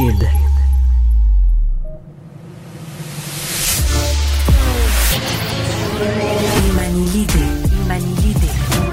hybride. Il manie l'idée,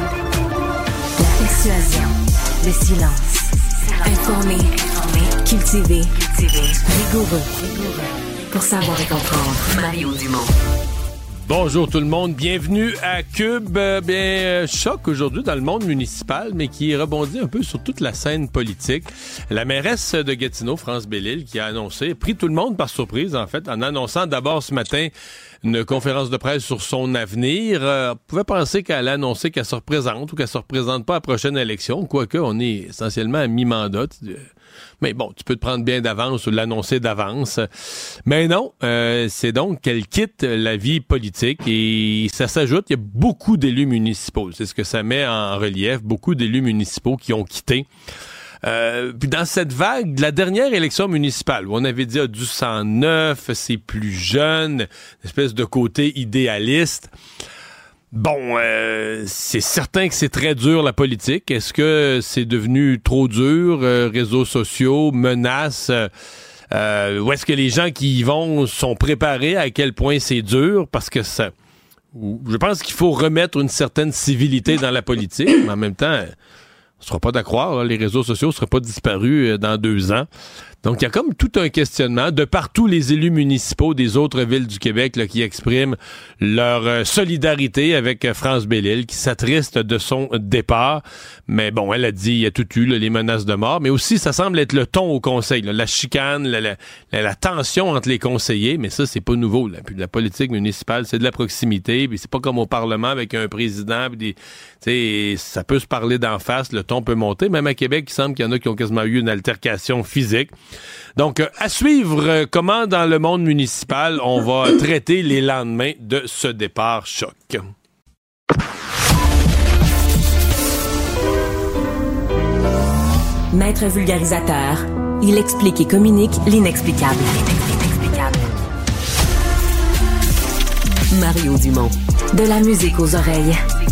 la persuasion, le silence. Informé, cultivé, rigoureux. Pour savoir et comprendre. Mario Dumont. Bonjour tout le monde, bienvenue à Cube. Choc aujourd'hui dans le monde municipal, mais qui rebondit un peu sur toute la scène politique. La mairesse de Gatineau, France Bellil, qui a pris tout le monde par surprise en fait, en annonçant d'abord ce matin une conférence de presse sur son avenir. On pouvait penser qu'elle a annoncé qu'elle se représente ou qu'elle se représente pas à la prochaine élection, quoique on est essentiellement à mi-mandat. Mais bon, tu peux te prendre bien d'avance ou l'annoncer d'avance. Mais non, c'est donc qu'elle quitte la vie politique et ça s'ajoute, il y a beaucoup d'élus municipaux. C'est ce que ça met en relief, beaucoup d'élus municipaux qui ont quitté. Puis dans cette vague de la dernière élection municipale, où on avait dit du sang neuf, c'est plus jeune, une espèce de côté idéaliste. Bon, c'est certain que c'est très dur la politique. Est-ce que c'est devenu trop dur? Réseaux sociaux, menaces, ou est-ce que les gens qui y vont sont préparés à quel point c'est dur? Parce que ça... Je pense qu'il faut remettre une certaine civilité dans la politique, mais en même temps... On ne sera pas d'accord, là, les réseaux sociaux ne seraient pas disparus dans 2 ans. Donc, il y a comme tout un questionnement de partout les élus municipaux des autres villes du Québec là, qui expriment leur solidarité avec France Bellil, qui s'attriste de son départ. Mais bon, elle a dit, il y a tout eu, là, les menaces de mort, mais aussi, ça semble être le ton au conseil, là, la chicane, la tension entre les conseillers, mais ça, c'est pas nouveau. Là. Puis la politique municipale, c'est de la proximité, puis c'est pas comme au Parlement avec un président, puis ça peut se parler d'en face, le ton peut monter. Même à Québec, il semble qu'il y en a qui ont quasiment eu une altercation physique. Donc, à suivre comment dans le monde municipal on va traiter les lendemains de ce départ choc. Maître vulgarisateur, il explique et communique l'inexplicable. Mario Dumont. De la musique aux oreilles.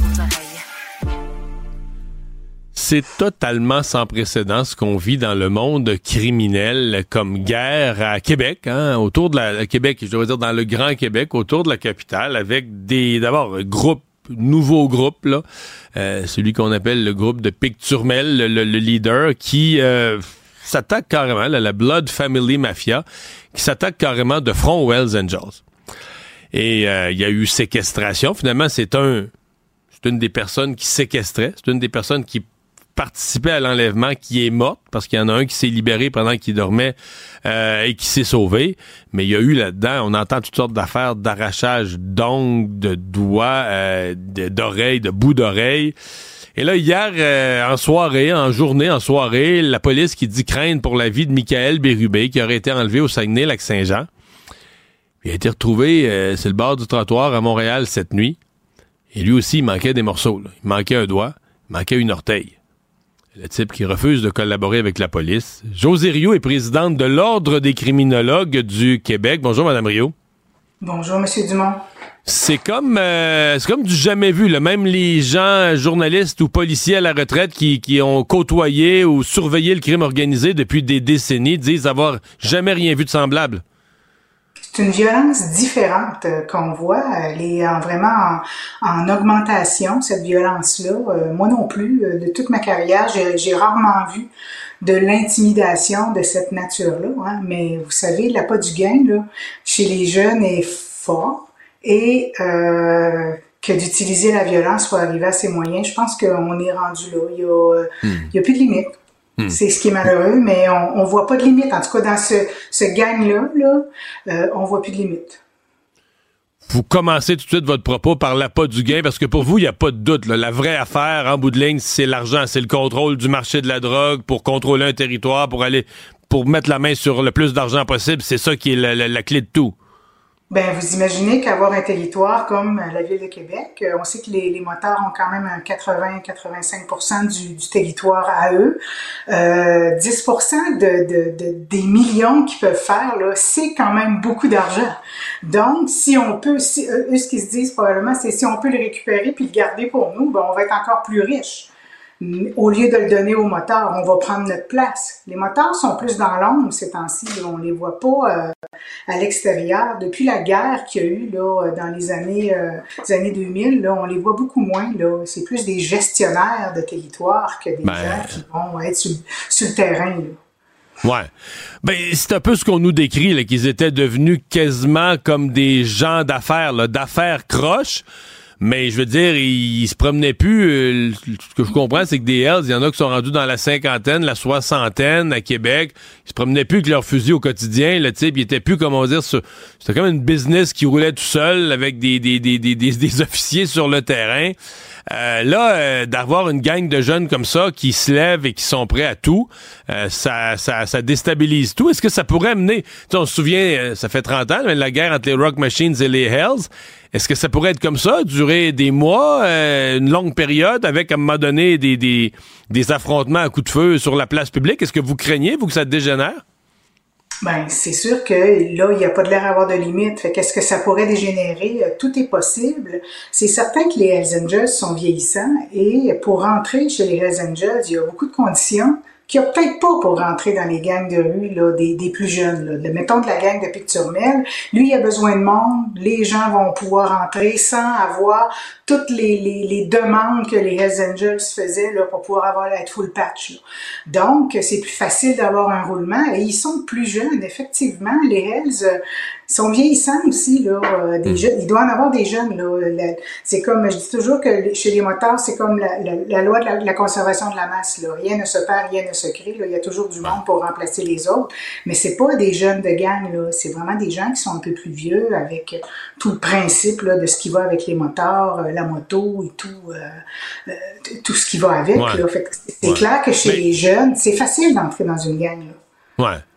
C'est totalement sans précédent ce qu'on vit dans le monde criminel comme guerre à Québec, autour de la Québec, je devrais dire dans le Grand Québec, autour de la capitale, avec d'abord nouveaux groupes, là, celui qu'on appelle le groupe de Picturmel, le leader, qui s'attaque carrément, la Blood Family Mafia, qui s'attaque carrément de front aux Hells Angels. Et il y a eu séquestration. Finalement, c'est une des personnes qui séquestrait, c'est une des personnes qui participait à l'enlèvement qui est morte, parce qu'il y en a un qui s'est libéré pendant qu'il dormait et qui s'est sauvé. Mais il y a eu là-dedans, on entend toutes sortes d'affaires d'arrachage d'ongles, de doigts, d'oreilles, de bouts d'oreilles. Et là, hier, en soirée, la police qui dit craindre pour la vie de Michael Bérubé, qui aurait été enlevé au Saguenay-Lac-Saint-Jean. Il a été retrouvé sur le bord du trottoir à Montréal cette nuit. Et lui aussi, il manquait des morceaux. Là. Il manquait un doigt, il manquait une orteil. Le type qui refuse de collaborer avec la police. Josée Rioux est présidente de l'Ordre des criminologues du Québec. Bonjour, Mme Rioux. Bonjour, M. Dumont. C'est comme du jamais vu. Là. Même les gens, journalistes ou policiers à la retraite qui ont côtoyé ou surveillé le crime organisé depuis des décennies disent avoir jamais rien vu de semblable. C'est une violence différente qu'on voit. Elle est vraiment en augmentation, cette violence-là. Moi non plus, de toute ma carrière, j'ai rarement vu de l'intimidation de cette nature-là. Hein. Mais vous savez, l'appât du gain là, chez les jeunes est fort et que d'utiliser la violence pour arriver à ses moyens, je pense qu'on est rendu là. Il y a plus de limite. C'est ce qui est malheureux, mais on voit pas de limite. En tout cas, dans ce gang-là, on voit plus de limite. Vous commencez tout de suite votre propos par l'appât du gain, parce que pour vous, il n'y a pas de doute. Là. La vraie affaire, en bout de ligne, c'est l'argent, c'est le contrôle du marché de la drogue pour contrôler un territoire, pour mettre la main sur le plus d'argent possible. C'est ça qui est la clé de tout. Ben, vous imaginez qu'avoir un territoire comme la Ville de Québec, on sait que les motards ont quand même un 80-85% du territoire à eux. 10% des millions qu'ils peuvent faire, là, c'est quand même beaucoup d'argent. Donc, si on peut, eux, ce qu'ils se disent probablement, c'est si on peut le récupérer puis le garder pour nous, ben, on va être encore plus riche. Au lieu de le donner aux motards, on va prendre notre place. Les motards sont plus dans l'ombre ces temps-ci. Là. On les voit pas à l'extérieur. Depuis la guerre qu'il y a eu là, dans les années 2000, là, on les voit beaucoup moins. Là. C'est plus des gestionnaires de territoire que des gens qui vont être sur le terrain. Là. Ouais. Ben, c'est un peu ce qu'on nous décrit, là, qu'ils étaient devenus quasiment comme des gens d'affaires, là, d'affaires croches. Mais je veux dire, ils se promenaient plus. Ce que je comprends, c'est que des Hells, il y en a qui sont rendus dans la cinquantaine, la soixantaine à Québec. Ils se promenaient plus avec leur fusil au quotidien, là, tu sais, puis ils étaient plus, comment dire, c'était comme une business qui roulait tout seul avec des officiers sur le terrain. D'avoir une gang de jeunes comme ça qui se lèvent et qui sont prêts à tout, ça déstabilise tout. Est-ce que ça pourrait mener, on se souvient, ça fait 30 ans, mais la guerre entre les Rock Machines et les Hells, est-ce que ça pourrait être comme ça, durer des mois, une longue période, avec à un moment donné des affrontements à coups de feu sur la place publique? Est-ce que vous craignez, vous, que ça dégénère? Ben, c'est sûr que là, il n'y a pas de l'air à avoir de limite. Fait qu'est-ce que ça pourrait dégénérer? Tout est possible. C'est certain que les Hells Angels sont vieillissants et pour rentrer chez les Hells Angels, il y a beaucoup de conditions qu'il n'y a peut-être pas pour rentrer dans les gangs de rue là, des plus jeunes. Là. Mettons de la gang de Picturmel, lui, il a besoin de monde. Les gens vont pouvoir entrer sans avoir toutes les demandes que les Hells Angels faisaient là, pour pouvoir être full patch. Là. Donc, c'est plus facile d'avoir un roulement et ils sont plus jeunes. Effectivement, les Hells sont vieillissants aussi. Là, jeunes, il doit en avoir des jeunes. Là. C'est comme, je dis toujours que chez les motards, c'est comme la loi de la conservation de la masse. Là. Rien ne se perd, rien ne se crée. Là. Il y a toujours du monde pour remplacer les autres. Mais c'est pas des jeunes de gang. Là. C'est vraiment des gens qui sont un peu plus vieux avec tout le principe là, de ce qui va avec les motards, la moto et tout ce qui va avec. Ouais. Là. Fait que c'est clair que chez les jeunes, c'est facile d'entrer dans une gang. Là. Ouais.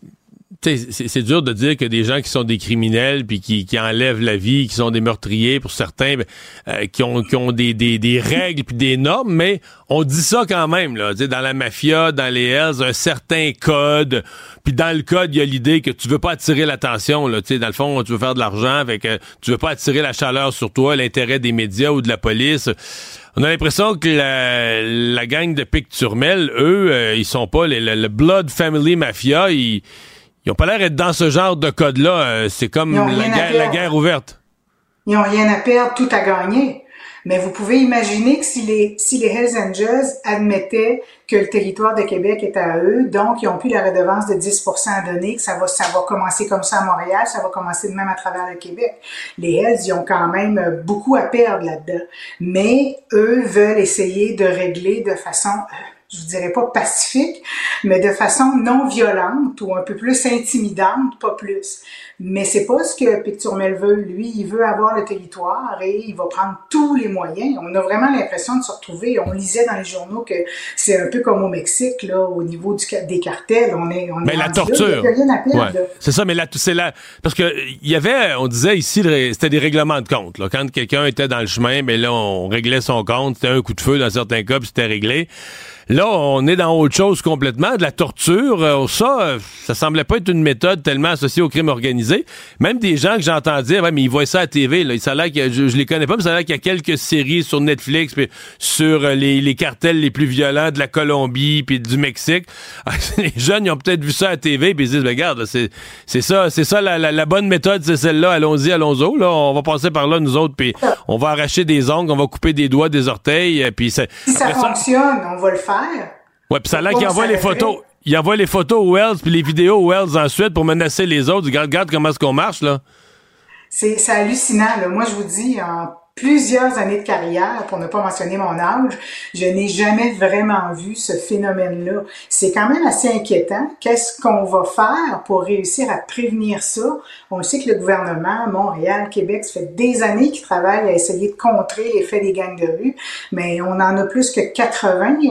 C'est dur de dire que des gens qui sont des criminels puis qui enlèvent la vie, qui sont des meurtriers pour certains, qui ont des règles puis des normes, mais on dit ça quand même là, dans la mafia, dans les Hells, un certain code. Puis dans le code, il y a l'idée que tu veux pas attirer l'attention là, dans le fond, tu veux faire de l'argent, fait que tu veux pas attirer la chaleur sur toi, l'intérêt des médias ou de la police. On a l'impression que la gang de Picturmel, eux, ils sont pas le Blood Family Mafia, ils ont pas l'air d'être dans ce genre de code-là. C'est comme la guerre ouverte. Ils ont rien à perdre, tout à gagner. Mais vous pouvez imaginer que si les Hells Angels admettaient que le territoire de Québec est à eux, donc ils ont plus la redevance de 10% à donner, que ça va commencer comme ça à Montréal, ça va commencer de même à travers le Québec. Les Hells, ils ont quand même beaucoup à perdre là-dedans. Mais eux veulent essayer de régler de façon... je vous dirais pas pacifique, mais de façon non violente ou un peu plus intimidante, pas plus. Mais c'est pas ce que Picturmel veut. Lui, il veut avoir le territoire et il va prendre tous les moyens. On a vraiment l'impression de se retrouver. On lisait dans les journaux que c'est un peu comme au Mexique, là, au niveau des cartels. On est la torture. Il n'y a rien à perdre. Ouais. C'est ça, mais parce que il y avait, on disait ici, c'était des règlements de compte. Là. Quand quelqu'un était dans le chemin, ben là, on réglait son compte. C'était un coup de feu dans certains cas, puis c'était réglé. Là, on est dans autre chose complètement, de la torture. Ça semblait pas être une méthode tellement associée au crime organisé. Même des gens que j'entends dire, ouais, mais ils voient ça à la TV. Là. Ça a l'air que je les connais pas, mais ça a l'air qu'il y a quelques séries sur Netflix puis sur les cartels les plus violents de la Colombie puis du Mexique. Les jeunes, ils ont peut-être vu ça à la TV puis ils se disent, regarde, c'est ça la bonne méthode, c'est celle-là. Allons-y. Là, on va passer par là nous autres puis on va arracher des ongles, on va couper des doigts, des orteils. Puis si ça fonctionne, on va le faire. Ouais, puis ça a l'air qu'il envoie les photos. Il envoie les photos aux Wells puis les vidéos aux Wells ensuite pour menacer les autres. Regarde comment est-ce qu'on marche, là. C'est hallucinant, là. Moi, je vous dis, en plusieurs années de carrière, pour ne pas mentionner mon âge, je n'ai jamais vraiment vu ce phénomène-là. C'est quand même assez inquiétant. Qu'est-ce qu'on va faire pour réussir à prévenir ça? On le sait que le gouvernement, Montréal, Québec, ça fait des années qu'ils travaillent à essayer de contrer l'effet des gangs de rue, mais on en a plus que 80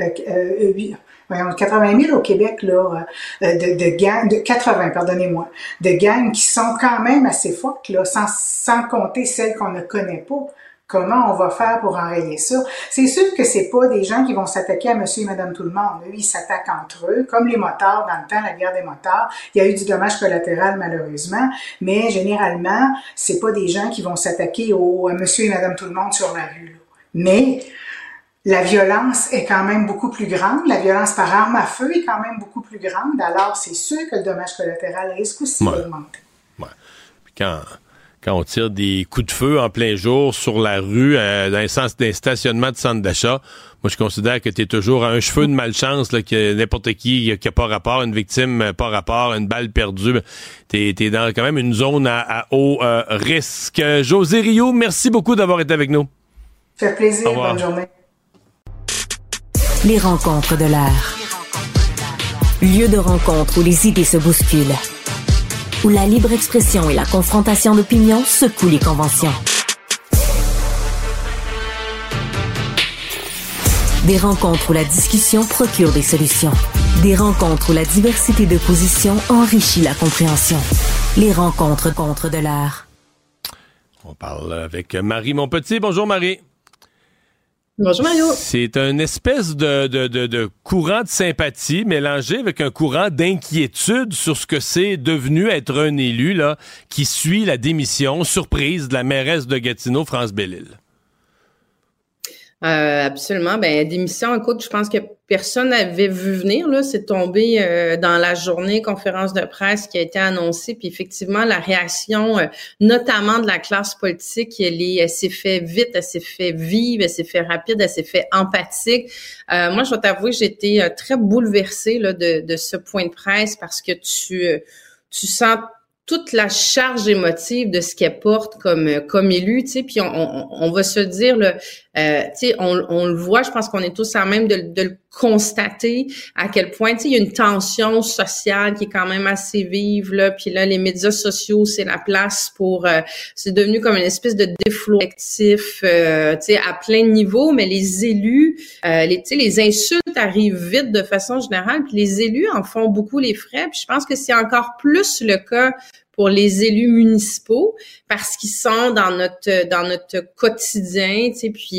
000 au Québec, là, de gangs, de 80, pardonnez-moi, de gangs qui sont quand même assez fortes, là, sans compter celles qu'on ne connaît pas. Comment on va faire pour enrayer ça? C'est sûr que c'est pas des gens qui vont s'attaquer à monsieur et madame tout le monde. Eux, ils s'attaquent entre eux. Comme les motards, dans le temps, la guerre des motards, il y a eu du dommage collatéral, malheureusement. Mais, généralement, c'est pas des gens qui vont s'attaquer à monsieur et madame tout le monde sur la rue, là. Mais, la violence est quand même beaucoup plus grande. La violence par arme à feu est quand même beaucoup plus grande. Alors, c'est sûr que le dommage collatéral risque aussi d'augmenter. Ouais. Puis quand on tire des coups de feu en plein jour sur la rue, dans un stationnement de centre d'achat, moi, je considère que tu es toujours à un cheveu de malchance, là, que n'importe qui a pas rapport, une victime pas rapport, une balle perdue. T'es dans quand même une zone à haut risque. José Rio, merci beaucoup d'avoir été avec nous. Ça fait plaisir. Bonne journée. Les rencontres de l'heure. Lieu de rencontre où les idées se bousculent. Où la libre expression et la confrontation d'opinions secouent les conventions. Des rencontres où la discussion procure des solutions. Des rencontres où la diversité de positions enrichit la compréhension. Les rencontres contre de l'heure. On parle avec Marie Monpetit. Bonjour Marie. Bonjour Mario. C'est une espèce de courant de sympathie mélangé avec un courant d'inquiétude sur ce que c'est devenu être un élu là, qui suit la démission surprise de la mairesse de Gatineau, France Belle-Île. Absolument. Démission, écoute, je pense que personne n'avait vu venir, là. C'est tombé dans la journée conférence de presse qui a été annoncée. Puis effectivement, la réaction, notamment de la classe politique, elle s'est fait vite, elle s'est fait vive, elle s'est fait rapide, elle s'est fait empathique. Moi, je vais t'avouer, j'ai été très bouleversée là, de ce point de presse parce que tu sens toute la charge émotive de ce qu'elle porte comme élue, tu sais, puis on va se dire là, tu sais, on le voit, je pense qu'on est tous à même de le constater à quel point, tu sais, il y a une tension sociale qui est quand même assez vive là, puis là les médias sociaux, c'est la place pour c'est devenu comme une espèce de déflot collectif, tu sais, à plein de niveaux, mais les élus, tu sais, les insultes arrivent vite de façon générale, puis les élus en font beaucoup les frais, puis je pense que c'est encore plus le cas pour les élus municipaux parce qu'ils sont dans notre quotidien, tu sais, puis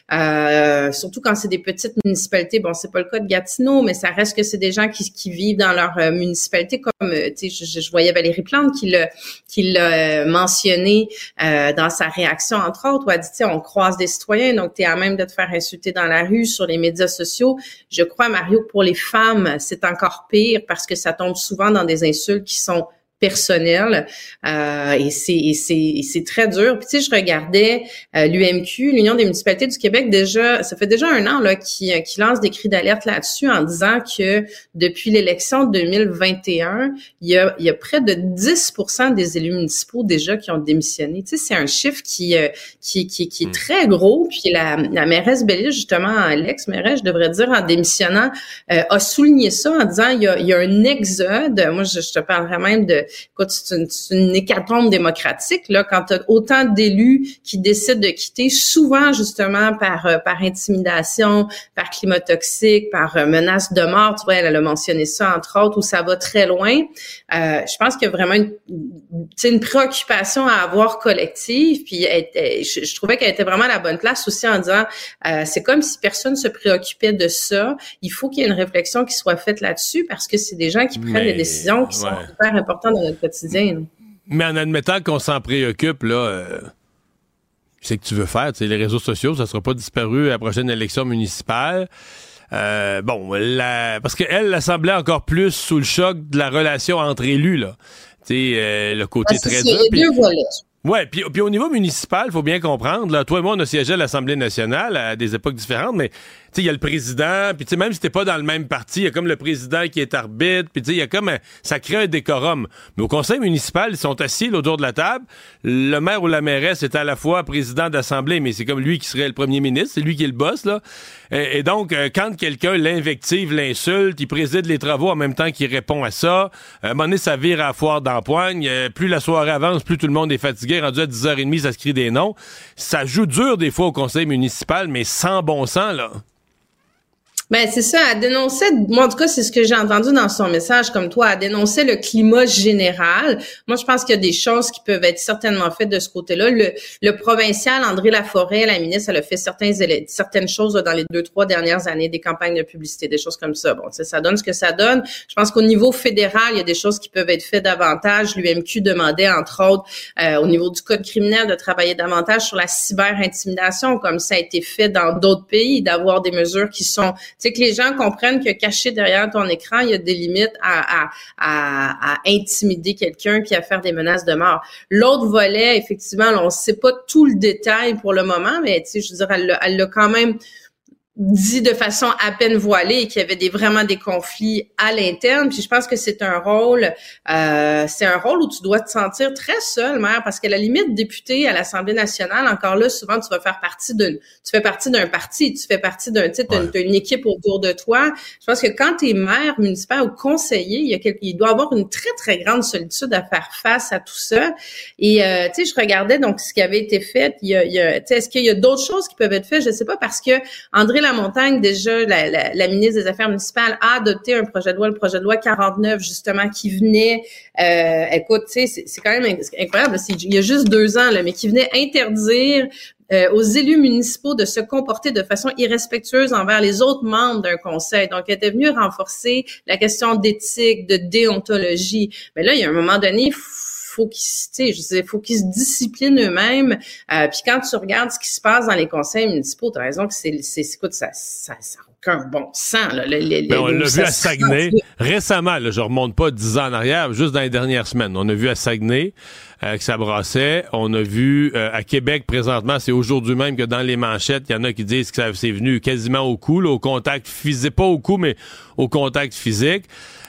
surtout quand c'est des petites municipalités, bon, c'est pas le cas de Gatineau, mais ça reste que c'est des gens qui vivent dans leur municipalité, comme tu sais, je voyais Valérie Plante qui l'a mentionné dans sa réaction entre autres, où elle dit, tu sais, on croise des citoyens, donc t'es à même de te faire insulter dans la rue, sur les médias sociaux. Je crois, Mario, que pour les femmes, c'est encore pire parce que ça tombe souvent dans des insultes qui sont personnel et c'est très dur. Puis tu sais, je regardais l'UMQ, l'Union des municipalités du Québec, déjà, ça fait déjà 1 an là qui lance des cris d'alerte là-dessus en disant que depuis l'élection de 2021, il y a près de 10% des élus municipaux déjà qui ont démissionné. Tu sais, c'est un chiffre qui est très gros. Puis la mairesse Belle-Île, justement, l'ex-mairesse, je devrais dire, en démissionnant, a souligné ça en disant il y a un exode. Moi, je te parlerais même de écoute, c'est une hécatombe démocratique là quand tu as autant d'élus qui décident de quitter, souvent justement par intimidation, par climat toxique, par menace de mort. Tu vois, elle a mentionné ça entre autres, où ça va très loin. Je pense qu'il y a vraiment une préoccupation à avoir collective. Puis je trouvais qu'elle était vraiment à la bonne place aussi en disant c'est comme si personne se préoccupait de ça. Il faut qu'il y ait une réflexion qui soit faite là-dessus parce que c'est des gens qui prennent des décisions qui sont hyper importantes dans notre quotidien. Mais en admettant qu'on s'en préoccupe, là, c'est que tu veux faire. Les réseaux sociaux, ça ne sera pas disparu à la prochaine élection municipale. Parce qu'elle semblait encore plus sous le choc de la relation entre élus, là. Le côté très dur. Deux volets. Ouais, puis au niveau municipal, il faut bien comprendre, là, toi et moi, on a siégé à l'Assemblée nationale à des époques différentes, mais il y a le président, puis même si t'es pas dans le même parti, il y a comme le président qui est arbitre, puis il y a comme ça crée un décorum. Mais au conseil municipal, ils sont assis là, autour de la table. Le maire ou la mairesse est à la fois président d'assemblée, mais c'est comme lui qui serait le premier ministre, c'est lui qui est le boss, là. Et donc, quand quelqu'un l'invective, l'insulte, il préside les travaux en même temps qu'il répond à ça. À un moment donné, ça vire à la foire d'empoigne. Plus la soirée avance, plus tout le monde est fatigué. Rendu à 10h30, ça se crie des noms. Ça joue dur des fois au conseil municipal, mais sans bon sens, là. Ben c'est ça, elle dénonçait, moi en tout cas c'est ce que j'ai entendu dans son message comme toi, elle dénonçait le climat général. Moi je pense qu'il y a des choses qui peuvent être certainement faites de ce côté-là. Le provincial André Laforêt, la ministre, elle a fait certaines choses là, dans les 2-3 dernières années, des campagnes de publicité, des choses comme ça. Bon, ça donne ce que ça donne. Je pense qu'au niveau fédéral, il y a des choses qui peuvent être faites davantage. L'UMQ demandait entre autres au niveau du code criminel de travailler davantage sur la cyber-intimidation, comme ça a été fait dans d'autres pays, d'avoir des mesures qui sont c'est que les gens comprennent que caché derrière ton écran, il y a des limites à intimider quelqu'un puis à faire des menaces de mort. L'autre volet, effectivement, là, on ne sait pas tout le détail pour le moment, mais tu sais, je veux dire, elle l'a quand même dit de façon à peine voilée qu'il y avait vraiment des conflits à l'interne. Puis je pense que c'est un rôle où tu dois te sentir très seul, maire, parce qu'à la limite, député à l'Assemblée nationale, encore là, souvent tu fais partie d'un parti, tu fais partie t'as une équipe autour de toi. Je pense que quand tu es maire municipal ou conseiller, il doit avoir une très, très grande solitude à faire face à tout ça. Et tu sais, je regardais donc ce qui avait été fait. Est-ce qu'il y a d'autres choses qui peuvent être faites? Je sais pas, parce que André Lamontagne, déjà, la ministre des Affaires municipales a adopté un projet de loi, le projet de loi 49, justement, qui venait, écoute, tu sais, c'est quand même incroyable, il y a juste 2 ans, là, mais qui venait interdire aux élus municipaux de se comporter de façon irrespectueuse envers les autres membres d'un conseil. Donc, elle était venue renforcer la question d'éthique, de déontologie. Mais là, il y a un moment donné, faut qu'ils se disciplinent eux-mêmes. Puis quand tu regardes ce qui se passe dans les conseils municipaux, t'as raison que écoute, ça aucun bon sens. Là. On l'a vu à Saguenay récemment. Là, je remonte pas 10 ans en arrière, juste dans les dernières semaines. On a vu à Saguenay que ça brassait. On a vu à Québec présentement, c'est aujourd'hui même que dans les manchettes, il y en a qui disent que c'est venu quasiment au cou, là, au contact physique, pas au cou, mais au contact physique.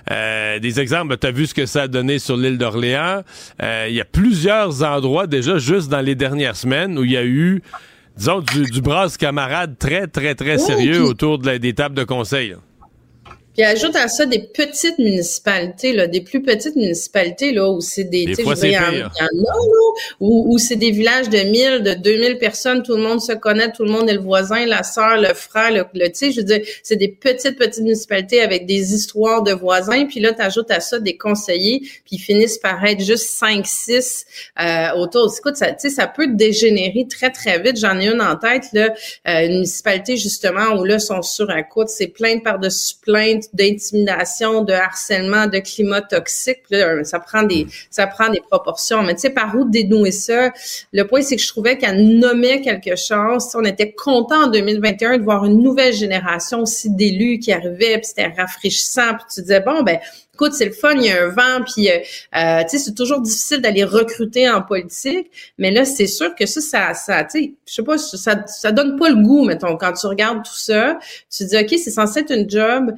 Des exemples, tu as vu ce que ça a donné sur l'île d'Orléans. Il y a plusieurs endroits déjà, juste dans les dernières semaines, où il y a eu, disons, du brasse-camarade très, très, très sérieux autour des tables de conseil. Là. Puis ajoute à ça des petites municipalités, là, des plus petites municipalités, là, où c'est des fois, c'est pire. Il y en a, là, où c'est des villages de 1000, de 2000 personnes, tout le monde se connaît, tout le monde est le voisin, la sœur, le frère, tu sais, je veux dire, c'est des petites municipalités avec des histoires de voisins, puis là, t'ajoutes à ça des conseillers, puis ils finissent par être juste 5-6 autour. Écoute, ça, tu sais, ça peut dégénérer très, très vite. J'en ai une en tête, là, une municipalité, justement, où là, sont sur un coup, c'est plainte par-dessus plainte, d'intimidation, de harcèlement, de climat toxique. Là, ça prend des proportions. Mais tu sais, par où dénouer ça? Le point, c'est que je trouvais qu'elle nommait quelque chose. On était content en 2021 de voir une nouvelle génération aussi d'élus qui arrivaient, puis c'était rafraîchissant. Puis tu disais, bon, ben, écoute, c'est le fun, il y a un vent, puis tu sais, c'est toujours difficile d'aller recruter en politique, mais là, c'est sûr que ça tu sais, je sais pas, ça donne pas le goût, mettons, quand tu regardes tout ça, tu te dis, OK, c'est censé être une job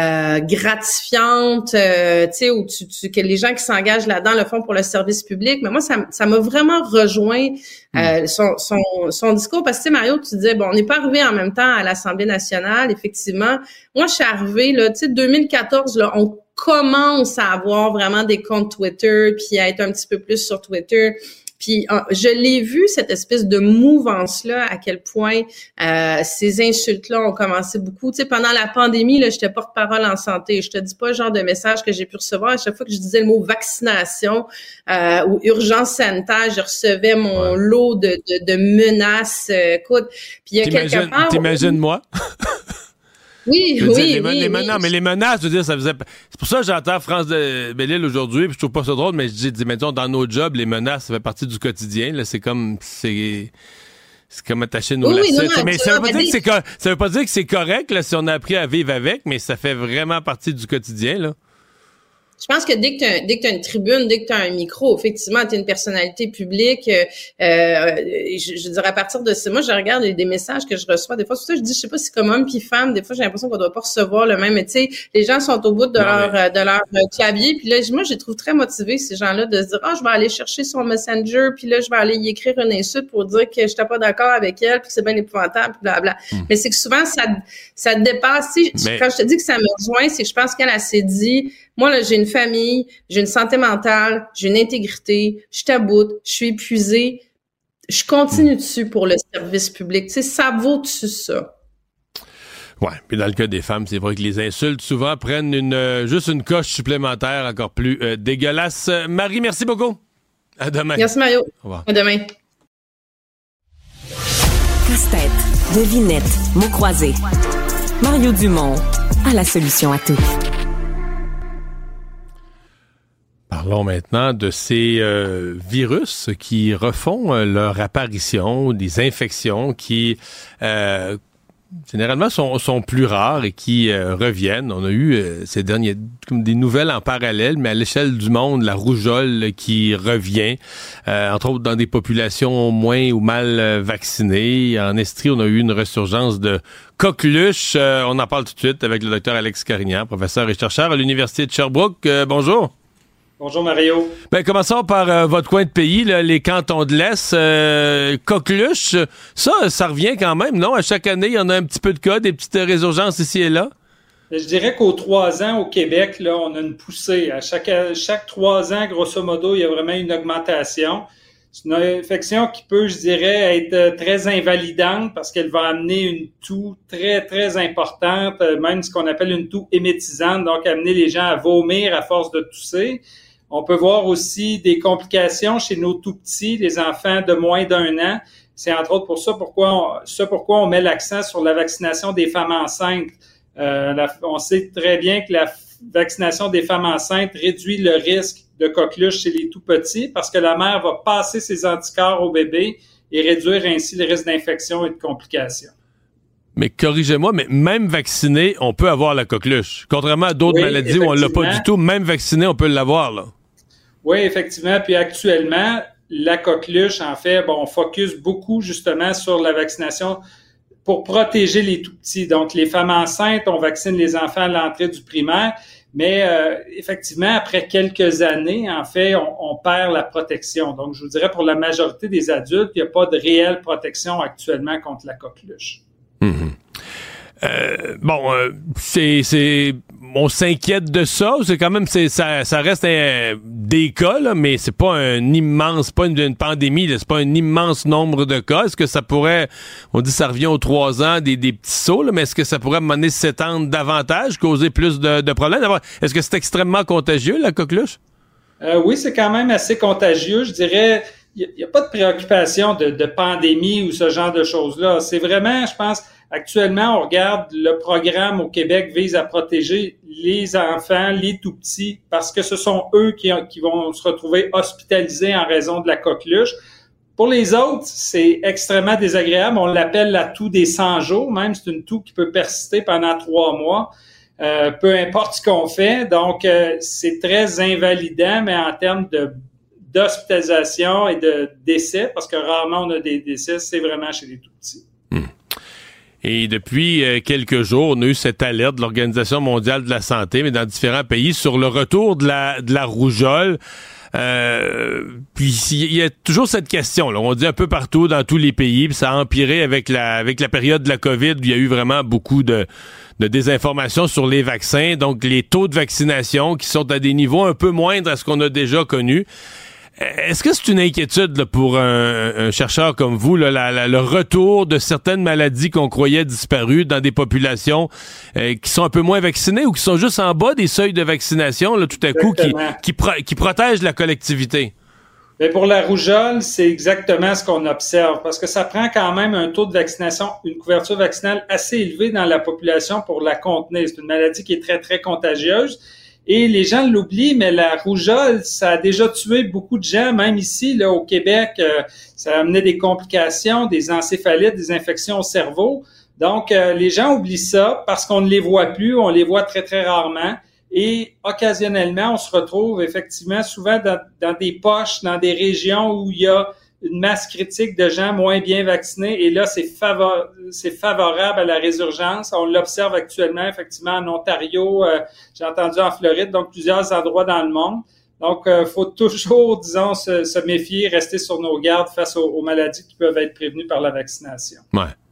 gratifiante, tu sais, où que les gens qui s'engagent là-dedans le font pour le service public, mais moi, ça m'a vraiment rejoint son discours, parce que, tu sais, Mario, tu disais, bon, on n'est pas arrivé en même temps à l'Assemblée nationale, effectivement. Moi, je suis arrivée, là, tu sais, 2014, là, on commence à avoir vraiment des comptes Twitter, puis à être un petit peu plus sur Twitter. Puis je l'ai vu, cette espèce de mouvance-là, à quel point ces insultes-là ont commencé beaucoup. Tu sais, pendant la pandémie, là, j'étais porte-parole en santé. Je te dis pas le genre de message que j'ai pu recevoir. À chaque fois que je disais le mot vaccination ou urgence sanitaire, je recevais mon lot de menaces. Écoute, puis il y a quelque part... T'imagines-moi? Oui. Les menaces, je veux dire, ça faisait. C'est pour ça que j'entends France de Belle-Île aujourd'hui, puis je trouve pas ça drôle, mais je dis, mettons, dans nos jobs, les menaces, ça fait partie du quotidien. Là, c'est comme attacher nos lacets. Mais ça veut pas dire que c'est correct, là, si on a appris à vivre avec, mais ça fait vraiment partie du quotidien, là. Je pense que dès que t'as une tribune, dès que t'as un micro, effectivement, t'es une personnalité publique. Je dirais à partir de ça, moi, je regarde des messages que je reçois. Des fois, c'est pour ça que je dis, je sais pas si comme homme puis femme, des fois, j'ai l'impression qu'on doit pas recevoir le même. Mais tu sais, les gens sont au bout de leur clavier. Puis là, moi, je les trouve très motivés, ces gens-là, de se dire, je vais aller chercher son Messenger, puis là, je vais aller y écrire une insulte pour dire que j'étais pas d'accord avec elle, puis que c'est bien épouvantable, puis blablabla. Mais c'est que souvent, ça dépasse. Quand je te dis que ça me rejoint, c'est que je pense qu'elle s'est dit, moi, là, j'ai une famille, j'ai une santé mentale, j'ai une intégrité, je suis à bout, je suis épuisée, je continue dessus pour le service public. Tu sais, ça vaut-tu ça? Ouais, puis dans le cas des femmes, c'est vrai que les insultes souvent prennent juste une coche supplémentaire encore plus dégueulasse. Marie, merci beaucoup. À demain. Merci Mario. Au revoir. À demain. Casse-tête, devinette, mots croisés. Mario Dumont a la solution à tout. Parlons maintenant de ces virus qui refont leur apparition, des infections qui généralement sont plus rares et qui reviennent. On a eu ces derniers comme des nouvelles en parallèle, mais à l'échelle du monde, la rougeole qui revient, entre autres dans des populations moins ou mal vaccinées. En Estrie, on a eu une ressurgence de coqueluche. On en parle tout de suite avec le docteur Alex Carignan, professeur et chercheur à l'Université de Sherbrooke. Bonjour. Bonjour Mario. Ben, commençons par votre coin de pays, là, les cantons de l'Est. Coqueluche, ça revient quand même, non? À chaque année, il y en a un petit peu de cas, des petites résurgences ici et là. Je dirais qu'aux 3 ans au Québec, là, on a une poussée. À chaque 3 ans, grosso modo, il y a vraiment une augmentation. C'est une infection qui peut, je dirais, être très invalidante parce qu'elle va amener une toux très, très importante, même ce qu'on appelle une toux émétisante, donc amener les gens à vomir à force de tousser. On peut voir aussi des complications chez nos tout-petits, les enfants de moins d'1 an. C'est entre autres pour ça pourquoi on met l'accent sur la vaccination des femmes enceintes. On sait très bien que la vaccination des femmes enceintes réduit le risque de coqueluche chez les tout-petits parce que la mère va passer ses anticorps au bébé et réduire ainsi le risque d'infection et de complications. Mais corrigez-moi, mais même vacciné, on peut avoir la coqueluche. Contrairement à d'autres maladies où on l'a pas du tout, même vacciné, on peut l'avoir, là. Oui, effectivement. Puis actuellement, la coqueluche, en fait, on focus beaucoup justement sur la vaccination pour protéger les tout-petits. Donc, les femmes enceintes, on vaccine les enfants à l'entrée du primaire. Mais effectivement, après quelques années, en fait, on perd la protection. Donc, je vous dirais, pour la majorité des adultes, il n'y a pas de réelle protection actuellement contre la coqueluche. Mm-hmm. On s'inquiète de ça. C'est quand même, ça reste des cas, là, mais c'est pas pas une pandémie, là, c'est pas un immense nombre de cas. Est-ce que ça pourrait, on dit ça revient aux 3 ans, des petits sauts, là, mais est-ce que ça pourrait mener s'étendre davantage, causer plus de problèmes? D'abord, est-ce que c'est extrêmement contagieux, la coqueluche? Oui, c'est quand même assez contagieux. Je dirais, il n'y a pas de préoccupation de pandémie ou ce genre de choses-là. C'est vraiment, je pense, actuellement, on regarde le programme au Québec vise à protéger les enfants, les tout-petits, parce que ce sont eux qui vont se retrouver hospitalisés en raison de la coqueluche. Pour les autres, c'est extrêmement désagréable. On l'appelle la toux des 100 jours. Même, c'est une toux qui peut persister pendant 3 mois. Peu importe ce qu'on fait. Donc, c'est très invalidant, mais en termes d'hospitalisation et de décès, parce que rarement on a des décès, c'est vraiment chez les tout-petits. Et depuis quelques jours, on a eu cette alerte de l'Organisation mondiale de la santé, mais dans différents pays, sur le retour de la rougeole. Puis il y a toujours cette question, là. On dit un peu partout dans tous les pays, puis ça a empiré avec la période de la COVID, où il y a eu vraiment beaucoup de désinformation sur les vaccins. Donc les taux de vaccination qui sont à des niveaux un peu moindres à ce qu'on a déjà connu. Est-ce que c'est une inquiétude là, pour un chercheur comme vous, là, le retour de certaines maladies qu'on croyait disparues dans des populations qui sont un peu moins vaccinées ou qui sont juste en bas des seuils de vaccination, là, tout à coup, qui protègent la collectivité? Mais pour la rougeole, c'est exactement ce qu'on observe, parce que ça prend quand même un taux de vaccination, une couverture vaccinale assez élevée dans la population pour la contenir. C'est une maladie qui est très, très contagieuse. Et les gens l'oublient, mais la rougeole, ça a déjà tué beaucoup de gens, même ici, là, au Québec. Ça a amené des complications, des encéphalites, des infections au cerveau. Donc, les gens oublient ça parce qu'on ne les voit plus, on les voit très, très rarement. Et occasionnellement, on se retrouve effectivement souvent dans des poches, dans des régions où il y a une masse critique de gens moins bien vaccinés. Et là, c'est favorable à la résurgence. On l'observe actuellement, effectivement, en Ontario, j'ai entendu en Floride, donc plusieurs endroits dans le monde. Donc, faut toujours, disons, se méfier, rester sur nos gardes face aux maladies qui peuvent être prévenues par la vaccination. Ouais.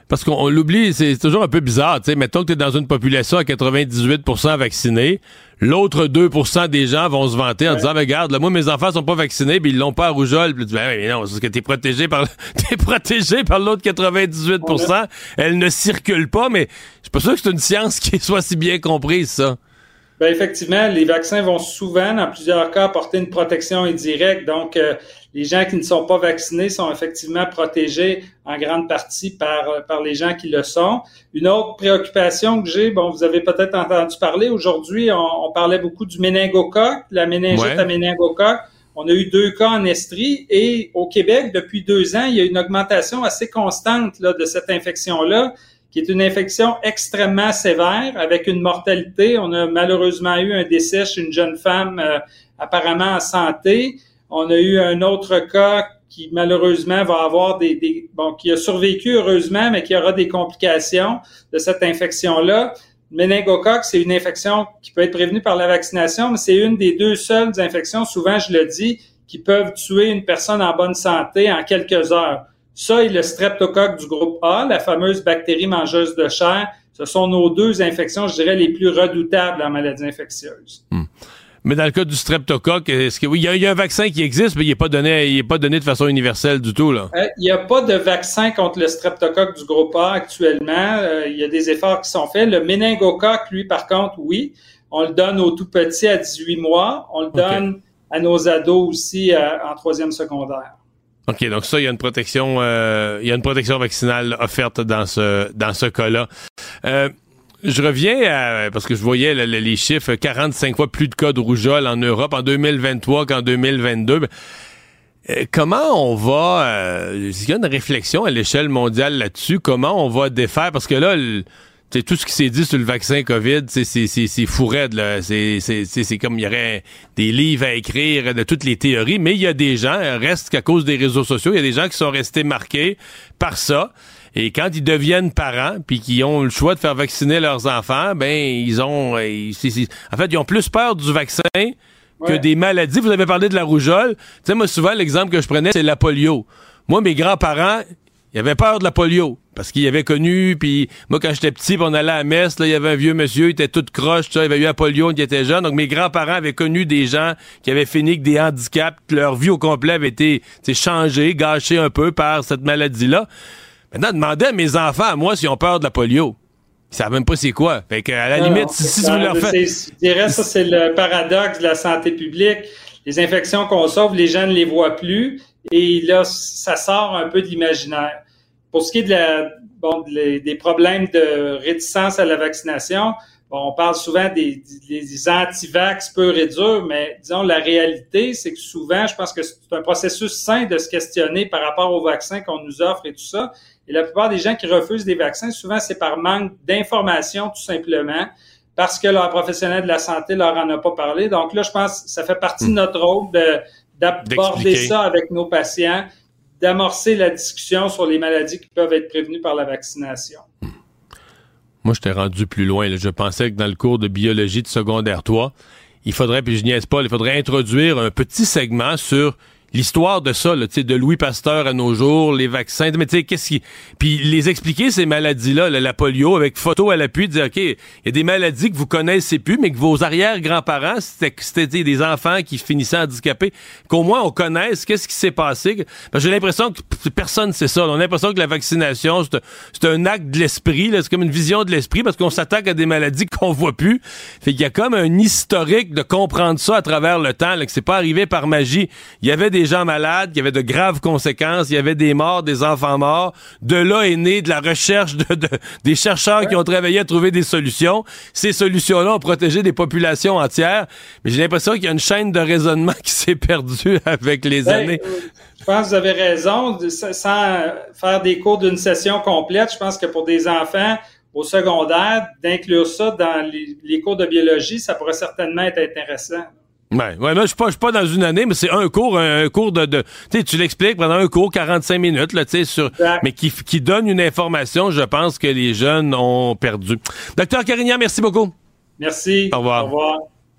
Parce qu'on l'oublie, c'est toujours un peu bizarre. Tu sais, mettons que tu es dans une population à 98% vaccinés, l'autre 2% des gens vont se vanter en disant, regarde, là, moi, mes enfants sont pas vaccinés, puis ils l'ont pas à rougeole. Puis tu dis, mais non, c'est parce que t'es protégé par l'autre 98%. Elle ne circule pas, mais je suis pas sûr que c'est une science qui soit si bien comprise, ça. Ben effectivement, les vaccins vont souvent, dans plusieurs cas, apporter une protection indirecte. Donc, les gens qui ne sont pas vaccinés sont effectivement protégés en grande partie par les gens qui le sont. Une autre préoccupation que j'ai, vous avez peut-être entendu parler, aujourd'hui, on parlait beaucoup du méningocoque, la méningite à méningocoque. On a eu 2 cas en Estrie et au Québec, depuis 2 ans, il y a une augmentation assez constante là, de cette infection-là, qui est une infection extrêmement sévère avec une mortalité. On a malheureusement eu un décès chez une jeune femme apparemment en santé. On a eu un autre cas qui malheureusement va avoir qui a survécu heureusement, mais qui aura des complications de cette infection-là. Le méningocoque, c'est une infection qui peut être prévenue par la vaccination, mais c'est une des 2 seules infections, souvent je le dis, qui peuvent tuer une personne en bonne santé en quelques heures. Ça et le streptocoque du groupe A, la fameuse bactérie mangeuse de chair, ce sont nos 2 infections, je dirais, les plus redoutables en maladies infectieuses. Mais dans le cas du streptocoque, est-ce que il y a un vaccin qui existe, mais il est pas donné de façon universelle du tout, là? Il n'y a pas de vaccin contre le streptocoque du groupe A actuellement. Il y a des efforts qui sont faits. Le méningocoque, lui, par contre, oui. On le donne aux tout petits à 18 mois. On le donne à nos ados aussi en 3e secondaire. OK, donc ça, il y a une protection vaccinale offerte dans ce cas-là. Je reviens parce que je voyais les chiffres, 45 fois plus de cas de rougeole en Europe en 2023 qu'en 2022. Comment on va... est-ce qu'il y a une réflexion à l'échelle mondiale là-dessus? Comment on va défaire? Parce que là, tout ce qui s'est dit sur le vaccin COVID, c'est fou raide, là. C'est comme il y aurait des livres à écrire de toutes les théories, mais il y a des gens, reste qu'à cause des réseaux sociaux, il y a des gens qui sont restés marqués par ça. Et quand ils deviennent parents, puis qu'ils ont le choix de faire vacciner leurs enfants, ils ont plus peur du vaccin que des maladies. Vous avez parlé de la rougeole. Tu sais, moi, souvent, l'exemple que je prenais, c'est la polio. Moi, mes grands-parents, ils avaient peur de la polio. Parce qu'ils avaient connu, puis moi, quand j'étais petit, puis on allait à la messe, là, il y avait un vieux monsieur, il était tout croche, il avait eu la polio, il était jeune. Donc, mes grands-parents avaient connu des gens qui avaient fini avec des handicaps, que leur vie au complet avait été changée, gâchée un peu par cette maladie-là. Maintenant, demandez à mes enfants, à moi, s'ils ont peur de la polio. Ils savent même pas c'est quoi. Fait qu'à la limite, si vous leur faites... Je dirais, ça, c'est le paradoxe de la santé publique. Les infections qu'on sauve, les gens ne les voient plus. Et là, ça sort un peu de l'imaginaire. Pour ce qui est des problèmes de réticence à la vaccination, on parle souvent des anti-vax purs et durs, mais disons, la réalité, c'est que souvent, je pense que c'est un processus sain de se questionner par rapport aux vaccins qu'on nous offre et tout ça. Et la plupart des gens qui refusent des vaccins, souvent, c'est par manque d'information, tout simplement, parce que leur professionnel de la santé leur en a pas parlé. Donc là, je pense que ça fait partie de notre rôle d'aborder ça avec nos patients, d'amorcer la discussion sur les maladies qui peuvent être prévenues par la vaccination. Moi, je t'ai rendu plus loin. Là. Je pensais que dans le cours de biologie de secondaire 3, il faudrait, puis je niaise pas, il faudrait introduire un petit segment sur l'histoire de ça, là, de Louis Pasteur à nos jours, les vaccins, mais tu sais, puis les expliquer, ces maladies-là, la polio, avec photo à l'appui, dire, OK, il y a des maladies que vous connaissez plus, mais que vos arrière-grands-parents, c'était des enfants qui finissaient handicapés, qu'au moins on connaisse qu'est-ce qui s'est passé. Parce que j'ai l'impression que personne ne sait ça. On a l'impression que la vaccination, c'est un acte de l'esprit, là, c'est comme une vision de l'esprit, parce qu'on s'attaque à des maladies qu'on voit plus. Fait qu'il y a comme un historique de comprendre ça à travers le temps, là, que c'est pas arrivé par magie. Il y avait des gens malades, il y avait de graves conséquences, il y avait des morts, des enfants morts. De là est née de la recherche des chercheurs qui ont travaillé à trouver des solutions. Ces solutions-là ont protégé des populations entières. Mais j'ai l'impression qu'il y a une chaîne de raisonnement qui s'est perdue avec les années. Je pense que vous avez raison. Sans faire des cours d'une session complète, je pense que pour des enfants au secondaire, d'inclure ça dans les cours de biologie, ça pourrait certainement être intéressant. Ouais, moi je suis pas dans une année, mais c'est un cours de tu l'expliques pendant un cours 45 minutes là, mais qui donne une information, je pense que les jeunes ont perdu. Docteur Carignan, merci beaucoup. Merci. Au revoir. Au revoir.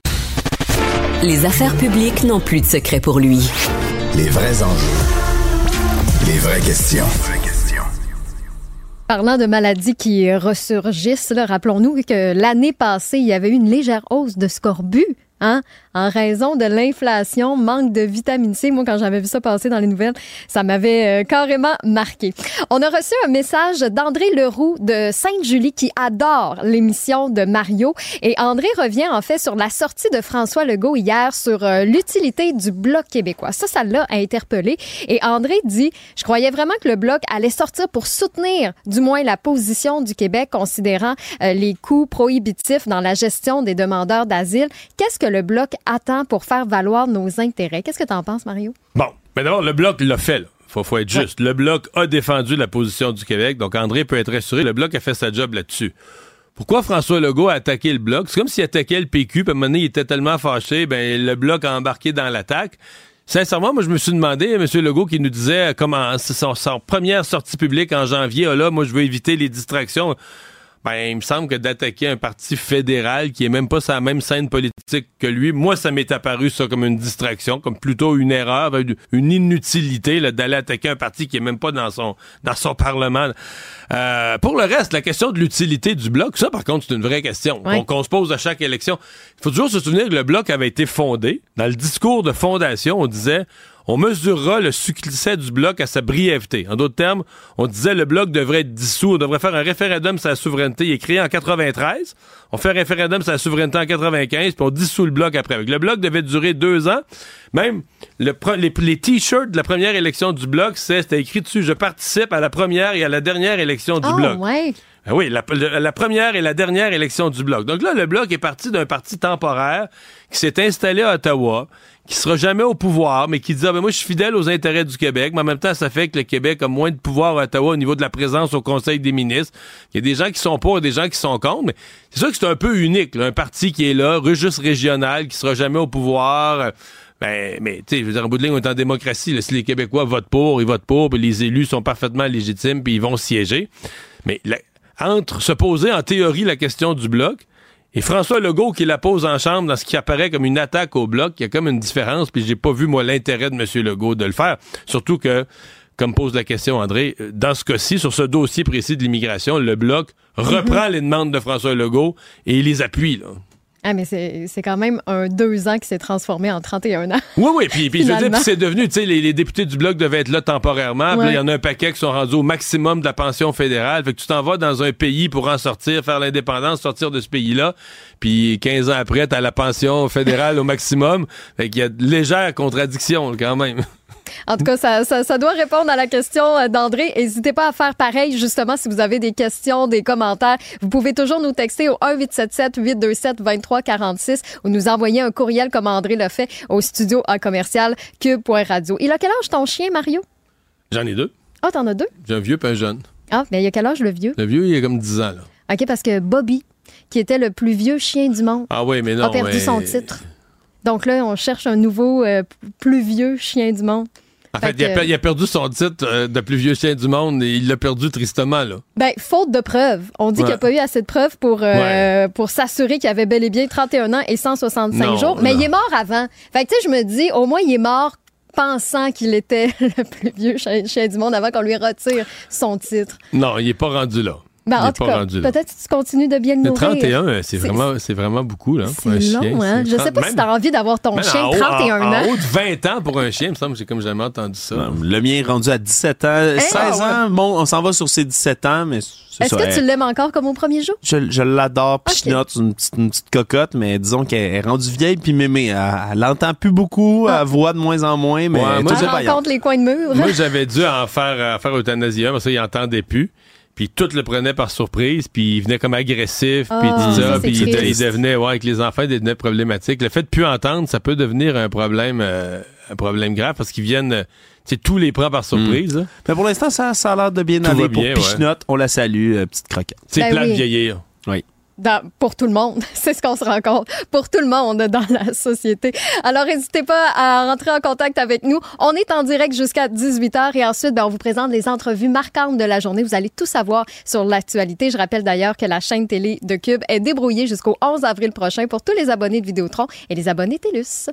Les affaires publiques n'ont plus de secret pour lui. Les vrais enjeux. Les vraies questions. Parlant de maladies qui ressurgissent, là, rappelons-nous que l'année passée, il y avait eu une légère hausse de scorbut. Hein? En raison de l'inflation, manque de vitamine C. Moi, quand j'avais vu ça passer dans les nouvelles, ça m'avait carrément marqué. On a reçu un message d'André Leroux de Sainte-Julie qui adore l'émission de Mario. Et André revient en fait sur la sortie de François Legault hier sur l'utilité du Bloc québécois. Ça l'a interpellé. Et André dit, je croyais vraiment que le Bloc allait sortir pour soutenir du moins la position du Québec, considérant les coûts prohibitifs dans la gestion des demandeurs d'asile. Qu'est-ce que le Bloc attend pour faire valoir nos intérêts? Qu'est-ce que tu en penses, Mario? Bon, mais d'abord, le Bloc l'a fait, là. Faut être juste. Ouais. Le Bloc a défendu la position du Québec, donc André peut être rassuré. Le Bloc a fait sa job là-dessus. Pourquoi François Legault a attaqué le Bloc? C'est comme s'il attaquait le PQ, puis à un moment donné, il était tellement fâché, le Bloc a embarqué dans l'attaque. Sincèrement, moi, je me suis demandé, M. Legault qui nous disait comment c'est son première sortie publique en janvier, moi, je veux éviter les distractions. Il me semble que d'attaquer un parti fédéral qui est même pas sur la même scène politique que lui, moi, ça m'est apparu ça comme une distraction, comme plutôt une erreur, une inutilité là, d'aller attaquer un parti qui est même pas dans son parlement. Pour le reste, la question de l'utilité du Bloc, ça, par contre, c'est une vraie question qu'on se pose à chaque élection. Il faut toujours se souvenir que le Bloc avait été fondé. Dans le discours de fondation, on disait... On mesurera le succès du Bloc à sa brièveté. En d'autres termes, on disait le Bloc devrait être dissous, on devrait faire un référendum sur la souveraineté. Il est créé en 93, on fait un référendum sur la souveraineté en 95, puis on dissout le Bloc après. Le Bloc devait durer 2 ans. Même les t-shirts de la première élection du Bloc, c'était écrit dessus « Je participe à la première et à la dernière élection du Bloc ». Ouais. Oui, la première et la dernière élection du Bloc. Donc là, le Bloc est parti d'un parti temporaire qui s'est installé à Ottawa, qui sera jamais au pouvoir, mais qui dit moi je suis fidèle aux intérêts du Québec, mais en même temps ça fait que le Québec a moins de pouvoir à Ottawa au niveau de la présence au Conseil des ministres. Il y a des gens qui sont pour et des gens qui sont contre, mais c'est sûr que c'est un peu unique, là, un parti qui est là, juste régional, qui sera jamais au pouvoir. Mais tu sais, je veux dire, en bout de ligne, on est en démocratie. Là, si les Québécois votent pour, ils votent pour, puis les élus sont parfaitement légitimes, puis ils vont siéger. Mais entre se poser en théorie la question du Bloc et François Legault qui la pose en chambre dans ce qui apparaît comme une attaque au Bloc, il y a comme une différence, puis j'ai pas vu, moi, l'intérêt de M. Legault de le faire. Surtout que, comme pose la question André, dans ce cas-ci, sur ce dossier précis de l'immigration, le Bloc reprend les demandes de François Legault et il les appuie, là. Ah, mais c'est quand même un 2 ans qui s'est transformé en 31 ans. Oui, puis je veux dire, puis c'est devenu, tu sais, les députés du Bloc devaient être là temporairement, puis il y en a un paquet qui sont rendus au maximum de la pension fédérale, fait que tu t'en vas dans un pays pour en sortir, faire l'indépendance, sortir de ce pays-là, puis 15 ans après, t'as la pension fédérale au maximum, fait qu'il y a de légères contradictions, quand même. En tout cas, ça doit répondre à la question d'André. N'hésitez pas à faire pareil, justement, si vous avez des questions, des commentaires. Vous pouvez toujours nous texter au 1-877-827-2346 ou nous envoyer un courriel comme André l'a fait au studio à commercial cube.radio. Il a quel âge ton chien, Mario? J'en ai 2. Ah, t'en as 2? J'ai un vieux et un jeune. Ah, mais il a quel âge, le vieux? Le vieux, il a comme 10 ans, là. OK, parce que Bobby, qui était le plus vieux chien du monde, a perdu son titre. Donc là, on cherche un nouveau, plus vieux chien du monde. En fait, il a perdu son titre de plus vieux chien du monde et il l'a perdu tristement, là. Faute de preuves. On dit qu'il n'y a pas eu assez de preuves pour s'assurer qu'il avait bel et bien 31 ans et 165 jours. Mais il est mort avant. Fait que, tu sais, je me dis, au moins, il est mort pensant qu'il était le plus vieux chien du monde avant qu'on lui retire son titre. Non, il n'est pas rendu là. En tout cas, peut-être que tu continues de bien le nourrir. 31, c'est vraiment beaucoup, là, pour un chien. C'est long, hein? Je sais pas si tu as envie d'avoir ton chien 31 ans. En haut de 20 ans pour un chien, il me semble que j'ai comme jamais entendu ça. Non, le mien est rendu à 17 ans. 16 ans, bon, on s'en va sur ses 17 ans, mais est-ce que tu l'aimes encore comme au premier jour? Je l'adore, Pichenotte, une petite cocotte, mais disons qu'elle est rendue vieille puis mémée. Elle l'entend plus beaucoup, elle voit de moins en moins, mais elle rencontre les coins de mur. Moi, j'avais dû en faire euthanasie, parce qu'il n'entendait plus. Puis tout le prenait par surprise, puis il venait comme agressif, puis tout ça, puis il devenait, avec les enfants, il devenait problématique. Le fait de plus entendre, ça peut devenir un problème grave, parce qu'ils viennent, tu sais, tout les prend par surprise. Mais pour l'instant, ça a l'air de bien aller. Pour Pichenotte, on la salue, petite croquette. C'est plat de vieillir. Oui. Pour tout le monde. C'est ce qu'on se rend compte. Pour tout le monde dans la société. Alors, n'hésitez pas à rentrer en contact avec nous. On est en direct jusqu'à 18h et ensuite, on vous présente les entrevues marquantes de la journée. Vous allez tout savoir sur l'actualité. Je rappelle d'ailleurs que la chaîne télé de Cube est débrouillée jusqu'au 11 avril prochain pour tous les abonnés de Vidéotron et les abonnés TELUS.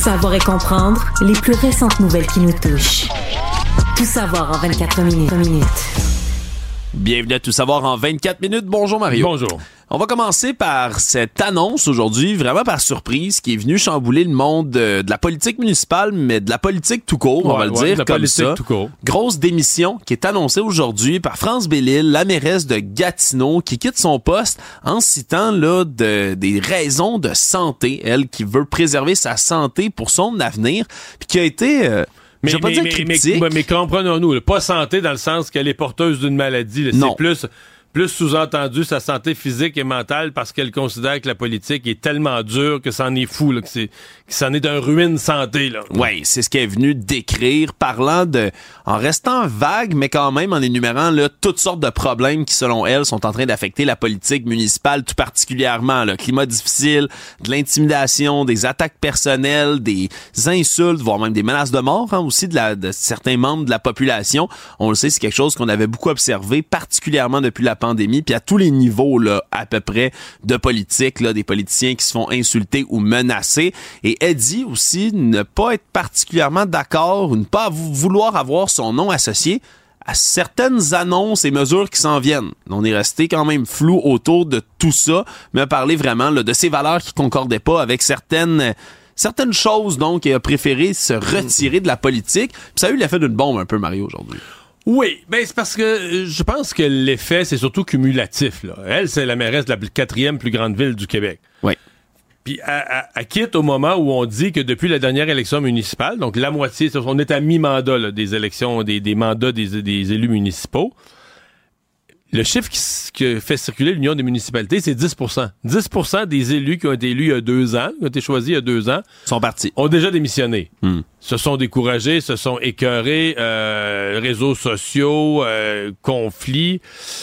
Savoir et comprendre les plus récentes nouvelles qui nous touchent. Tout savoir en 24 minutes. Bienvenue à Tout savoir en 24 minutes. Bonjour Mario. Bonjour. On va commencer par cette annonce aujourd'hui, vraiment par surprise, qui est venue chambouler le monde de la politique municipale, mais de la politique tout court, on va le dire comme ça. Tout court. Grosse démission qui est annoncée aujourd'hui par France Bellil, la mairesse de Gatineau, qui quitte son poste en citant là des raisons de santé, elle qui veut préserver sa santé pour son avenir, puis qui a été... je vais pas dire critique. Mais comprenons-nous, pas santé dans le sens qu'elle est porteuse d'une maladie. Là, non. C'est plus sous-entendu sa santé physique et mentale parce qu'elle considère que la politique est tellement dure que c'en est fou, là, que c'en est d'un ruine santé. Oui, c'est ce qu'elle est venue décrire, en restant vague, mais quand même en énumérant là, toutes sortes de problèmes qui, selon elle, sont en train d'affecter la politique municipale tout particulièrement. Le climat difficile, de l'intimidation, des attaques personnelles, des insultes, voire même des menaces de mort aussi de certains membres de la population. On le sait, c'est quelque chose qu'on avait beaucoup observé, particulièrement depuis la pandémie, puis à tous les niveaux là, à peu près de politique, là, des politiciens qui se font insulter ou menacer. Et elle dit aussi ne pas être particulièrement d'accord ou ne pas vouloir avoir son nom associé à certaines annonces et mesures qui s'en viennent. On est resté quand même flou autour de tout ça, mais a parlé vraiment là, de ces valeurs qui concordaient pas avec certaines choses, donc, et a préféré se retirer de la politique. Puis ça a eu l'effet d'une bombe un peu, Mario, aujourd'hui. Oui, c'est parce que je pense que l'effet, c'est surtout cumulatif. Là. Elle, c'est la mairesse de la 4e plus grande ville du Québec. Oui. Puis elle quitte au moment où on dit que depuis la dernière élection municipale, donc la moitié, on est à mi-mandat là, des élections, des mandats des élus municipaux. Le chiffre qui fait circuler l'Union des municipalités, c'est 10%. 10% des élus qui ont été élus il y a 2 ans, qui ont été choisis il y a 2 ans, sont partis. Ont déjà démissionné. Se sont découragés, se sont écœurés, réseaux sociaux, conflits.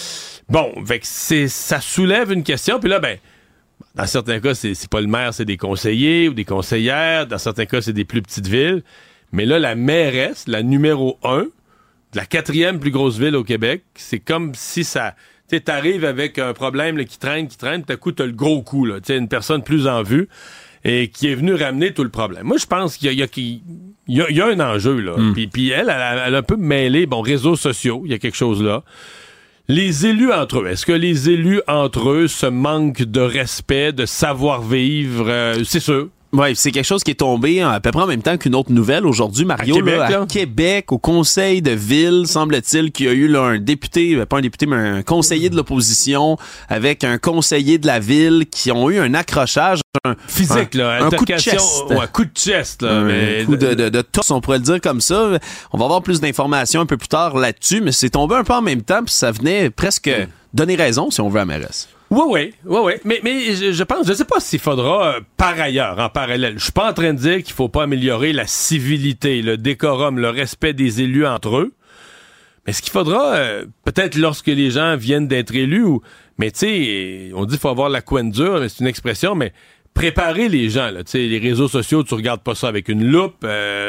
Bon, fait que ça soulève une question. Puis là, dans certains cas, c'est pas le maire, c'est des conseillers ou des conseillères. Dans certains cas, c'est des plus petites villes. Mais là, la mairesse, la numéro 1, de la 4e plus grosse ville au Québec, c'est comme si ça... Tu sais, t'arrives avec un problème là, qui traîne, tout à coup, t'as le gros coup, là. Tu sais, une personne plus en vue et qui est venue ramener tout le problème. Moi, je pense qu'il y a un enjeu, là. Puis elle a un peu mêlé, réseaux sociaux, il y a quelque chose là. Les élus entre eux, est-ce que les élus entre eux se manquent de respect, de savoir-vivre? C'est sûr. Oui, c'est quelque chose qui est tombé à peu près en même temps qu'une autre nouvelle aujourd'hui, Mario. À Québec, au conseil de ville, semble-t-il qu'il y a eu là, un député, pas un député, mais un conseiller de l'opposition avec un conseiller de la ville qui ont eu un accrochage. Physique, un coup de chest. Un coup de chest. Là, un coup de torse, on pourrait le dire comme ça. On va avoir plus d'informations un peu plus tard là-dessus, mais c'est tombé un peu en même temps, puis ça venait presque donner raison, si on veut, à mairesse. Oui. Mais je pense, je sais pas s'il faudra par ailleurs, en parallèle. Je suis pas en train de dire qu'il faut pas améliorer la civilité, le décorum, le respect des élus entre eux. Mais ce qu'il faudra, peut-être lorsque les gens viennent d'être élus, mais tu sais, on dit qu'il faut avoir la couenne dure, mais c'est une expression, mais préparer les gens, là, tu sais, les réseaux sociaux, tu regardes pas ça avec une loupe,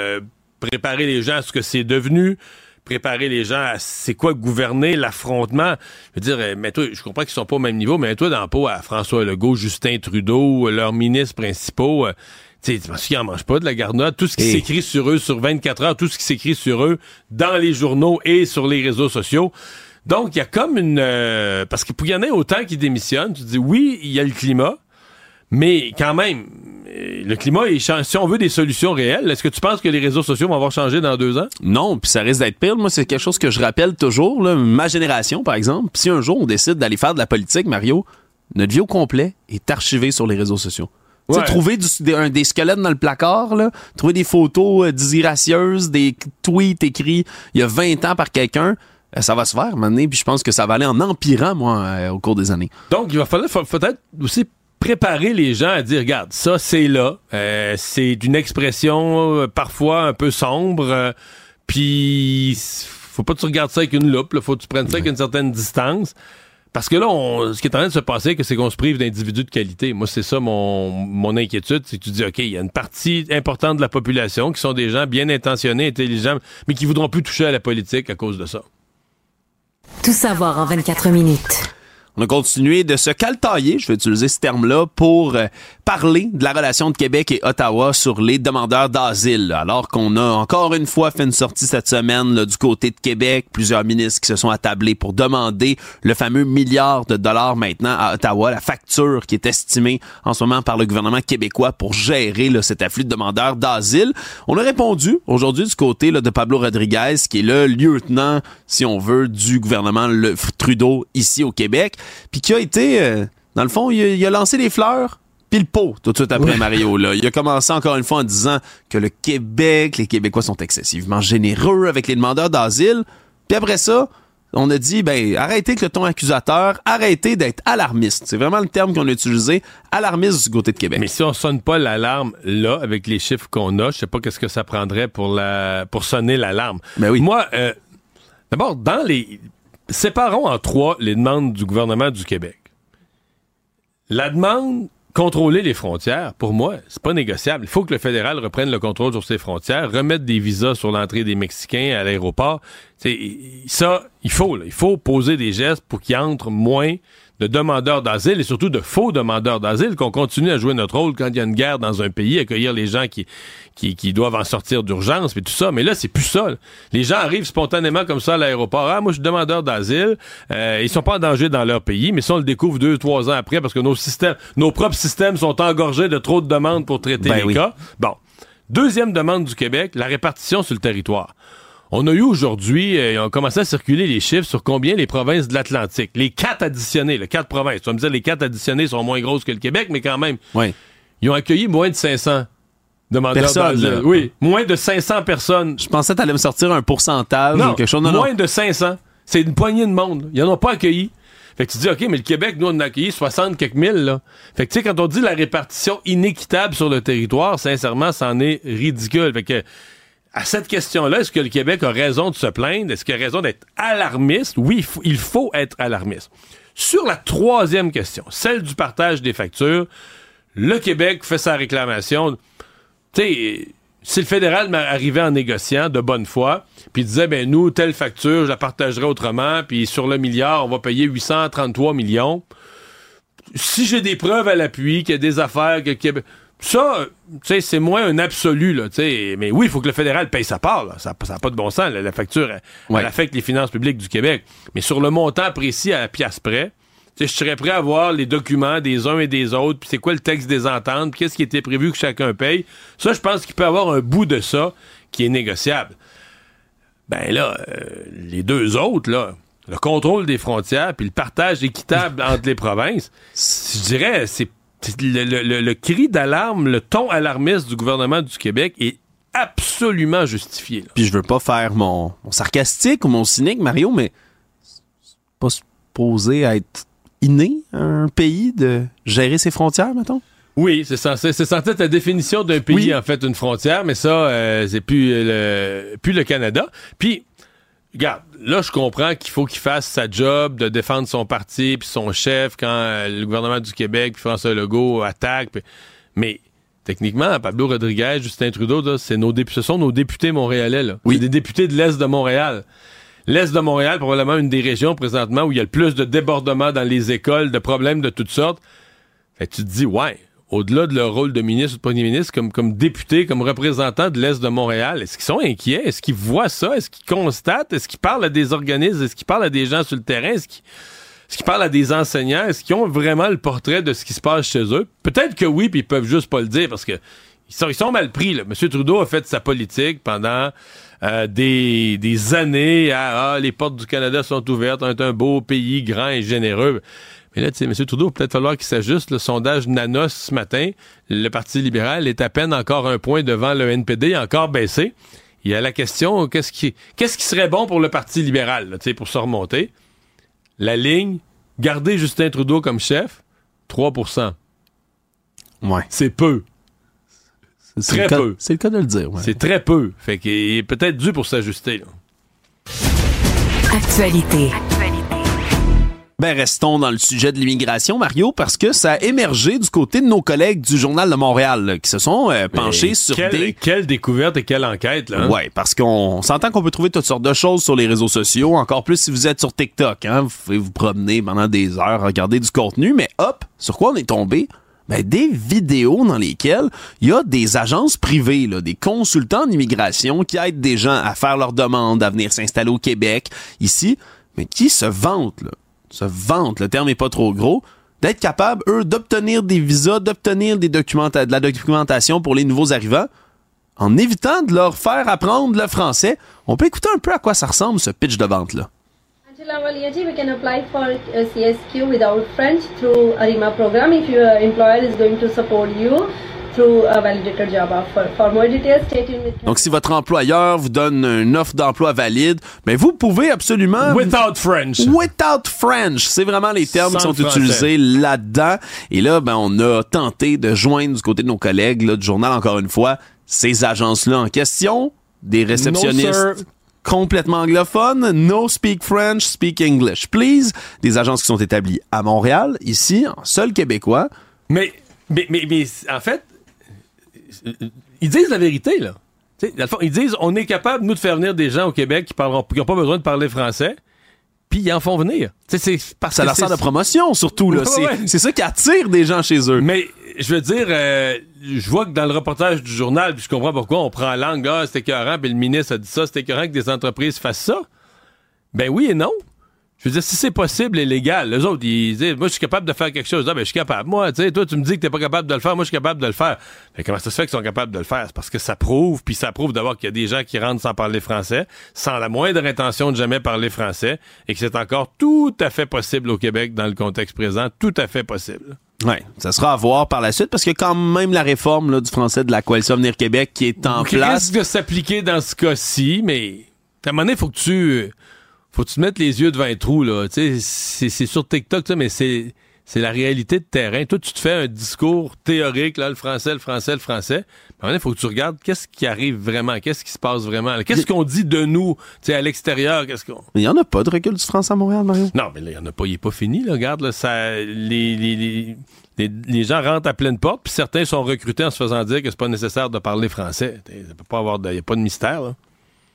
préparer les gens à ce que c'est devenu, préparer les gens à c'est quoi gouverner, l'affrontement. Je veux dire, mets-toi, je comprends qu'ils sont pas au même niveau, mais mets-toi dans le pot à François Legault, Justin Trudeau, leurs ministres principaux. Tu penses qu'ils en mangent pas de la garnotte? Tout ce qui s'écrit sur eux sur 24 heures, tout ce qui s'écrit sur eux dans les journaux et sur les réseaux sociaux. Donc, il y a comme une... parce qu'il y en a autant qui démissionnent. Tu te dis, oui, il y a le climat, mais quand même, le climat, si on veut des solutions réelles, est-ce que tu penses que les réseaux sociaux vont avoir changé dans 2 ans? Non, puis ça risque d'être pire. Moi, c'est quelque chose que je rappelle toujours. Là, ma génération, par exemple, si un jour on décide d'aller faire de la politique, Mario, notre vie au complet est archivée sur les réseaux sociaux. Ouais. Trouver des squelettes dans le placard, là, trouver des photos disgracieuses, des tweets écrits il y a 20 ans par quelqu'un, ça va se faire, maintenant, puis je pense que ça va aller en empirant, moi, au cours des années. Donc, il va falloir peut-être aussi préparer les gens à dire, regarde, ça, c'est là. C'est d'une expression parfois un peu sombre, puis faut pas que tu regardes ça avec une loupe, là, faut que tu prennes ça avec une certaine distance. Parce que là, ce qui est en train de se passer, c'est qu'on se prive d'individus de qualité. Moi, c'est ça mon inquiétude, c'est que tu dis, OK, il y a une partie importante de la population qui sont des gens bien intentionnés, intelligents, mais qui voudront plus toucher à la politique à cause de ça. Tout savoir en 24 minutes. On a continué de se caltailler, je vais utiliser ce terme-là, pour parler de la relation de Québec et Ottawa sur les demandeurs d'asile. Alors qu'on a encore une fois fait une sortie cette semaine là, du côté de Québec, plusieurs ministres qui se sont attablés pour demander le fameux milliard de dollars maintenant à Ottawa, la facture qui est estimée en ce moment par le gouvernement québécois pour gérer là, cet afflux de demandeurs d'asile. On a répondu aujourd'hui du côté là, de Pablo Rodriguez, qui est le lieutenant, si on veut, du gouvernement Trudeau ici au Québec, puis qui a été, dans le fond, il a lancé les fleurs puis le pot tout de suite après Mario. Là. Il a commencé encore une fois en disant que le Québec, les Québécois sont excessivement généreux avec les demandeurs d'asile. Puis après ça, on a dit, arrêtez avec le ton accusateur, arrêtez d'être alarmiste. C'est vraiment le terme qu'on a utilisé, alarmiste du côté de Québec. Mais si on sonne pas l'alarme là, avec les chiffres qu'on a, je sais pas qu'est-ce que ça prendrait pour sonner l'alarme. Ben oui. Moi, d'abord, séparons en trois les demandes du gouvernement du Québec. La demande contrôler les frontières, pour moi, c'est pas négociable. Il faut que le fédéral reprenne le contrôle sur ses frontières, remette des visas sur l'entrée des Mexicains à l'aéroport. Ça, il faut poser des gestes pour qu'il entre moins de demandeurs d'asile et surtout de faux demandeurs d'asile, qu'on continue à jouer notre rôle quand il y a une guerre dans un pays, accueillir les gens qui doivent en sortir d'urgence, puis tout ça. Mais là, c'est plus ça. Là. Les gens arrivent spontanément comme ça à l'aéroport. Ah, moi, je suis demandeur d'asile. Ils sont pas en danger dans leur pays, mais ça, on le découvre 2-3 ans après parce que nos propres systèmes sont engorgés de trop de demandes pour traiter les cas. Bon. Deuxième demande du Québec, la répartition sur le territoire. On a eu aujourd'hui, on a commencé à circuler les chiffres sur combien les provinces de l'Atlantique, les 4 additionnées, les 4 provinces, tu vas me dire les 4 additionnées sont moins grosses que le Québec, mais quand même, ils ont accueilli moins de 500 demandeurs d'asile. Oui, moins de 500 personnes. Je pensais que tu allais me sortir un pourcentage ou quelque chose. Non, de 500. C'est une poignée de monde. Ils n'en ont pas accueilli. Fait que tu dis, OK, mais le Québec, nous, on a accueilli 60 quelques mille, là. Fait que, tu sais, quand on dit la répartition inéquitable sur le territoire, sincèrement, c'en est ridicule. Fait que, à cette question-là, est-ce que le Québec a raison de se plaindre? Est-ce qu'il a raison d'être alarmiste? Oui, il faut être alarmiste. Sur la troisième question, celle du partage des factures, le Québec fait sa réclamation. Tu sais, si le fédéral arrivait en négociant de bonne foi, puis disait, nous, telle facture, je la partagerai autrement, puis sur le milliard, on va payer 833 millions. Si j'ai des preuves à l'appui, qu'il y a des affaires que le Québec... Ça, tu sais, c'est moins un absolu, là, tu sais. Mais oui, il faut que le fédéral paye sa part, là. Ça n'a pas de bon sens. La facture, elle affecte les finances publiques du Québec. Mais sur le montant précis à la pièce près, tu sais, je serais prêt à voir les documents des uns et des autres, puis c'est quoi le texte des ententes, puis qu'est-ce qui était prévu que chacun paye. Ça, je pense qu'il peut y avoir un bout de ça qui est négociable. Les deux autres, là, le contrôle des frontières, puis le partage équitable entre les provinces, je dirais, c'est le cri d'alarme, le ton alarmiste du gouvernement du Québec est absolument justifié. Là. Puis je veux pas faire mon sarcastique ou mon cynique, Mario, mais c'est pas supposé être inné à un pays de gérer ses frontières, mettons? Oui, c'est censé être la définition d'un pays, en fait, une frontière, mais ça, c'est plus le Canada. Puis, regarde, là, je comprends qu'il faut qu'il fasse sa job de défendre son parti puis son chef quand le gouvernement du Québec puis François Legault attaque. Mais techniquement, Pablo Rodriguez, Justin Trudeau, là, ce sont nos députés montréalais. Là. Oui. C'est des députés de l'Est de Montréal. L'Est de Montréal, probablement une des régions présentement où il y a le plus de débordements dans les écoles, de problèmes de toutes sortes. Fait que tu te dis, au-delà de leur rôle de ministre ou de premier ministre, comme député, comme représentant de l'Est de Montréal, est-ce qu'ils sont inquiets? Est-ce qu'ils voient ça? Est-ce qu'ils constatent? Est-ce qu'ils parlent à des organismes? Est-ce qu'ils parlent à des gens sur le terrain? Est-ce qu'ils parlent à des enseignants? Est-ce qu'ils ont vraiment le portrait de ce qui se passe chez eux? Peut-être que oui, puis ils peuvent juste pas le dire parce que ils sont mal pris. Là. M. Trudeau a fait sa politique pendant des années à les portes du Canada sont ouvertes, on est un beau pays grand et généreux. Mais là, tu sais, M. Trudeau, peut-être falloir qu'il s'ajuste. Le sondage Nanos ce matin, le Parti libéral est à peine encore un point devant le NPD, il a encore baissé. Il y a la question, qu'est-ce qui serait bon pour le Parti libéral, là, tu sais, pour se remonter? La ligne, garder Justin Trudeau comme chef, 3%. Ouais. C'est peu. Très peu. C'est le cas de le dire. Ouais. C'est très peu. Fait qu'il est peut-être dû pour s'ajuster. Là. Actualité. Restons dans le sujet de l'immigration, Mario, parce que ça a émergé du côté de nos collègues du Journal de Montréal là, qui se sont penchés sur Quelle découverte et quelle enquête, là. Hein? Oui, parce qu'on s'entend qu'on peut trouver toutes sortes de choses sur les réseaux sociaux, encore plus si vous êtes sur TikTok. Hein? Vous pouvez vous promener pendant des heures, regarder du contenu, mais hop, sur quoi on est tombé? des vidéos dans lesquelles il y a des agences privées, là, des consultants en immigration qui aident des gens à faire leurs demandes, à venir s'installer au Québec, ici, mais qui se vantent, le terme est pas trop gros, d'être capables, eux, d'obtenir des visas, d'obtenir de la documentation pour les nouveaux arrivants, en évitant de leur faire apprendre le français. On peut écouter un peu à quoi ça ressemble, ce pitch de vente-là. We can apply for a CSQ without French through ARIMA program if your employer is going to support you through a validated job offer. For more details, stay tuned with... Donc, si votre employeur vous donne une offre d'emploi valide, mais vous pouvez absolument... Without French. Without French. C'est vraiment les termes qui sont français. utilisés là-dedans. Et là, on a tenté de joindre du côté de nos collègues là, du journal, encore une fois, ces agences-là en question, des réceptionnistes... complètement anglophones, no speak French, speak English, please. Des agences qui sont établies à Montréal, ici, en seul québécois. Mais en fait, ils disent la vérité, là. T'sais, dans le fond, ils disent, on est capable, nous, de faire venir des gens au Québec qui n'ont pas besoin de parler français, puis ils en font venir. C'est parce ça que leur sert de promotion, surtout. Là. C'est ça qui attire des gens chez eux. Mais, je veux dire, je vois que dans le reportage du journal, puis je comprends pourquoi on prend langue, c'est écœurant, puis le ministre a dit ça, c'est écœurant que des entreprises fassent ça. Ben oui et non. Je veux dire, si c'est possible et légal, les autres, ils disent, moi, je suis capable de faire quelque chose. Ah, ben, je suis capable. Moi, tu sais, toi, tu me dis que t'es pas capable de le faire. Moi, je suis capable de le faire. Mais comment ça se fait qu'ils sont capables de le faire? C'est parce que ça prouve d'abord qu'il y a des gens qui rentrent sans parler français, sans la moindre intention de jamais parler français, et que c'est encore tout à fait possible au Québec dans le contexte présent. Tout à fait possible. Oui, ça sera à voir par la suite, parce que quand même la réforme là, du français de la Coalition Avenir Québec qui est en place. Risque de s'appliquer dans ce cas-ci, mais à un moment donné, faut que tu te mettes les yeux devant un trou, là. Tu sais, c'est sur TikTok, mais c'est la réalité de terrain. Toi, tu te fais un discours théorique, là, le français. À un moment donné, faut que tu regardes qu'est-ce qui arrive vraiment, qu'est-ce qui se passe vraiment, là. Qu'est-ce qu'on dit de nous, tu sais, à l'extérieur, qu'est-ce qu'on... Mais il y en a pas de recul du français à Montréal, Mario? Non, mais là, il y en a pas, il est pas fini, là. Regarde, là, ça, les gens rentrent à pleine porte, puis certains sont recrutés en se faisant dire que c'est pas nécessaire de parler français. Ça peut pas avoir il y a pas de mystère, là.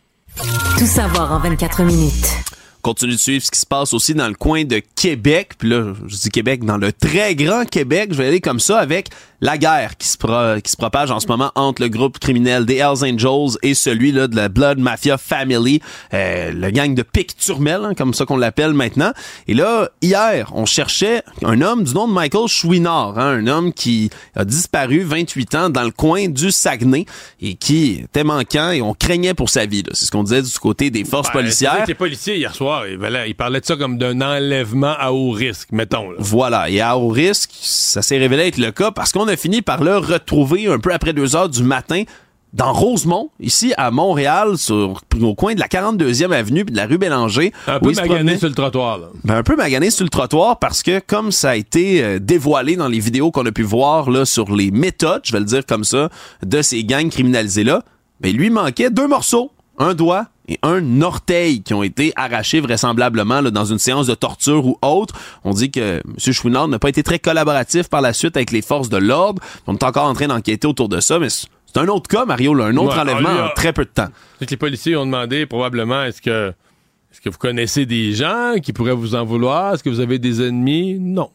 Tout savoir en 24 minutes. Continue de suivre ce qui se passe aussi dans le coin de Québec. Puis là, je dis Québec, dans le très grand Québec. Je vais aller comme ça avec la guerre qui se propage en ce moment entre le groupe criminel des Hells Angels et celui là de la Blood Mafia Family, le gang de Pic-Turmel, hein, comme ça qu'on l'appelle maintenant. Et là, hier, on cherchait un homme du nom de Michael Chouinard, hein, un homme qui a disparu 28 ans dans le coin du Saguenay et qui était manquant et on craignait pour sa vie. Là. C'est ce qu'on disait du côté des forces policières. Les policiers hier soir, il parlait de ça comme d'un enlèvement à haut risque, mettons. Là. Voilà, et à haut risque, ça s'est révélé être le cas parce qu'on a fini par le retrouver un peu après 2h du matin dans Rosemont, ici à Montréal, au coin de la 42e avenue puis de la rue Bélanger. Un peu magané sur le trottoir. Là. Un peu magané sur le trottoir parce que comme ça a été dévoilé dans les vidéos qu'on a pu voir là sur les méthodes, je vais le dire comme ça, de ces gangs criminalisés-là, ben lui manquait 2 morceaux, un doigt et un orteil qui ont été arrachés vraisemblablement là, dans une séance de torture ou autre. On dit que M. Chouinard n'a pas été très collaboratif par la suite avec les forces de l'ordre. On est encore en train d'enquêter autour de ça, mais c'est un autre cas, Mario, là, un autre enlèvement en très peu de temps. C'est que les policiers ont demandé probablement est-ce que vous connaissez des gens qui pourraient vous en vouloir? Est-ce que vous avez des ennemis? Non.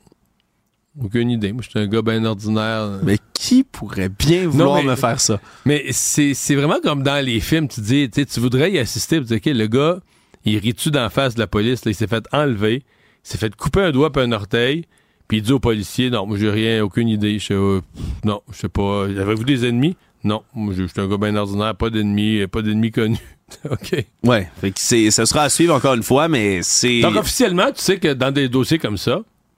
Aucune idée. Moi, je suis un gars bien ordinaire. Mais qui pourrait bien vouloir me faire ça? Mais c'est vraiment comme dans les films. Tu dis, tu voudrais y assister. Tu dis, OK, le gars, il rit-tu d'en face de la police? Là, il s'est fait enlever. Il s'est fait couper un doigt et un orteil. Puis il dit au policier, non, moi, j'ai rien, aucune idée. Non, je sais pas. Avez-vous des ennemis? Non. Moi, je suis un gars bien ordinaire. Pas d'ennemis connus. OK. Ouais. Fait que ça sera à suivre encore une fois, mais c'est... Donc, officiellement, tu sais que dans des dossiers comme ça,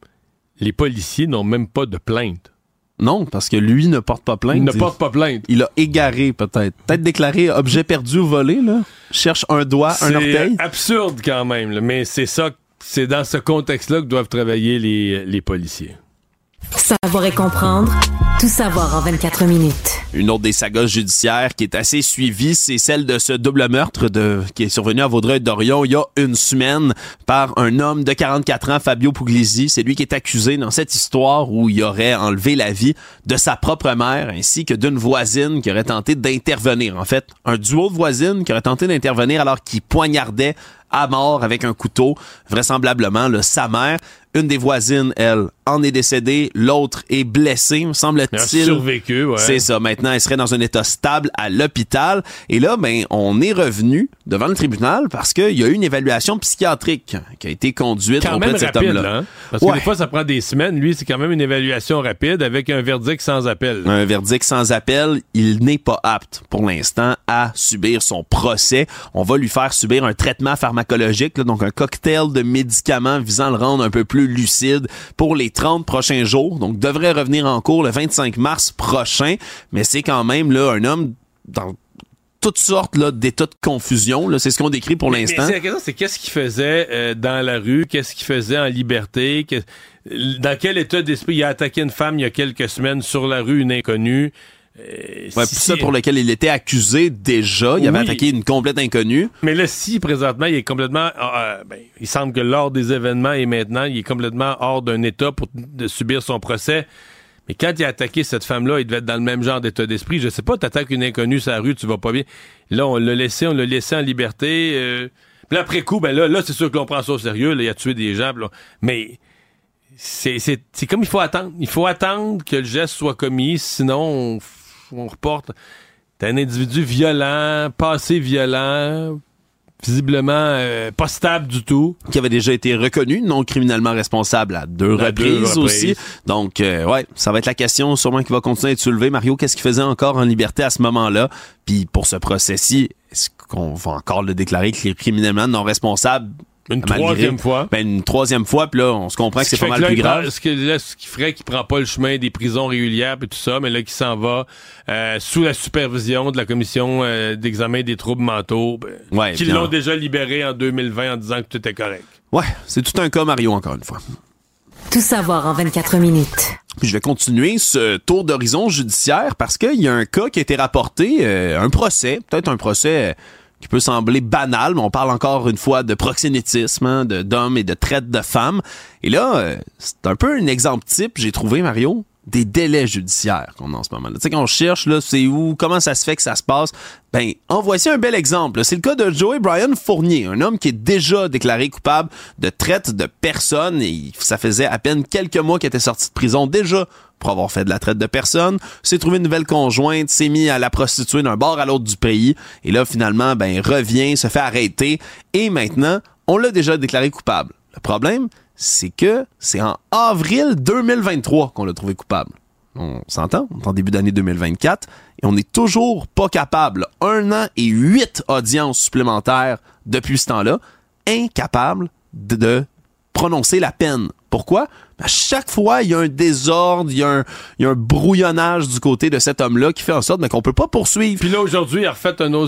les policiers n'ont même pas de plainte. Non, parce que lui ne porte pas plainte. Il ne porte pas plainte. Il a égaré, peut-être. Peut-être déclaré objet perdu ou volé, là. Cherche un doigt, un orteil. C'est absurde quand même, là, mais c'est dans ce contexte-là que doivent travailler les policiers. Savoir et comprendre, tout savoir en 24 minutes. Une autre des sagas judiciaires qui est assez suivie, c'est celle de ce double meurtre qui est survenu à Vaudreuil-Dorion il y a une semaine par un homme de 44 ans, Fabio Puglisi. C'est lui qui est accusé dans cette histoire où il aurait enlevé la vie de sa propre mère ainsi que d'une voisine qui aurait tenté d'intervenir. En fait, un duo de voisines qui aurait tenté d'intervenir alors qu'il poignardait à mort avec un couteau, vraisemblablement là, sa mère. Une des voisines, elle, en est décédée. L'autre est blessée, me semble-t-il. Elle a survécu, ouais. C'est ça. Maintenant, elle serait dans un état stable à l'hôpital. Et là, ben, on est revenu devant le tribunal parce qu'il y a eu une évaluation psychiatrique qui a été conduite auprès de cet homme-là. Là, hein? Parce que des fois, ça prend des semaines. Lui, c'est quand même une évaluation rapide avec un verdict sans appel. Un verdict sans appel. Il n'est pas apte, pour l'instant, à subir son procès. On va lui faire subir un traitement pharmacologique, là, donc un cocktail de médicaments visant à le rendre un peu plus lucide pour les 30 prochains jours. Donc, devrait revenir en cours le 25 mars prochain. Mais c'est quand même là un homme dans toutes sortes là, d'états de confusion. Là. C'est ce qu'on décrit pour l'instant. Mais la question, c'est qu'est-ce qu'il faisait dans la rue? Qu'est-ce qu'il faisait en liberté? Dans quel état d'esprit? Il a attaqué une femme il y a quelques semaines sur la rue, une inconnue. Ça pour lequel il était accusé déjà. Il avait attaqué une complète inconnue. Mais là, si présentement, il est complètement... il semble que lors des événements et maintenant, il est complètement hors d'un état de subir son procès. Mais quand il a attaqué cette femme-là, il devait être dans le même genre d'état d'esprit. Je sais pas, t'attaques une inconnue sur la rue, tu vas pas bien. Là, on l'a laissé en liberté. Puis après coup, ben là, c'est sûr que l'on prend ça au sérieux. Là, il a tué des gens. Là. Mais... C'est comme il faut attendre. Il faut attendre que le geste soit commis, sinon on reporte. T'es un individu violent, passé violent, visiblement pas stable du tout. Qui avait déjà été reconnu non criminellement responsable à deux reprises aussi. Donc, ça va être la question sûrement qui va continuer à être soulevée. Mario, qu'est-ce qu'il faisait encore en liberté à ce moment-là? Puis pour ce procès-ci, est-ce qu'on va encore le déclarer criminellement non responsable? Une troisième fois. Une troisième fois, puis là, on se comprend que c'est pas mal plus grave. Ce qui ferait qu'il prend pas le chemin des prisons régulières et tout ça, mais là, qu'il s'en va sous la supervision de la commission d'examen des troubles mentaux, qui l'ont déjà libéré en 2020 en disant que tout était correct. Ouais, c'est tout un cas, Mario, encore une fois. Tout savoir en 24 minutes. Puis je vais continuer ce tour d'horizon judiciaire parce qu'il y a un cas qui a été rapporté, un procès, peut-être un procès... qui peut sembler banal, mais on parle encore une fois de proxénétisme, hein, d'hommes et de traite de femmes. Et là, c'est un peu un exemple type, j'ai trouvé, Mario, des délais judiciaires qu'on a en ce moment. Tu sais, quand on cherche, là, c'est où, comment ça se fait que ça se passe, en voici un bel exemple. C'est le cas de Joey Brian Fournier, un homme qui est déjà déclaré coupable de traite de personnes et ça faisait à peine quelques mois qu'il était sorti de prison déjà pour avoir fait de la traite de personnes, s'est trouvé une nouvelle conjointe, s'est mis à la prostituer d'un bord à l'autre du pays et là, finalement, revient, se fait arrêter et maintenant, on l'a déjà déclaré coupable. Le problème, c'est que c'est en avril 2023 qu'on l'a trouvé coupable. On s'entend, on est en début d'année 2024 et on n'est toujours pas capable, 1 an et 8 audiences supplémentaires depuis ce temps-là, incapable de prononcer la peine. Pourquoi? À chaque fois, il y a un désordre, il y a un brouillonnage du côté de cet homme-là qui fait en sorte qu'on peut pas poursuivre. Puis là, aujourd'hui, hier,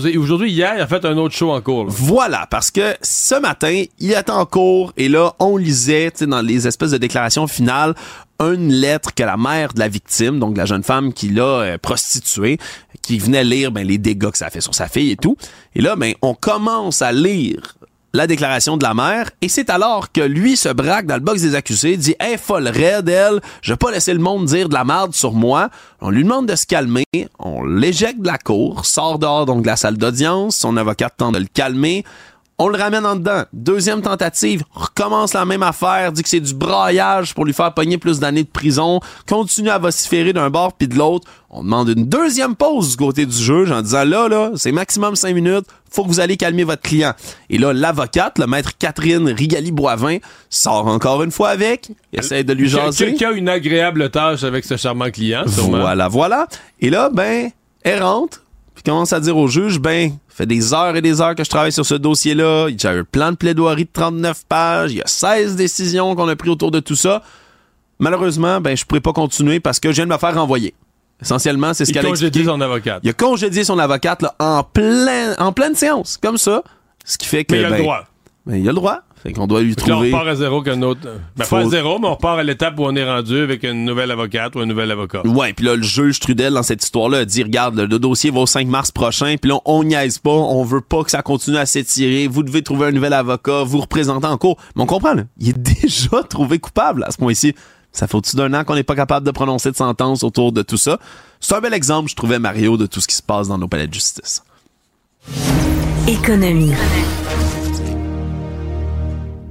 il a fait un autre show en cours. Là. Voilà, parce que ce matin, il était en cours et là, on lisait, dans les espèces de déclarations finales, une lettre que la mère de la victime, donc la jeune femme qui l'a prostituée, qui venait lire les dégâts que ça a fait sur sa fille et tout. Et là, on commence à lire la déclaration de la mère, et c'est alors que lui se braque dans le box des accusés, dit « Hey, folle raide, elle, je vais pas laisser le monde dire de la merde sur moi. » On lui demande de se calmer, on l'éjecte de la cour, sort dehors donc de la salle d'audience, son avocat tente de le calmer, on le ramène en dedans. Deuxième tentative, recommence la même affaire, dit que c'est du braillage pour lui faire pogner plus d'années de prison, continue à vociférer d'un bord puis de l'autre. On demande une deuxième pause du côté du juge en disant là, c'est maximum 5 minutes, faut que vous allez calmer votre client. Et là, l'avocate, le maître Catherine Rigali-Boivin, sort encore une fois avec, essaie de lui jaser. Qui a une agréable tâche avec ce charmant client, sûrement. Voilà. Et là, elle rentre, puis commence à dire au juge, fait des heures et des heures que je travaille sur ce dossier-là. J'ai un plan de plaidoirie de 39 pages. Il y a 16 décisions qu'on a prises autour de tout ça. Malheureusement, je pourrais pas continuer parce que je viens de me faire renvoyer. Essentiellement, c'est ce qu'elle a expliqué. Il a congédié son avocate. Il a congédié son avocate là, en pleine séance, comme ça. Ce qui fait que... Mais il a le droit. Il a le droit. Fait qu'on doit lui trouver... Là, on repart à zéro qu'un autre... pas à zéro, mais on repart à l'étape où on est rendu avec une nouvelle avocate ou un nouvel avocat. Ouais, puis là, le juge Trudel, dans cette histoire-là, a dit, regarde, le dossier va au 5 mars prochain, puis là, on niaise pas, on veut pas que ça continue à s'étirer, vous devez trouver un nouvel avocat, vous représentez en cours. Mais on comprend, là, il est déjà trouvé coupable à ce point-ci. Ça fait au-dessus d'1 an qu'on n'est pas capable de prononcer de sentence autour de tout ça. C'est un bel exemple, je trouvais, Mario, de tout ce qui se passe dans nos palais de justice. Économie.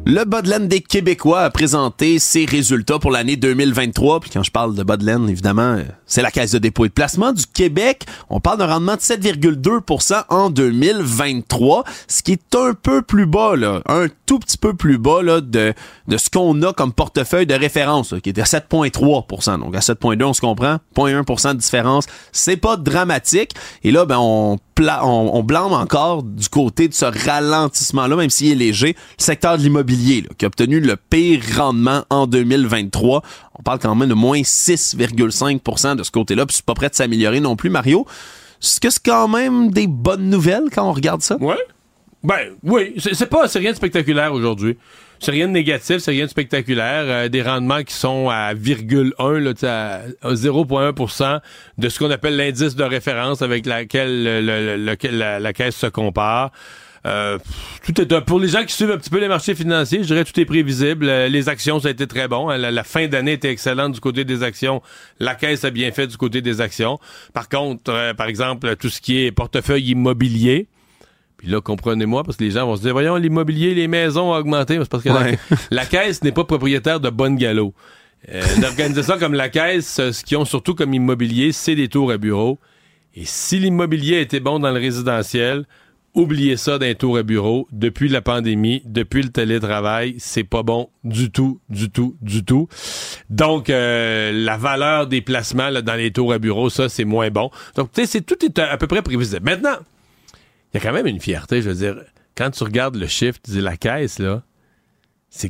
Le bas de laine des Québécois a présenté ses résultats pour l'année 2023. Puis quand je parle de bas de laine, évidemment, c'est la Caisse de dépôt et de placement du Québec. On parle d'un rendement de 7,2% en 2023, ce qui est un peu plus bas, là, un tout petit peu plus bas là, de ce qu'on a comme portefeuille de référence, là, qui est à 7,3%. Donc à 7,2, on se comprend, 0,1% de différence. C'est pas dramatique. Et là, ben on blâme encore du côté de ce ralentissement-là, même s'il est léger, le secteur de l'immobilier, là, qui a obtenu le pire rendement en 2023. On parle quand même de moins 6,5% de ce côté-là, puis c'est pas prêt de s'améliorer non plus, Mario. Est-ce que c'est quand même des bonnes nouvelles quand on regarde ça? Ouais. Ben oui, c'est rien de spectaculaire aujourd'hui. C'est rien de négatif, c'est rien de spectaculaire. Des rendements qui sont à 0,1, là, à 0,1% de ce qu'on appelle l'indice de référence avec laquelle la Caisse se compare. Tout est pour les gens qui suivent un petit peu les marchés financiers, je dirais tout est prévisible. Les actions, ça a été très bon. La fin d'année était excellente du côté des actions. La Caisse a bien fait du côté des actions. Par contre, par exemple, tout ce qui est portefeuille immobilier, puis là, comprenez-moi, parce que les gens vont se dire, voyons, l'immobilier, les maisons ont augmenté. Mais c'est parce que la Caisse n'est pas propriétaire de bonne galop. Une organisation comme la Caisse, ce qu'ils ont surtout comme immobilier, c'est des tours à bureaux. Et si l'immobilier était bon dans le résidentiel, oubliez ça d'un tour à bureau. Depuis la pandémie, depuis le télétravail, c'est pas bon du tout, du tout, du tout. Donc, la valeur des placements là, dans les tours à bureau, ça, c'est moins bon. Donc, tu sais, tout est à peu près prévisible. Maintenant, il y a quand même une fierté, je veux dire. Quand tu regardes le chiffre, tu dis la Caisse, là, c'est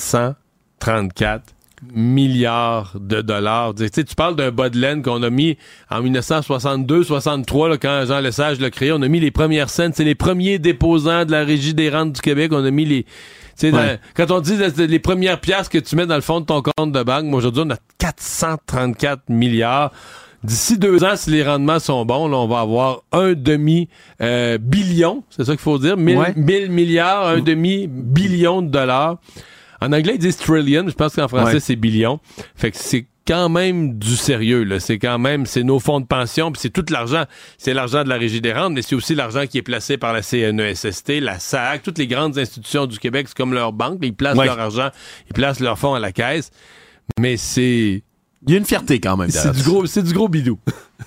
434 milliards de dollars. Tu sais, tu parles d'un bas de laine qu'on a mis en 1962-63, là, quand Jean Lesage l'a créé. On a mis les premières scènes. C'est les premiers déposants de la Régie des rentes du Québec. On a mis les... Quand on dit les premières piastres que tu mets dans le fond de ton compte de banque, moi, aujourd'hui, on a 434 milliards. D'ici 2 ans, si les rendements sont bons, là, on va avoir un demi-billion, c'est ça qu'il faut dire, 1000 milliards, un demi-billion de dollars. En anglais, ils disent trillion, je pense qu'en français, c'est billion. Fait que c'est quand même du sérieux, là. C'est nos fonds de pension, puis c'est tout l'argent. C'est l'argent de la Régie des rentes, mais c'est aussi l'argent qui est placé par la CNESST, la SAC, toutes les grandes institutions du Québec, c'est comme leur banque, ils placent leur argent, ils placent leurs fonds à la Caisse. Mais c'est... Il y a une fierté quand même. C'est du gros bidou.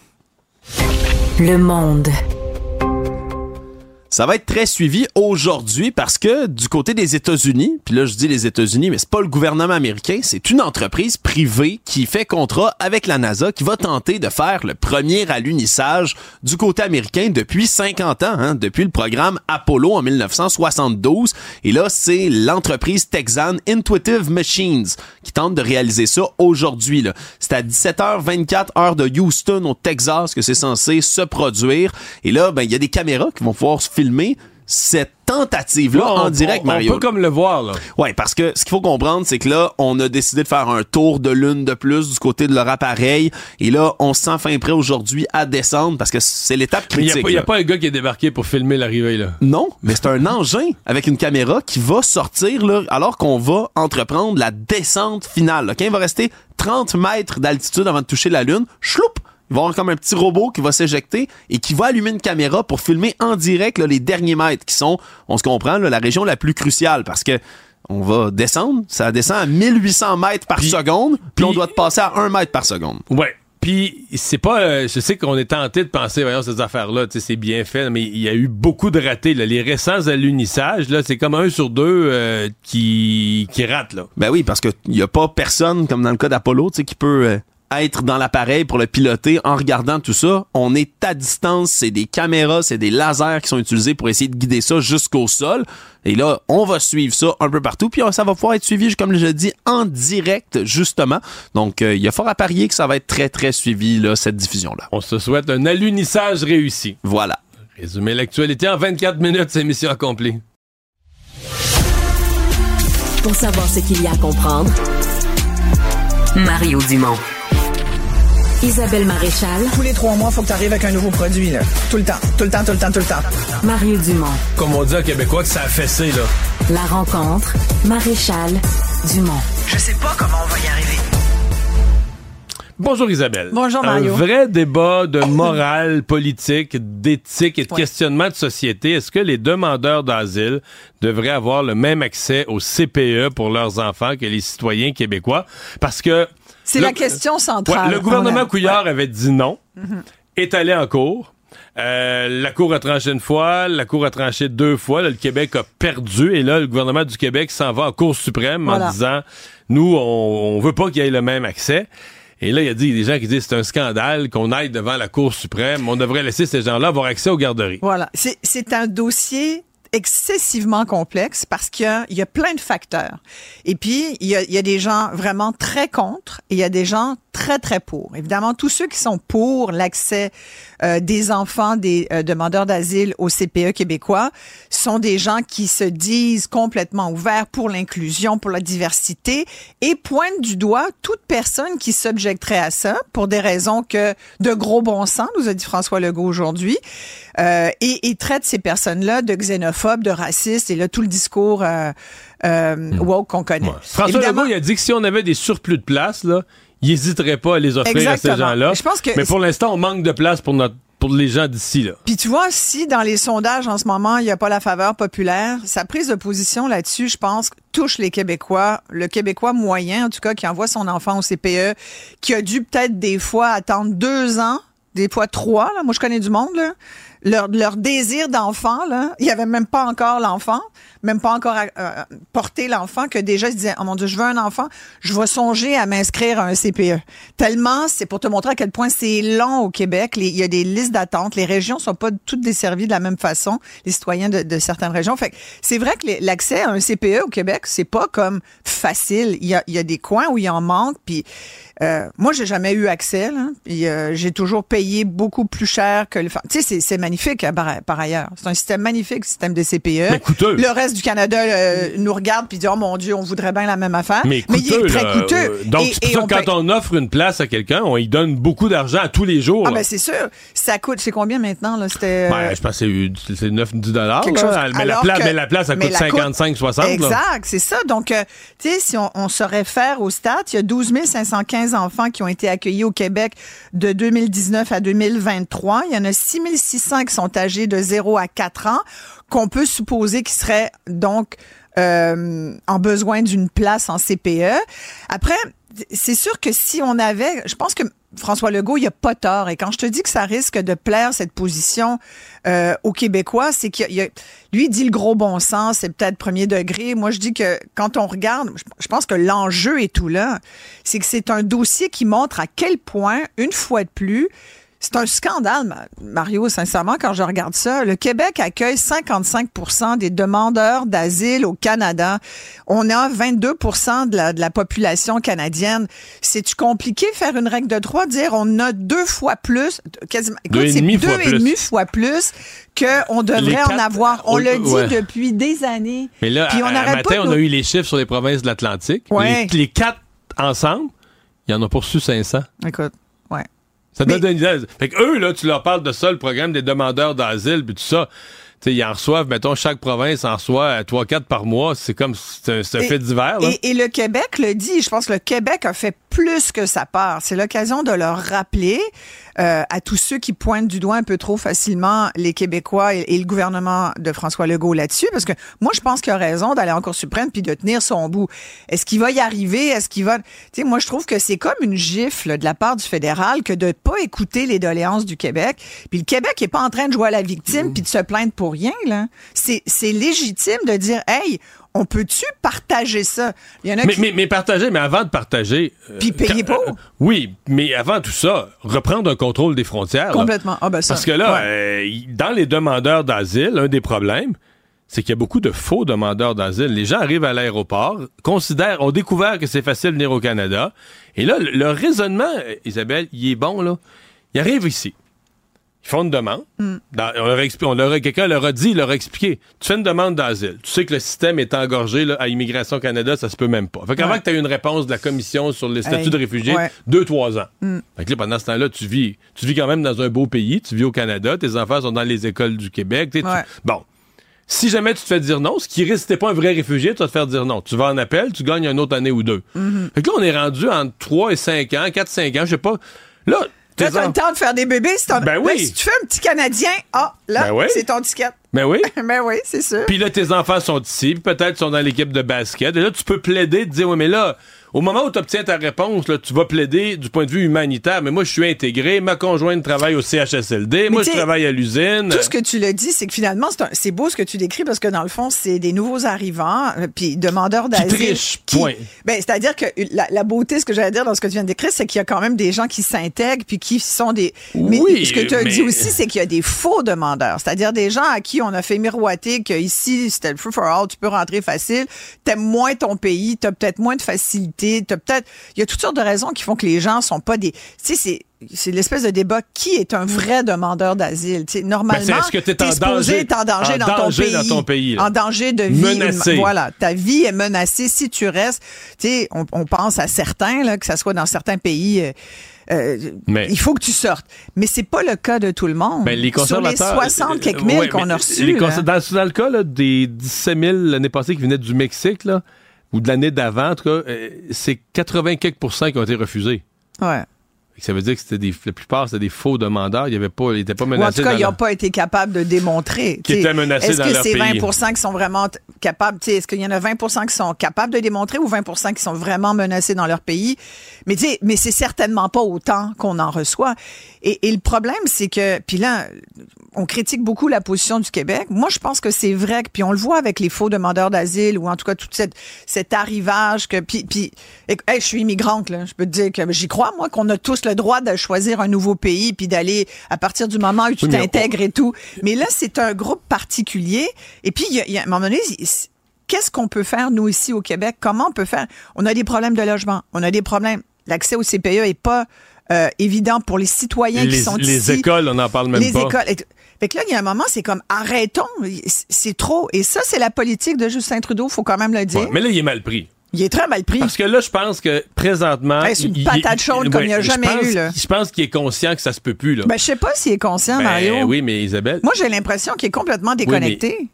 Le Monde. Ça va être très suivi aujourd'hui parce que du côté des États-Unis, puis là je dis les États-Unis, mais c'est pas le gouvernement américain, c'est une entreprise privée qui fait contrat avec la NASA qui va tenter de faire le premier alunissage du côté américain depuis 50 ans, depuis le programme Apollo en 1972. Et là, c'est l'entreprise texane Intuitive Machines qui tente de réaliser ça aujourd'hui. Là. C'est à 17h24 heure de Houston au Texas que c'est censé se produire. Et là, ben il y a des caméras qui vont pouvoir filmer cette tentative-là en direct, Mario. On peut comme le voir, là. Ouais, parce que ce qu'il faut comprendre, c'est que là, on a décidé de faire un tour de lune de plus du côté de leur appareil. Et là, on se sent fin prêt aujourd'hui à descendre parce que c'est l'étape critique. Il n'y a pas un gars qui est débarqué pour filmer l'arrivée, là. Non, mais c'est un engin avec une caméra qui va sortir, là, alors qu'on va entreprendre la descente finale. Là. Quand il va rester 30 mètres d'altitude avant de toucher la lune, chloup! Il va y avoir comme un petit robot qui va s'éjecter et qui va allumer une caméra pour filmer en direct là, les derniers mètres qui sont, on se comprend, là, la région la plus cruciale parce que on va descendre, ça descend à 1800 mètres par seconde, puis on doit passer à 1 mètre par seconde. Ouais. Puis c'est pas, je sais qu'on est tenté de penser, voyons, ces affaires-là, tu sais, c'est bien fait, mais il y a eu beaucoup de ratés. Là. Les récents alunissages, là, c'est comme 1 sur 2 qui rate là. Ben oui, parce que il y a pas personne comme dans le cas d'Apollo, tu sais, qui peut être dans l'appareil pour le piloter en regardant tout ça. On est à distance, c'est des caméras, c'est des lasers qui sont utilisés pour essayer de guider ça jusqu'au sol. Et là, on va suivre ça un peu partout, puis ça va pouvoir être suivi, comme je l'ai dit, en direct, justement. Donc, il y a fort à parier que ça va être très, très suivi, là, cette diffusion-là. On se souhaite un alunissage réussi. Voilà. Résumer l'actualité en 24 minutes, c'est mission accomplie. Pour savoir ce qu'il y a à comprendre, Mario Dumont. Isabelle Maréchal. Tous les 3 mois, il faut que tu arrives avec un nouveau produit, là. Tout le temps. Mario Dumont. Comme on dit en québécois que ça a fessé, là. La rencontre, Maréchal Dumont. Je sais pas comment on va y arriver. Bonjour Isabelle. Bonjour Mario. Un vrai débat de morale politique, d'éthique et de questionnement de société. Est-ce que les demandeurs d'asile devraient avoir le même accès au CPE pour leurs enfants que les citoyens québécois? Parce que... C'est la question centrale. Le gouvernement Couillard avait dit non, est allé en cour. La Cour a tranché une fois, la Cour a tranché 2 fois. Là, le Québec a perdu et là, le gouvernement du Québec s'en va en Cour suprême en disant, nous, on veut pas qu'il y ait le même accès. Et là, il y a des gens qui disent c'est un scandale qu'on aille devant la Cour suprême. On devrait laisser ces gens-là avoir accès aux garderies. Voilà. C'est un dossier excessivement complexe parce qu'il y a plein de facteurs. Et puis, il y a des gens vraiment très contre et il y a des gens très, très pour. Évidemment, tous ceux qui sont pour l'accès des enfants des demandeurs d'asile au CPE québécois sont des gens qui se disent complètement ouverts pour l'inclusion, pour la diversité et pointent du doigt toute personne qui s'objecterait à ça pour des raisons que de gros bon sens, nous a dit François Legault aujourd'hui, et traite ces personnes-là de xénophobes, de racistes et là, tout le discours woke qu'on connaît. Ouais. François Legault, il a dit que si on avait des surplus de place, là, il n'hésiterait pas à les offrir à ces gens-là. Mais pour l'instant, on manque de place pour les gens d'ici, là. Puis tu vois, si dans les sondages en ce moment, il n'y a pas la faveur populaire, sa prise de position là-dessus, je pense, touche les Québécois, le Québécois moyen, en tout cas, qui envoie son enfant au CPE, qui a dû peut-être des fois attendre 2 ans, des fois 3, là. Moi, je connais du monde, là. Leur désir d'enfant, là, il n'y avait même pas encore l'enfant, même pas encore porté l'enfant, que déjà, ils se disaient, oh mon Dieu, je veux un enfant, je vais songer à m'inscrire à un CPE. Tellement, c'est pour te montrer à quel point c'est long au Québec. Il y a des listes d'attente. Les régions sont pas toutes desservies de la même façon, les citoyens de certaines régions. Fait que c'est vrai que l'accès à un CPE au Québec, c'est pas comme facile. Il y a des coins où il en manque, puis moi, j'ai jamais eu accès, là. Puis, j'ai toujours payé beaucoup plus cher que le... Tu sais, c'est magnifique, hein, par ailleurs. C'est un système magnifique, le système de CPE. Mais coûteux. Le reste du Canada nous regarde puis dit, oh mon Dieu, on voudrait bien la même affaire. Mais il est très coûteux. Donc, c'est pour ça que quand on offre une place à quelqu'un, on y donne beaucoup d'argent à tous les jours. Ah, ben c'est sûr. Ça coûte, c'est combien maintenant, là? C'était... je pense que c'est 9-10 $. Mais la place, ça coûte 55-60. Exact, c'est ça. Donc, tu sais, si on se réfère au stats, il y a 12 515 enfants qui ont été accueillis au Québec de 2019 à 2023. Il y en a 6 600 qui sont âgés de 0 à 4 ans, qu'on peut supposer qu'ils seraient donc en besoin d'une place en CPE. Après, c'est sûr que si on avait... Je pense que François Legault, il n'a pas tort. Et quand je te dis que ça risque de plaire, cette position aux Québécois, c'est lui, il dit le gros bon sens, c'est peut-être premier degré. Moi, je dis que quand on regarde, je pense que l'enjeu est tout là. C'est que c'est un dossier qui montre à quel point, une fois de plus, c'est un scandale, Mario, sincèrement, quand je regarde ça. Le Québec accueille 55% des demandeurs d'asile au Canada. On a 22% de la population canadienne. C'est-tu compliqué faire une règle de 3, dire on a 2 fois plus, quasiment, écoute, c'est 2,5 fois plus qu'on devrait en avoir. On le dit depuis des années. Mais là, puis on on a eu les chiffres sur les provinces de l'Atlantique. Ouais. Les 4 ensemble, il y en a poursu 500. Écoute, ouais. Ça donne une idée. Fait que eux, là, tu leur parles de ça, le programme des demandeurs d'asile, puis tout ça. Tu sais, ils en reçoivent, mettons, chaque province en reçoit 3-4 par mois. C'est comme, c'est un fait divers, là. Et le Québec le dit. Je pense que le Québec a fait plus que sa part. C'est l'occasion de leur rappeler à tous ceux qui pointent du doigt un peu trop facilement les Québécois et le gouvernement de François Legault là-dessus, parce que moi, je pense qu'il a raison d'aller en Cour suprême puis de tenir son bout. Est-ce qu'il va y arriver? Est-ce qu'il va... Tu sais, moi, je trouve que c'est comme une gifle de la part du fédéral que de pas écouter les doléances du Québec. Puis le Québec est pas en train de jouer à la victime puis de se plaindre pour rien, là. C'est légitime de dire, hey, on peut-tu partager ça? Il y en a mais partager, mais avant de partager... Puis payer pour? Oui, mais avant tout ça, reprendre un contrôle des frontières. Complètement. Là. Ah ben ça, parce que là, dans les demandeurs d'asile, un des problèmes, c'est qu'il y a beaucoup de faux demandeurs d'asile. Les gens arrivent à l'aéroport, ont découvert que c'est facile de venir au Canada, et là, le raisonnement, Isabelle, il est bon, là. Ils arrivent ici. Ils font une demande. Quelqu'un leur a dit, leur a expliqué. Tu fais une demande d'asile. Tu sais que le système est engorgé là, à Immigration Canada, ça se peut même pas. Fait qu'avant que tu aies une réponse de la commission sur les statuts de réfugiés, 2-3 ans. Fait que là, pendant ce temps-là, tu vis quand même dans un beau pays. Tu vis au Canada. Tes enfants sont dans les écoles du Québec. Bon. Si jamais tu te fais dire non, ce qui risque, si t'es pas un vrai réfugié, tu vas te faire dire non. Tu vas en appel, tu gagnes une autre année ou 2. Fait que là, on est rendu entre 3 et 5 ans, 4-5 ans, je sais pas. Là, t'as le temps de faire des bébés. Si si tu fais un petit Canadien, c'est ton ticket. Ben oui. Ben oui, c'est sûr. Puis là, tes enfants sont ici, puis peut-être sont dans l'équipe de basket. Et là, tu peux plaider, te dire, oui, mais là, au moment où tu obtiens ta réponse, là, tu vas plaider du point de vue humanitaire. Mais moi, je suis intégré. Ma conjointe travaille au CHSLD. Moi, je travaille à l'usine. Tout ce que tu le dis, c'est que finalement, c'est beau ce que tu décris parce que dans le fond, c'est des nouveaux arrivants, puis demandeurs d'asile. Qui trichent, point. C'est-à-dire que la beauté, ce que j'allais dire dans ce que tu viens de décrire, c'est qu'il y a quand même des gens qui s'intègrent puis qui sont des... Mais ce que tu as dit aussi, c'est qu'il y a des faux demandeurs. C'est-à-dire des gens à qui on a fait miroiter qu'ici, c'était le free for all, tu peux rentrer facile, t'aimes moins ton pays, t'as peut-être moins de facilité, il y a toutes sortes de raisons qui font que les gens sont pas des... Tu sais, c'est l'espèce de débat qui est un vrai demandeur d'asile. Tu sais, normalement, est-ce que t'es supposé être en danger dans ton pays. Là. En danger de vie. Menacé. Voilà, ta vie est menacée si tu restes. Tu sais, on pense à certains, là, que ça soit dans certains pays... il faut que tu sortes. Mais c'est pas le cas de tout le monde. Ben, les conservateurs, sur les 60 quelques mille qu'on a reçus. Dans le cas là, des 17 000 l'année passée qui venaient du Mexique, là, ou de l'année d'avant, en tout cas, c'est 80 quelques % qui ont été refusés. Ouais. Ça veut dire que la plupart, c'était des faux demandeurs. Ils n'étaient pas menacés. Ou en tout cas, ils n'ont pas été capables de démontrer. Qu'ils étaient menacés dans leur pays. Est-ce que c'est 20 qui sont vraiment capables? Est-ce qu'il y en a 20 qui sont capables de démontrer ou 20 qui sont vraiment menacés dans leur pays? Mais c'est certainement pas autant qu'on en reçoit. Et le problème, c'est que... Puis là, on critique beaucoup la position du Québec. Moi, je pense que c'est vrai. Puis on le voit avec les faux demandeurs d'asile ou en tout cas tout cet arrivage que... Puis je suis immigrante, là. Je peux te dire que j'y crois, moi, qu'on a tous le droit de choisir un nouveau pays puis d'aller à partir du moment où tu t'intègres et tout. Mais là, c'est un groupe particulier. Et puis, il y a un moment donné, qu'est-ce qu'on peut faire, nous, ici au Québec? Comment on peut faire? On a des problèmes de logement. On a des problèmes. L'accès au CPE est pas évident pour les citoyens qui sont ici. Les écoles, on n'en parle même pas. Les écoles. Fait que là, il y a un moment, c'est comme, arrêtons. C'est trop. Et ça, c'est la politique de Justin Trudeau, faut quand même le dire. Ouais, mais là, il est mal pris. Il est très mal pris. Parce que là, je pense que présentement... c'est une patate chaude comme il n'y a jamais eu. Là. Je pense qu'il est conscient que ça se peut plus. Là. Je sais pas s'il est conscient, Mario. Oui, mais Isabelle... Moi, j'ai l'impression qu'il est complètement déconnecté.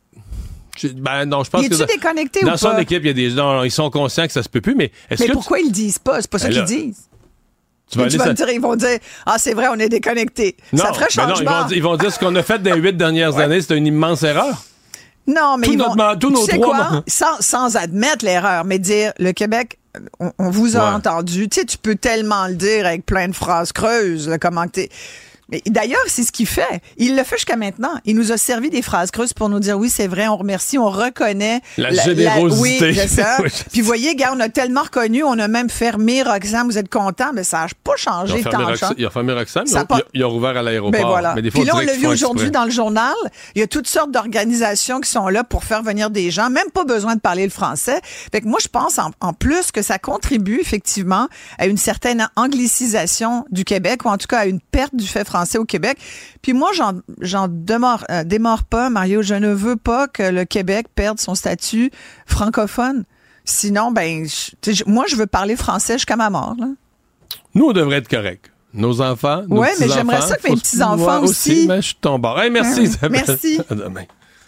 Non, je pense que... Il est-tu déconnecté ou pas? Dans son équipe, il y a des gens, ils sont conscients que ça se peut plus, mais... Pourquoi ils le disent pas? C'est pas ça qu'ils disent. Tu vas dire, ils vont dire, c'est vrai, on est déconnecté. Ça ferait changement. Non, ils vont dire ce qu'on a fait dans les 8 dernières années, c'est une immense erreur. Non, mais tous nos trois... Sans admettre l'erreur, mais dire, le Québec, on vous a entendu. Tu sais, tu peux tellement le dire avec plein de phrases creuses, là, comment t'es... Mais d'ailleurs, c'est ce qu'il fait. Il le fait jusqu'à maintenant. Il nous a servi des phrases creuses pour nous dire oui, c'est vrai, on remercie, on reconnaît la générosité. Oui, c'est ça. Puis vous voyez, gars, on a tellement reconnu, on a même fermé Roxham, vous êtes contents, mais ça n'a pas changé tant. Il a fermé Roxham, il a rouvert à l'aéroport. Ben voilà. Mais des fois, puis là, on l'a vu aujourd'hui dans le journal. Il y a toutes sortes d'organisations qui sont là pour faire venir des gens, même pas besoin de parler le français. Fait que moi, je pense en plus que ça contribue effectivement à une certaine anglicisation du Québec, ou en tout cas à une perte du fait français au Québec. Puis moi, j'en démords pas, Mario. Je ne veux pas que le Québec perde son statut francophone. Sinon, moi, je veux parler français jusqu'à ma mort. Là. Nous, on devrait être corrects. Nos enfants, nos petits-enfants. Oui, mais j'aimerais ça que mes petits-enfants aussi. Mais je suis ton bord. Hey, merci, Isabelle. Merci. À demain.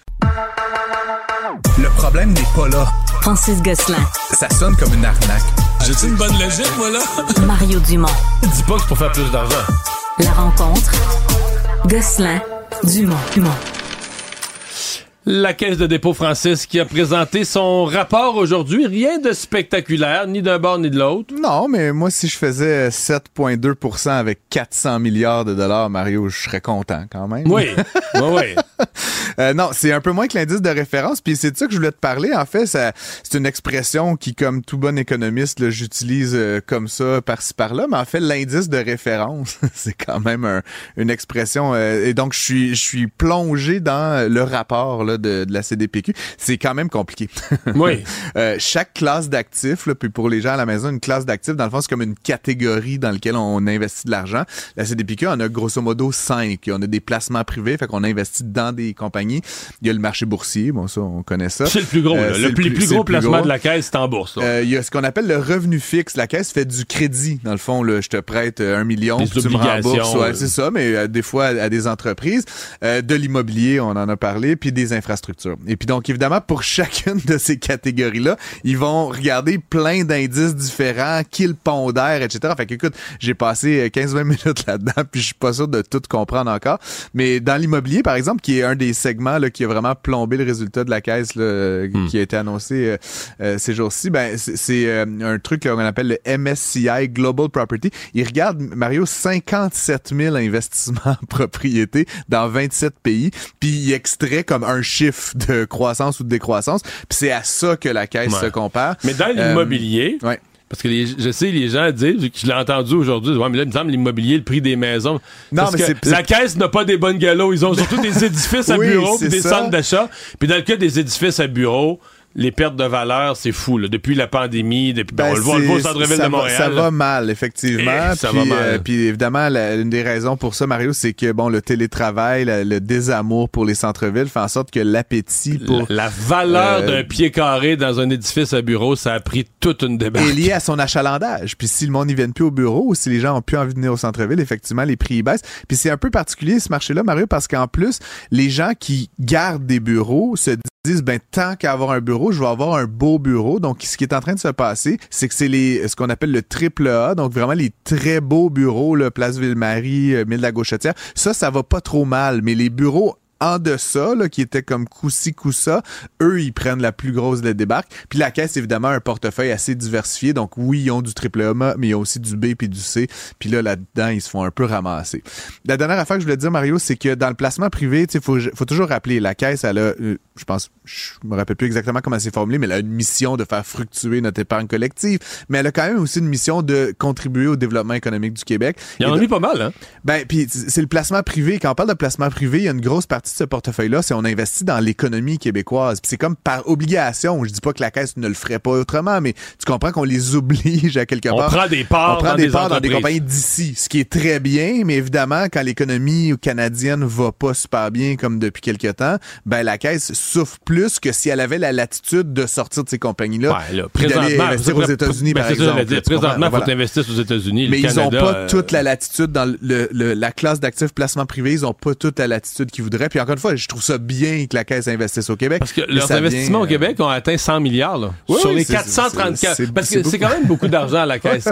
Le problème n'est pas là. Francis Gosselin. Ça sonne comme une arnaque. J'ai-tu une bonne logique, moi, là? Mario Dumont. Dis pas que c'est pour faire plus d'argent. La rencontre. Gosselin. Dumont. La Caisse de dépôt, Francis, qui a présenté son rapport aujourd'hui. Rien de spectaculaire, ni d'un bord ni de l'autre. Non, mais moi, si je faisais 7,2% avec 400 milliards de dollars, Mario, je serais content quand même. Oui, oui. Non, c'est un peu moins que l'indice de référence, puis c'est de ça que je voulais te parler. En fait, c'est une expression qui, comme tout bon économiste, là, j'utilise comme ça, par-ci, par-là, mais en fait, l'indice de référence, c'est quand même une expression. Et donc, je suis plongé dans le rapport là, de la CDPQ. C'est quand même compliqué. Oui. Chaque classe d'actifs, là, puis pour les gens à la maison, une classe d'actifs, dans le fond, c'est comme une catégorie dans laquelle on investit de l'argent. La CDPQ en a grosso modo 5. On a des placements privés, fait qu'on investit dans des compagnies. Il y a le marché boursier, bon ça, on connaît ça. C'est le plus gros, le plus gros placement de la Caisse, c'est en bourse. Il y a ce qu'on appelle le revenu fixe. La Caisse fait du crédit. Dans le fond, là, je te prête 1 million, puis tu me rembourses. Ouais, c'est ça, mais des fois à des entreprises. De l'immobilier, on en a parlé, puis des infrastructures d'infrastructures. Et puis donc, évidemment, pour chacune de ces catégories-là, ils vont regarder plein d'indices différents, qui le pondèrent, etc. Fait qu'écoute, j'ai passé 15-20 minutes là-dedans, puis je suis pas sûr de tout comprendre encore. Mais dans l'immobilier, par exemple, qui est un des segments là, qui a vraiment plombé le résultat de la caisse là, qui a été annoncé ces jours-ci, ben c'est un truc qu'on appelle le MSCI Global Property. Il regarde, Mario, 57 000 investissements en propriété dans 27 pays, puis il extrait comme un chiffre de croissance ou de décroissance, puis c'est à ça que la caisse se compare. Mais dans l'immobilier... Parce que je sais, les gens disent, je l'ai entendu aujourd'hui, ouais, mais là, il me semble l'immobilier, le prix des maisons. Non, mais la caisse n'a pas des bonnes galos. Ils ont surtout des édifices à bureaux puis des centres d'achat. Puis dans le cas des édifices à bureaux, les pertes de valeur, c'est fou. Là. Depuis la pandémie, on le voit au centre-ville de Montréal. Ça va mal, effectivement. Ça va mal. Puis évidemment, une des raisons pour ça, Mario, c'est que bon, le télétravail, le désamour pour les centres-villes fait en sorte que l'appétit pour... La valeur d'un pied carré dans un édifice à bureau, ça a pris toute une débarque. Et lié à son achalandage. Puis si le monde n'y vient plus au bureau, ou si les gens ont plus envie de venir au centre-ville, effectivement, les prix y baissent. Puis c'est un peu particulier, ce marché-là, Mario, parce qu'en plus, les gens qui gardent des bureaux se disent, ben, tant qu'à avoir un bureau, je vais avoir un beau bureau. Donc, ce qui est en train de se passer, c'est que c'est ce qu'on appelle le triple A, donc vraiment les très beaux bureaux, là, Place Ville-Marie, Mille-la-Gauchetière. Ça va pas trop mal, mais les bureaux en deçà, là, qui étaient comme coup-ci, coup-ça, eux, ils prennent la plus grosse des débarques. Puis la caisse, évidemment, a un portefeuille assez diversifié. Donc oui, ils ont du triple A, mais ils ont aussi du B puis du C. Puis là-dedans, ils se font un peu ramasser. La dernière affaire que je voulais te dire, Mario, c'est que dans le placement privé, tu sais, faut toujours rappeler, la caisse, elle a, je me rappelle plus exactement comment c'est formulé, mais elle a une mission de faire fructuer notre épargne collective. Mais elle a quand même aussi une mission de contribuer au développement économique du Québec. Il y en a mis pas mal, hein? Ben, puis c'est le placement privé. Quand on parle de placement privé, il y a une grosse partie de ce portefeuille-là, c'est on investit dans l'économie québécoise. Puis c'est comme par obligation. Je dis pas que la caisse ne le ferait pas autrement, mais tu comprends qu'on les oblige à quelque part. On prend des parts dans des compagnies d'ici, ce qui est très bien, mais évidemment, quand l'économie canadienne va pas super bien comme depuis quelque temps, ben la caisse souffre plus que si elle avait la latitude de sortir de ces compagnies-là, puis d'aller investir aux États-Unis, par exemple. Présentement, il faut investir aux États-Unis. Mais ils n'ont pas toute la latitude dans la classe d'actifs placement privé. Ils n'ont pas toute la latitude qu'ils voudraient. Puis encore une fois, je trouve ça bien que la Caisse investisse au Québec. Parce que leurs investissements au Québec ont atteint 100 milliards. Là, sur les 434. Parce que c'est quand même beaucoup d'argent à la Caisse.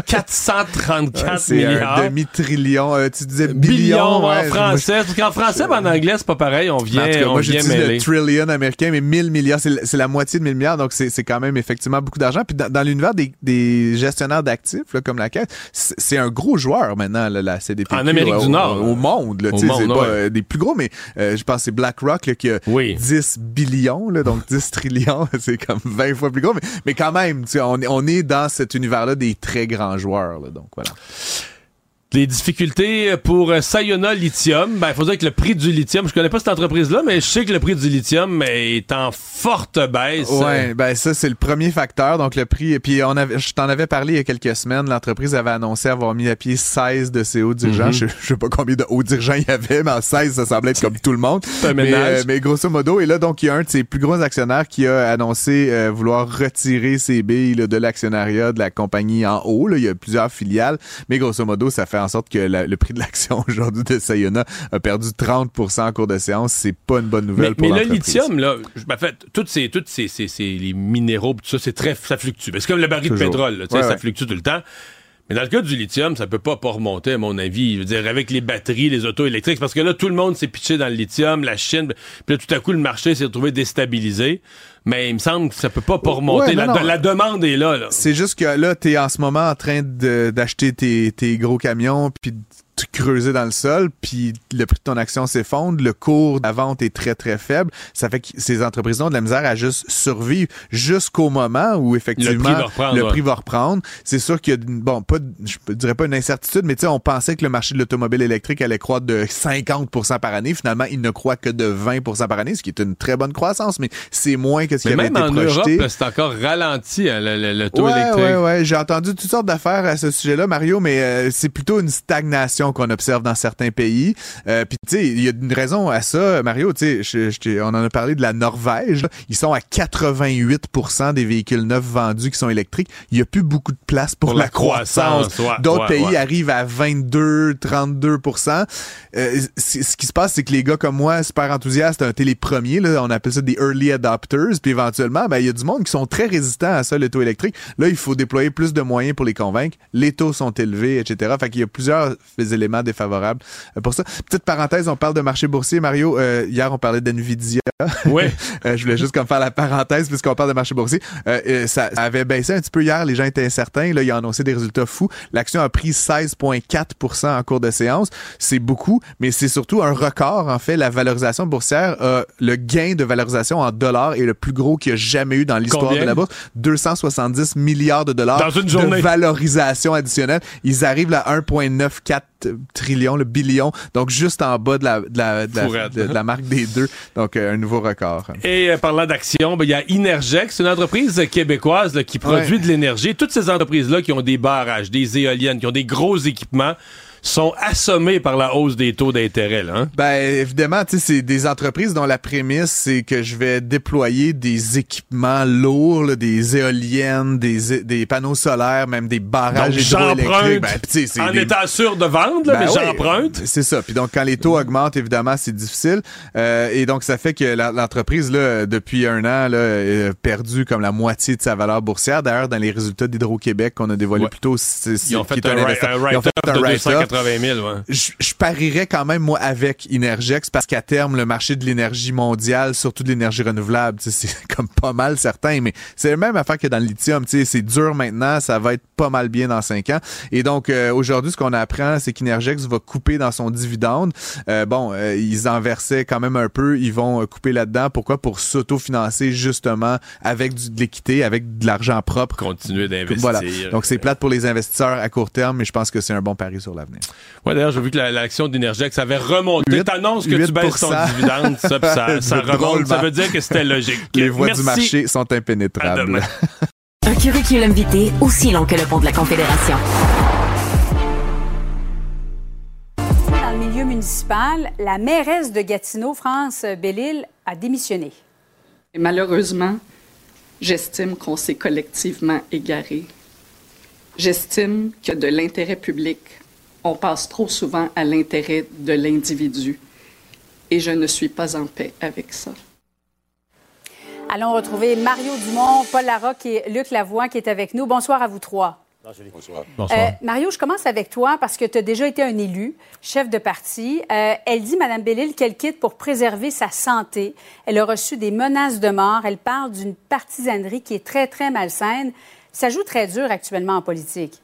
434 milliards. C'est un demi-trillion. Tu disais billion en français. Parce qu'en français, mais en anglais, c'est pas pareil. On vient mêler. Moi, j'utilise le trillion américain, mais 1000 milliards, c'est la moitié de 1000 milliards. Donc, c'est quand même effectivement beaucoup d'argent. Puis dans l'univers des gestionnaires d'actifs, là, comme la Caisse, c'est un gros joueur maintenant, là, la CDPQ. En Amérique du Nord. Au monde. Là, c'est pas des plus gros, mais je pense que c'est BlackRock là, qui a 10 billions, là, donc 10 trillions, c'est comme 20 fois plus gros, mais quand même, on est dans cet univers-là des très grands joueurs. Là, donc voilà. Les difficultés pour Sayona Lithium. Ben, il faut dire que le prix du lithium, je connais pas cette entreprise-là, mais je sais que le prix du lithium est en forte baisse. Ouais, ben ça, c'est le premier facteur. Donc, le prix, puis je t'en avais parlé il y a quelques semaines, l'entreprise avait annoncé avoir mis à pied 16 de ses hauts dirigeants. Je sais pas combien de hauts dirigeants il y avait, mais en 16, ça semblait être comme tout le monde. Mais grosso modo, et là, donc, il y a un de ses plus gros actionnaires qui a annoncé vouloir retirer ses billes là, de l'actionnariat de la compagnie en haut. Là. Il y a plusieurs filiales, mais grosso modo, ça fait en sorte que le prix de l'action aujourd'hui de Sayona a perdu 30% en cours de séance. C'est pas une bonne nouvelle pour l'entreprise. Mais le lithium, là, en fait, toutes ces les minéraux, tout ça, ça fluctue. C'est comme le baril de pétrole, là, ça fluctue tout le temps. Mais dans le cas du lithium, ça peut pas remonter, à mon avis. Je veux dire, avec les batteries, les autos électriques, parce que là, tout le monde s'est pitché dans le lithium, la Chine, puis là, tout à coup, le marché s'est retrouvé déstabilisé. Mais il me semble que ça peut pas remonter. Ouais, la demande est là. C'est juste que là, t'es en ce moment en train d'acheter tes gros camions, puis de creuser dans le sol, puis le prix de ton action s'effondre, le cours de la vente est très, très faible. Ça fait que ces entreprises ont de la misère à juste survivre jusqu'au moment où, effectivement, le prix va reprendre. C'est sûr qu'il y a, je dirais pas une incertitude, mais tu sais, on pensait que le marché de l'automobile électrique allait croître de 50% par année. Finalement, il ne croît que de 20% par année, ce qui est une très bonne croissance, mais c'est moins que ce qui avait été projeté. Mais même en Europe, c'est encore ralenti, l'auto électrique. Ouais. J'ai entendu toutes sortes d'affaires à ce sujet-là, Mario, mais c'est plutôt une stagnation inflation qu'on observe dans certains pays. Puis tu sais, il y a une raison à ça, Mario. Tu sais, on en a parlé de la Norvège. Là. Ils sont à 88% des véhicules neufs vendus qui sont électriques. Il y a plus beaucoup de place pour la croissance. D'autres pays arrivent à 22-32%. Ce qui se passe, c'est que les gars comme moi, super enthousiastes, ont été les premiers. Là, on appelle ça des early adopters. Puis éventuellement, il y a du monde qui sont très résistants à ça, l'auto électrique. Là, il faut déployer plus de moyens pour les convaincre. Les taux sont élevés, etc. Fait qu'il y a plusieurs éléments défavorables pour ça. Petite parenthèse, on parle de marché boursier. Mario, hier, on parlait d'NVIDIA. Oui. Je voulais juste comme faire la parenthèse puisqu'on parle de marché boursier. Ça avait baissé un petit peu hier. Les gens étaient incertains. Là, ils ont annoncé des résultats fous. L'action a pris 16,4% en cours de séance. C'est beaucoup, mais c'est surtout un record. En fait, la valorisation boursière, le gain de valorisation en dollars est le plus gros qu'il y a jamais eu dans l'histoire de la bourse. 270 milliards de dollars dans une journée de valorisation additionnelle. Ils arrivent à 1,94 trillion, le billion, donc juste en bas de la marque des deux. Donc, un nouveau record. Et parlant d'action, il y a Inergex, une entreprise québécoise qui produit de l'énergie. Toutes ces entreprises-là qui ont des barrages, des éoliennes, qui ont des gros équipements, sont assommés par la hausse des taux d'intérêt, là, hein? Ben, évidemment, tu sais, c'est des entreprises dont la prémisse, c'est que je vais déployer des équipements lourds, là, des éoliennes, des panneaux solaires, même des barrages hydroélectriques. Ben, en étant sûr de vendre, là, mais j'emprunte. C'est ça. Puis donc, quand les taux augmentent, évidemment, c'est difficile. Et donc, ça fait que l'entreprise, là, depuis un an, là, a perdu comme la moitié de sa valeur boursière. D'ailleurs, dans les résultats d'Hydro-Québec qu'on a dévoilés plus tôt, ils ont fait un write-up. 80 000, ouais. Je parierais quand même, moi, avec Inergex, parce qu'à terme, le marché de l'énergie mondiale, surtout de l'énergie renouvelable, c'est comme pas mal certain, mais c'est la même affaire que dans le lithium. C'est dur maintenant, ça va être pas mal bien dans 5 ans. Et donc, aujourd'hui, ce qu'on apprend, c'est qu'Inergex va couper dans son dividende. Ils en versaient quand même un peu, ils vont couper là-dedans. Pourquoi? Pour s'autofinancer, justement, avec de l'équité, avec de l'argent propre. Continuer d'investir. Voilà. Donc, c'est plate pour les investisseurs à court terme, mais je pense que c'est un bon pari sur l'avenir. Ouais, d'ailleurs, j'ai vu que l'action d'Inergex avait remonté. T'annonces que tu baisses ton dividende, ça remonte. Ça veut dire que c'était logique. Les voies du marché sont impénétrables. Un curriculum vitae aussi long que le pont de la Confédération. Dans le milieu municipal, la mairesse de Gatineau, France Bellil, a démissionné. Et malheureusement, j'estime qu'on s'est collectivement égaré. J'estime que de l'intérêt public, on passe trop souvent à l'intérêt de l'individu. Et je ne suis pas en paix avec ça. Allons retrouver Mario Dumont, Paul Larocque et Luc Lavoie qui est avec nous. Bonsoir à vous trois. Bonsoir. Mario, je commence avec toi parce que tu as déjà été un élu, chef de parti. Elle dit, Mme Bellil, qu'elle quitte pour préserver sa santé. Elle a reçu des menaces de mort. Elle parle d'une partisanerie qui est très, très malsaine. Ça joue très dur actuellement en politique.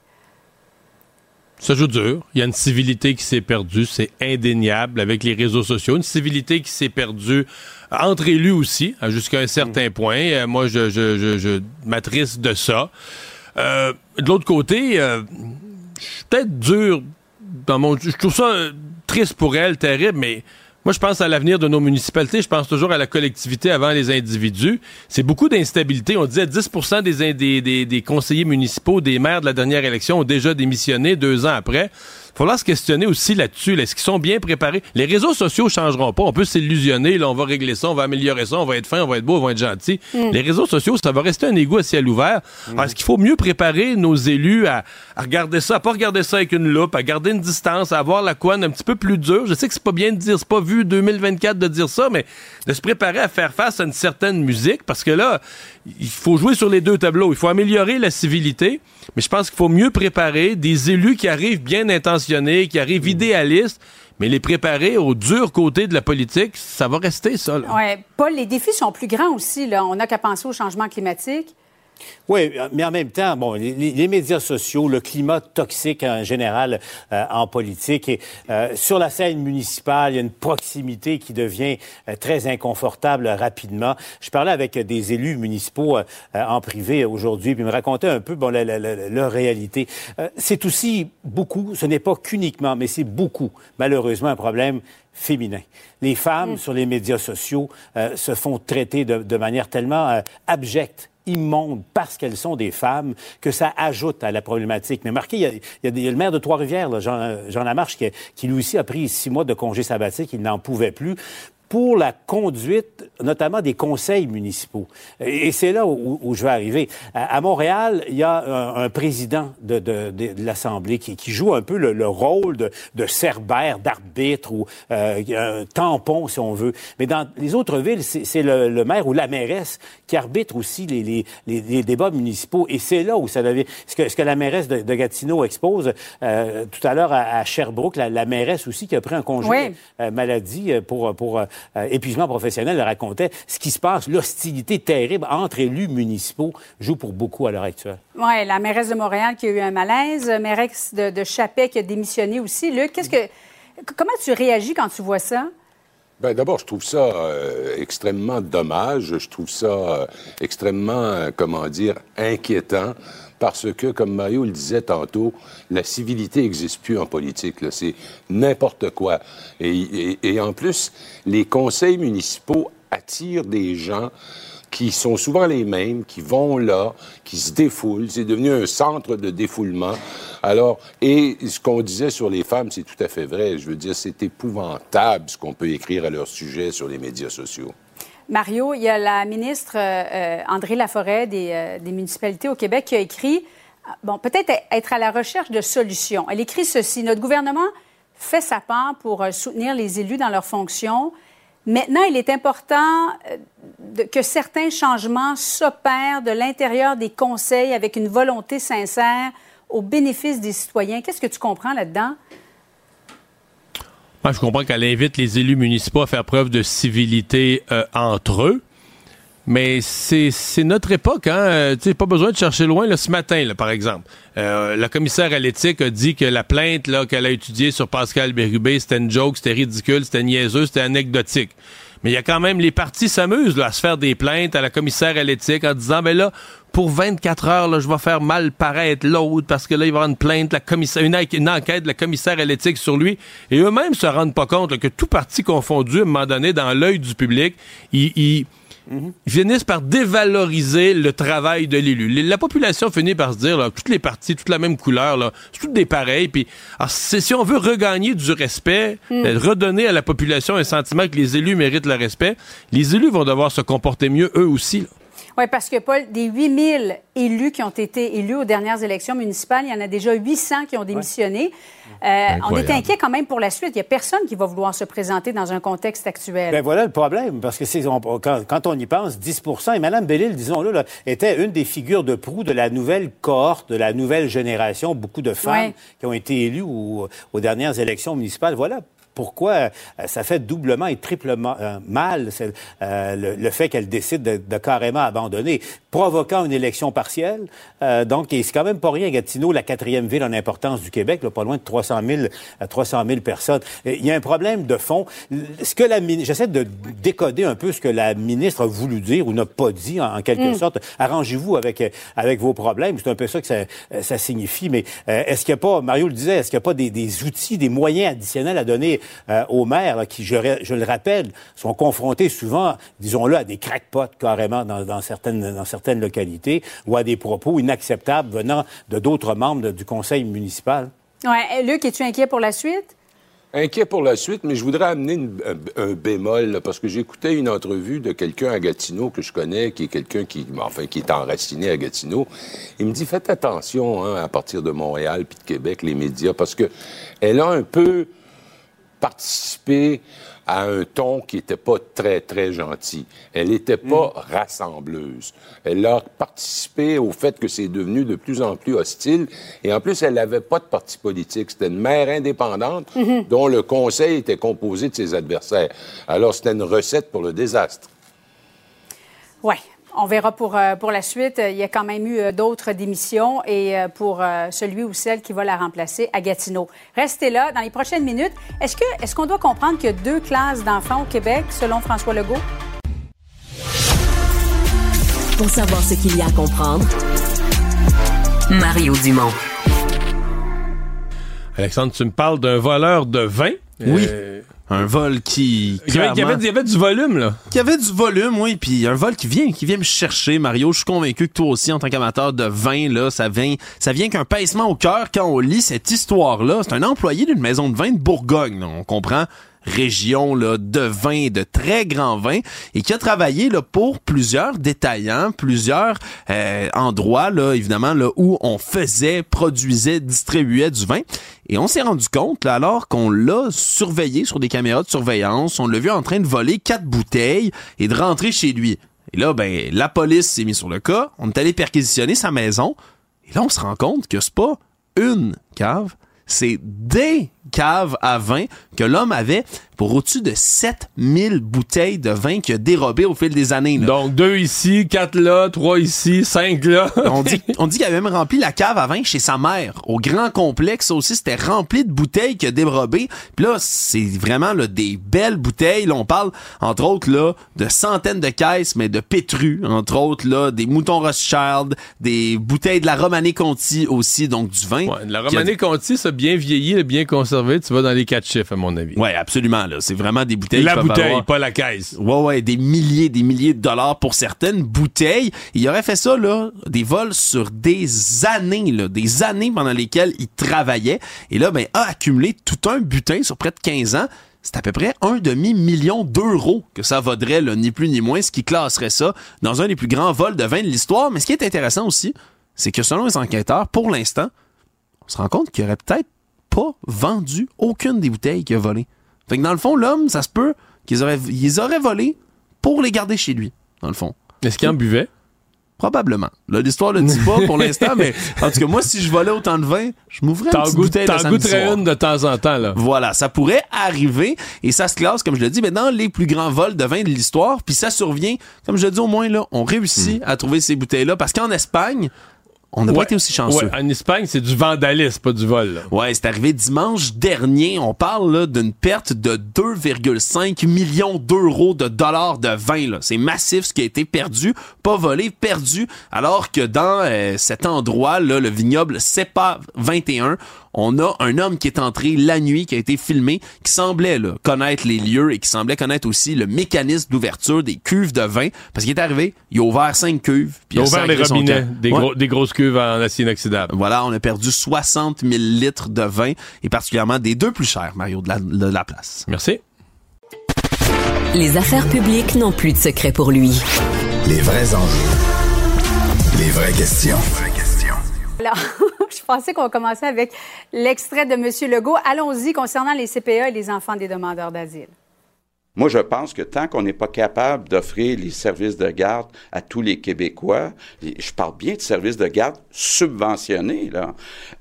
Ça joue dur. Il y a une civilité qui s'est perdue, c'est indéniable, avec les réseaux sociaux. Une civilité qui s'est perdue entre élus aussi, jusqu'à un certain point. Moi, je m'attriste de ça. De l'autre côté, je suis peut-être dur je trouve ça triste pour elle, terrible, mais moi, je pense à l'avenir de nos municipalités. Je pense toujours à la collectivité avant les individus. C'est beaucoup d'instabilité. On disait 10% des conseillers municipaux, des maires de la dernière élection ont déjà démissionné 2 ans après. Il faudra se questionner aussi là-dessus. Est-ce qu'ils sont bien préparés? Les réseaux sociaux ne changeront pas. On peut s'illusionner. Là, on va régler ça, on va améliorer ça, on va être fin, on va être beau, on va être gentil. Les réseaux sociaux, ça va rester un égout à ciel ouvert. Alors, est-ce qu'il faut mieux préparer nos élus à regarder ça, à pas regarder ça avec une loupe, à garder une distance, à avoir la couenne un petit peu plus dure? Je sais que c'est pas bien de dire, c'est pas vu 2024 de dire ça, mais de se préparer à faire face à une certaine musique, parce que là, il faut jouer sur les deux tableaux. Il faut améliorer la civilité, mais je pense qu'il faut mieux préparer des élus qui arrivent bien intentionnés, qui arrivent idéalistes, mais les préparer au dur côté de la politique, ça va rester ça. Oui. Paul, les défis sont plus grands aussi. Là. On n'a qu'à penser au changement climatique. Oui, mais en même temps, bon, les médias sociaux, le climat toxique en général en politique, et sur la scène municipale, il y a une proximité qui devient très inconfortable rapidement. Je parlais avec des élus municipaux en privé aujourd'hui, puis ils me racontaient un peu leur réalité. C'est aussi beaucoup, ce n'est pas qu'uniquement, mais c'est beaucoup, malheureusement, un problème féminin. Les femmes sur les médias sociaux se font traiter de manière tellement abjecte, immondes parce qu'elles sont des femmes que ça ajoute à la problématique. Mais marquez, il y a le maire de Trois-Rivières, là, Jean Lamarche, qui lui aussi a pris 6 mois de congé sabbatique, il n'en pouvait plus, pour la conduite, notamment des conseils municipaux. Et c'est là où je vais arriver. À Montréal, il y a un président de l'Assemblée qui joue un peu le rôle de cerbère, d'arbitre ou un tampon, si on veut. Mais dans les autres villes, c'est le maire ou la mairesse qui arbitre aussi les débats municipaux. Et c'est là où ça devient... Ce que la mairesse de Gatineau expose tout à l'heure à Sherbrooke, la mairesse aussi qui a pris un congé maladie pour épuisement professionnel, le racontait. Ce qui se passe, l'hostilité terrible entre élus municipaux joue pour beaucoup à l'heure actuelle. Oui, la mairesse de Montréal qui a eu un malaise, mairesse de Chappais qui a démissionné aussi. Luc, comment tu réagis quand tu vois ça? Bien, d'abord, je trouve ça extrêmement dommage. Je trouve ça extrêmement, inquiétant. Parce que, comme Mario le disait tantôt, la civilité n'existe plus en politique. Là. C'est n'importe quoi. Et en plus, les conseils municipaux attirent des gens qui sont souvent les mêmes, qui vont là, qui se défoulent. C'est devenu un centre de défoulement. Alors, et ce qu'on disait sur les femmes, c'est tout à fait vrai. Je veux dire, c'est épouvantable ce qu'on peut écrire à leur sujet sur les médias sociaux. Mario, il y a la ministre André Laforêt des municipalités au Québec qui a écrit, peut-être être à la recherche de solutions. Elle écrit ceci: notre gouvernement fait sa part pour soutenir les élus dans leurs fonctions. Maintenant, il est important que certains changements s'opèrent de l'intérieur des conseils avec une volonté sincère au bénéfice des citoyens. Qu'est-ce que tu comprends là-dedans? Moi, je comprends qu'elle invite les élus municipaux à faire preuve de civilité entre eux, mais c'est notre époque, hein. Pas besoin de chercher loin. Là, ce matin, là, par exemple, la commissaire à l'éthique a dit que la plainte là, qu'elle a étudiée sur Pascal Bérubé, c'était une joke, c'était ridicule, c'était niaiseux, c'était anecdotique. Mais il y a quand même, les partis s'amusent là, à se faire des plaintes à la commissaire à l'éthique en disant, ben là, pour 24 heures, là, je vais faire mal paraître l'autre parce que là, il va y avoir une plainte, une enquête de la commissaire à l'éthique sur lui. Et eux-mêmes se rendent pas compte là, que tout parti confondu, à un moment donné, dans l'œil du public, ils finissent par dévaloriser le travail de l'élu. La population finit par se dire, là, toutes les partis, toutes la même couleur, là, c'est toutes des pareils. Puis, alors, si on veut regagner du respect, redonner à la population un sentiment que les élus méritent le respect, les élus vont devoir se comporter mieux eux aussi, là. Oui, parce que, Paul, des 8000 élus qui ont été élus aux dernières élections municipales, il y en a déjà 800 qui ont démissionné. On est inquiet quand même pour la suite. Il n'y a personne qui va vouloir se présenter dans un contexte actuel. Bien, voilà le problème, parce que quand on y pense, 10 et Mme Bellil, disons-le, là, était une des figures de proue de la nouvelle cohorte, de la nouvelle génération, beaucoup de femmes qui ont été élues aux dernières élections municipales. Voilà pourquoi ça fait doublement et triplement mal le fait qu'elle décide de carrément abandonner, provoquant une élection partielle. Donc, et c'est quand même pas rien, Gatineau, la 4e ville en importance du Québec, là, pas loin de 300 000 personnes. Il y a un problème de fond. J'essaie de décoder un peu ce que la ministre a voulu dire ou n'a pas dit, en quelque sorte. Arrangez-vous avec vos problèmes. C'est un peu ça que ça signifie. Mais est-ce qu'il n'y a pas, Mario le disait, est-ce qu'il n'y a pas des outils, des moyens additionnels à donner aux maires là, qui, je le rappelle, sont confrontés souvent, disons-le, à des crackpots carrément dans certaines localités ou à des propos inacceptables venant de d'autres membres du conseil municipal. Ouais, Luc, es-tu inquiet pour la suite? Inquiet pour la suite, mais je voudrais amener un bémol, là, parce que j'écoutais une entrevue de quelqu'un à Gatineau que je connais, qui est quelqu'un qui est enraciné à Gatineau. Il me dit, faites attention à partir de Montréal puis de Québec, les médias, parce que elle a un peu participé à un ton qui n'était pas très, très gentil. Elle n'était pas rassembleuse. Elle a participé au fait que c'est devenu de plus en plus hostile. Et en plus, elle n'avait pas de parti politique. C'était une maire indépendante dont le conseil était composé de ses adversaires. Alors, c'était une recette pour le désastre. Oui. On verra pour la suite. Il y a quand même eu d'autres démissions et pour celui ou celle qui va la remplacer à Gatineau. Restez là. Dans les prochaines minutes, est-ce qu'on doit comprendre qu'il y a 2 classes d'enfants au Québec, selon François Legault? Pour savoir ce qu'il y a à comprendre, Mario Dumont. Alexandre, tu me parles d'un voleur de vin. Oui. Un vol qui Il y avait du volume, là. Qui avait du volume, oui. Puis un vol qui vient me chercher, Mario. Je suis convaincu que toi aussi, en tant qu'amateur de vin, là, ça vient qu'un pincement au cœur quand on lit cette histoire-là. C'est un employé d'une maison de vin de Bourgogne, là, on comprend. Région là, de vin, de très grands vins, et qui a travaillé là, pour plusieurs détaillants, plusieurs endroits, là, évidemment, là, où on produisait, distribuait du vin. Et on s'est rendu compte, là, alors qu'on l'a surveillé sur des caméras de surveillance, on l'a vu en train de voler 4 bouteilles et de rentrer chez lui. Et là, la police s'est mise sur le cas, on est allé perquisitionner sa maison, et là, on se rend compte que c'est pas une cave, c'est des caves à vin que l'homme avait pour au-dessus de 7000 bouteilles de vin qu'il a dérobé au fil des années. Là. Donc 2 ici, 4 là, 3 ici, 5 là. on dit qu'il avait même rempli la cave à vin chez sa mère. Au grand complexe aussi, c'était rempli de bouteilles qu'il a dérobées. Puis là, c'est vraiment là, des belles bouteilles. Là, on parle, entre autres, là, de centaines de caisses, mais de Pétru, entre autres, là, des moutons Rothschild, des bouteilles de la Romanée Conti aussi, donc du vin. Ouais, la Romanée Conti, ça bien vieilli, bien conservé, tu vas dans les 4 chiffres, à mon avis. Oui, absolument. Là. C'est vraiment des bouteilles. La bouteille, pas la caisse. Ouais, des milliers de dollars pour certaines bouteilles. Il aurait fait ça, là, des vols sur des années pendant lesquelles il travaillait. Et là, a accumulé tout un butin sur près de 15 ans. C'est à peu près 1,5 million d'euros que ça vaudrait, là, ni plus ni moins, ce qui classerait ça dans un des plus grands vols de vin de l'histoire. Mais ce qui est intéressant aussi, c'est que selon les enquêteurs, pour l'instant, on se rend compte qu'il aurait peut-être pas vendu aucune des bouteilles qu'il a volées. Fait que dans le fond, l'homme, ça se peut qu'ils auraient volé pour les garder chez lui, dans le fond. Est-ce qu'il en buvait? Probablement. Là, l'histoire le dit pas pour l'instant, mais en tout cas, moi, si je volais autant de vin, je m'ouvrais une petite bouteille de samedi soir. T'en goûterais une de temps en temps, là. Voilà, ça pourrait arriver, et ça se classe, comme je le dis, mais dans les plus grands vols de vin de l'histoire, puis ça survient, comme je le dis, au moins, là, on réussit à trouver ces bouteilles-là, parce qu'en Espagne, on n'a pas été aussi chanceux. Ouais, en Espagne, c'est du vandalisme, pas du vol. Là. Ouais, c'est arrivé dimanche dernier. On parle là, d'une perte de 2,5 millions d'euros de dollars de vin. Là. C'est massif ce qui a été perdu, pas volé, perdu. Alors que dans cet endroit, là, le vignoble Cepa 21, on a un homme qui est entré la nuit, qui a été filmé, qui semblait là, connaître les lieux et qui semblait connaître aussi le mécanisme d'ouverture des cuves de vin. Parce qu'il est arrivé, il a ouvert 5 cuves. Puis il a ouvert les robinets, des grosses cuves en acier inoxydable. Voilà, on a perdu 60 000 litres de vin, et particulièrement des 2 plus chers, Mario, de la place. Merci. Les affaires publiques n'ont plus de secret pour lui. Les vrais enjeux. Les vraies questions. Alors, je pensais qu'on commençait avec l'extrait de M. Legault. Allons-y concernant les CPE et les enfants des demandeurs d'asile. Moi, je pense que tant qu'on n'est pas capable d'offrir les services de garde à tous les Québécois, je parle bien de services de garde subventionnés, là,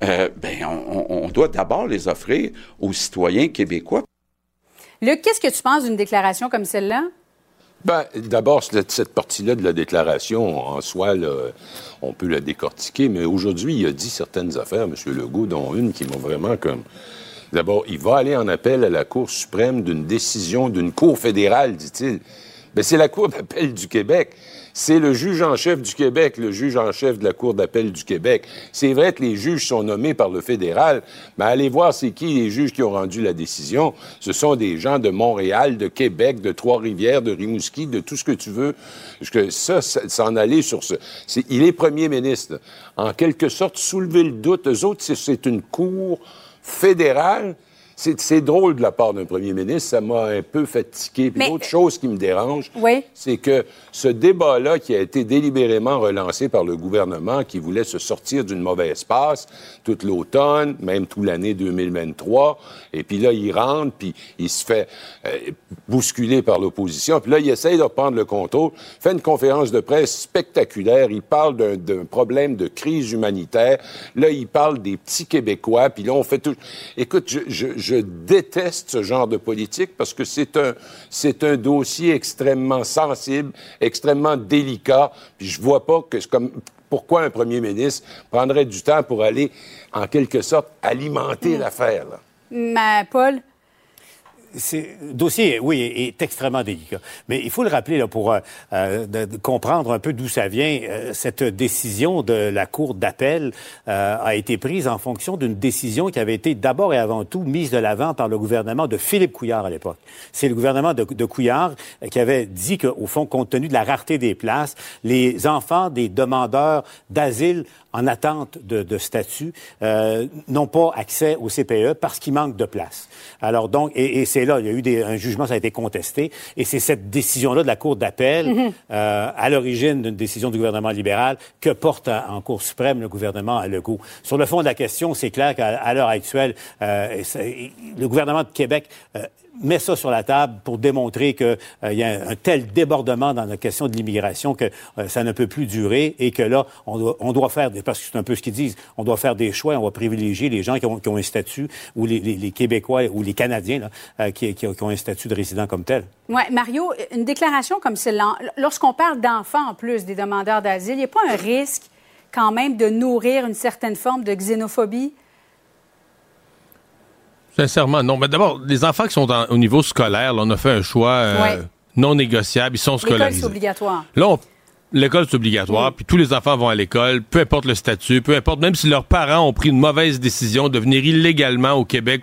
on doit d'abord les offrir aux citoyens québécois. Luc, qu'est-ce que tu penses d'une déclaration comme celle-là? D'abord, cette partie-là de la déclaration, en soi, là, on peut la décortiquer, mais aujourd'hui, il a dit certaines affaires, M. Legault, dont une qui m'a vraiment comme... D'abord, il va aller en appel à la Cour suprême d'une décision d'une Cour fédérale, dit-il. Bien, c'est la Cour d'appel du Québec. C'est le juge en chef du Québec, le juge en chef de la Cour d'appel du Québec. C'est vrai que les juges sont nommés par le fédéral, mais allez voir c'est qui les juges qui ont rendu la décision. Ce sont des gens de Montréal, de Québec, de Trois-Rivières, de Rimouski, de tout ce que tu veux. Parce que ça, s'en aller sur ce... il est premier ministre. En quelque sorte, soulever le doute. Eux autres, c'est une cour fédérale. C'est drôle de la part d'un premier ministre, ça m'a un peu fatigué. Puis l'autre chose qui me dérange, c'est que ce débat-là qui a été délibérément relancé par le gouvernement qui voulait se sortir d'une mauvaise passe toute l'automne, même toute l'année 2023, et puis là, il rentre, puis il se fait bousculer par l'opposition, puis là, il essaye de reprendre le contrôle, fait une conférence de presse spectaculaire, il parle d'un problème de crise humanitaire, là, il parle des petits Québécois, puis là, on fait tout... Écoute, je déteste ce genre de politique parce que c'est un dossier extrêmement sensible, extrêmement délicat. Puis je vois pas pourquoi un premier ministre prendrait du temps pour aller, en quelque sorte, alimenter l'affaire. Là. Mais Paul? Le dossier, oui, est extrêmement délicat. Mais il faut le rappeler là, pour de comprendre un peu d'où ça vient. Cette décision de la Cour d'appel a été prise en fonction d'une décision qui avait été d'abord et avant tout mise de l'avant par le gouvernement de Philippe Couillard à l'époque. C'est le gouvernement de Couillard qui avait dit qu'au fond, compte tenu de la rareté des places, les enfants des demandeurs d'asile en attente de statut n'ont pas accès au CPE parce qu'il manque de place. Alors donc, et c'est là, il y a eu un jugement, ça a été contesté, et c'est cette décision-là de la Cour d'appel, à l'origine d'une décision du gouvernement libéral, que porte en Cour suprême le gouvernement Legault. Sur le fond de la question, c'est clair qu'à l'heure actuelle, le gouvernement de Québec met ça sur la table pour démontrer qu'il y a un tel débordement dans la question de l'immigration que ça ne peut plus durer et que là, on doit faire, parce que c'est un peu ce qu'ils disent, on doit faire des choix, on va privilégier les gens qui ont un statut, ou les Québécois ou les Canadiens là, qui ont un statut de résident comme tel. Oui, Mario, une déclaration comme celle-là, lorsqu'on parle d'enfants en plus des demandeurs d'asile, il n'y a pas un risque quand même de nourrir une certaine forme de xénophobie? Sincèrement, non. Mais d'abord, les enfants qui sont au niveau scolaire, là, on a fait un choix non négociable. Ils sont scolarisés. L'école, c'est obligatoire. Là, l'école, c'est obligatoire, puis tous les enfants vont à l'école, peu importe le statut, peu importe, même si leurs parents ont pris une mauvaise décision de venir illégalement au Québec,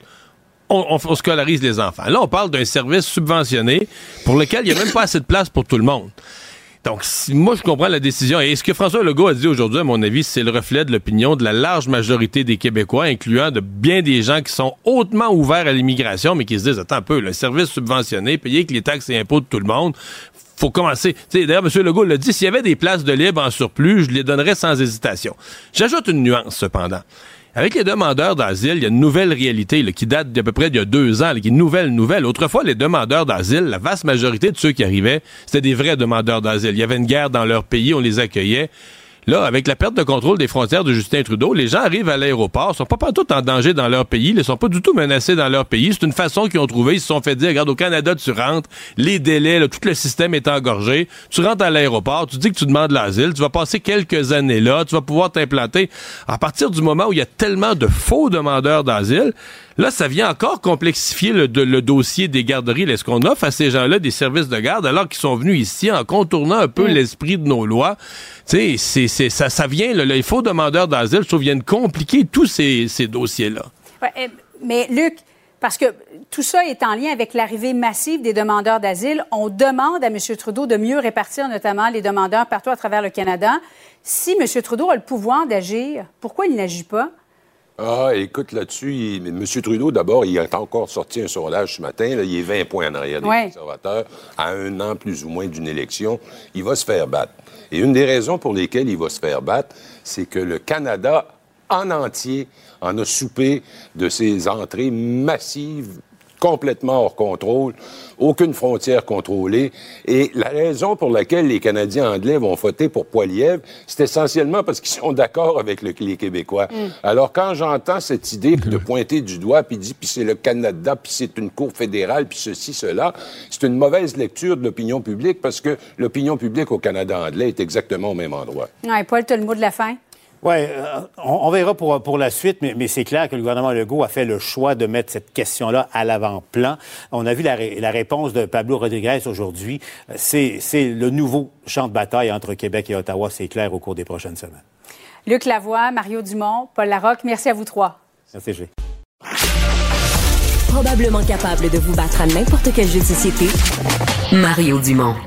on scolarise les enfants. Là, on parle d'un service subventionné pour lequel il n'y a même pas assez de place pour tout le monde. Donc, moi, je comprends la décision. Et ce que François Legault a dit aujourd'hui, à mon avis, c'est le reflet de l'opinion de la large majorité des Québécois, incluant de bien des gens qui sont hautement ouverts à l'immigration, mais qui se disent, attends un peu, le service subventionné, payé avec les taxes et impôts de tout le monde, faut commencer. D'ailleurs, M. Legault l'a dit, s'il y avait des places de libre en surplus, je les donnerais sans hésitation. J'ajoute une nuance, cependant. Avec les demandeurs d'asile, il y a une nouvelle réalité là, qui date d'à peu près d'il y a 2 ans, là, qui est une nouvelle. Autrefois, les demandeurs d'asile, la vaste majorité de ceux qui arrivaient, c'était des vrais demandeurs d'asile. Il y avait une guerre dans leur pays, on les accueillait. Là, avec la perte de contrôle des frontières de Justin Trudeau, les gens arrivent à l'aéroport, sont pas partout en danger dans leur pays, ils sont pas du tout menacés dans leur pays. C'est une façon qu'ils ont trouvé, ils se sont fait dire, regarde, au Canada, tu rentres, les délais, là, tout le système est engorgé, tu rentres à l'aéroport, tu dis que tu demandes l'asile, tu vas passer quelques années là, tu vas pouvoir t'implanter. À partir du moment où il y a tellement de faux demandeurs d'asile, là, ça vient encore complexifier le dossier des garderies. Est-ce qu'on offre à ces gens-là des services de garde alors qu'ils sont venus ici en contournant un peu l'esprit de nos lois? Tu sais, ça vient, les faux demandeurs d'asile, je trouve, viennent compliquer tous ces dossiers-là. Ouais, mais Luc, parce que tout ça est en lien avec l'arrivée massive des demandeurs d'asile, on demande à M. Trudeau de mieux répartir notamment les demandeurs partout à travers le Canada. Si M. Trudeau a le pouvoir d'agir, pourquoi il n'agit pas? Ah, écoute, là-dessus, M. Trudeau, d'abord, il a encore sorti un sondage ce matin. Là, il est 20 points en arrière des conservateurs à 1 an plus ou moins d'une élection. Il va se faire battre. Et une des raisons pour lesquelles il va se faire battre, c'est que le Canada en entier en a soupé de ces entrées massives, complètement hors contrôle, aucune frontière contrôlée. Et la raison pour laquelle les Canadiens anglais vont voter pour Poilievre, c'est essentiellement parce qu'ils sont d'accord avec les Québécois. Alors, quand j'entends cette idée de pointer du doigt, puis dit, puis c'est le Canada, puis c'est une cour fédérale, puis ceci, cela, c'est une mauvaise lecture de l'opinion publique parce que l'opinion publique au Canada anglais est exactement au même endroit. Ouais, Paul, tu as le mot de la fin? Oui, on verra pour la suite, mais c'est clair que le gouvernement Legault a fait le choix de mettre cette question-là à l'avant-plan. On a vu la réponse de Pablo Rodriguez aujourd'hui. C'est le nouveau champ de bataille entre Québec et Ottawa, c'est clair, au cours des prochaines semaines. Luc Lavoie, Mario Dumont, Paul Larocque, merci à vous trois. Merci, G. Probablement capable de vous battre à n'importe quel jeu de société, Mario Dumont.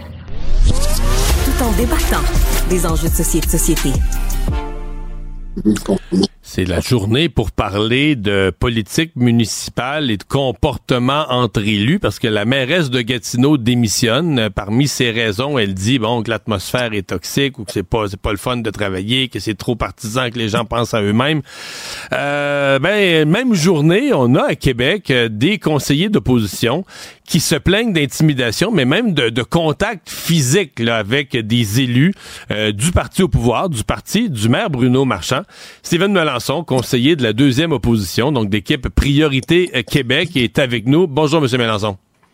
Tout en débattant des enjeux de société. C'est la journée pour parler de politique municipale et de comportement entre élus, parce que la mairesse de Gatineau démissionne. Parmi ses raisons, elle dit que l'atmosphère est toxique ou que c'est pas le fun de travailler, que c'est trop partisan, que les gens pensent à eux-mêmes. Même journée, on a à Québec des conseillers d'opposition qui se plaignent d'intimidation, mais même de contact physique là, avec des élus du parti au pouvoir, du maire Bruno Marchand. Stephen Melançon, conseiller de la deuxième opposition, donc d'équipe Priorité Québec, est avec nous. Bonjour, M. Melançon.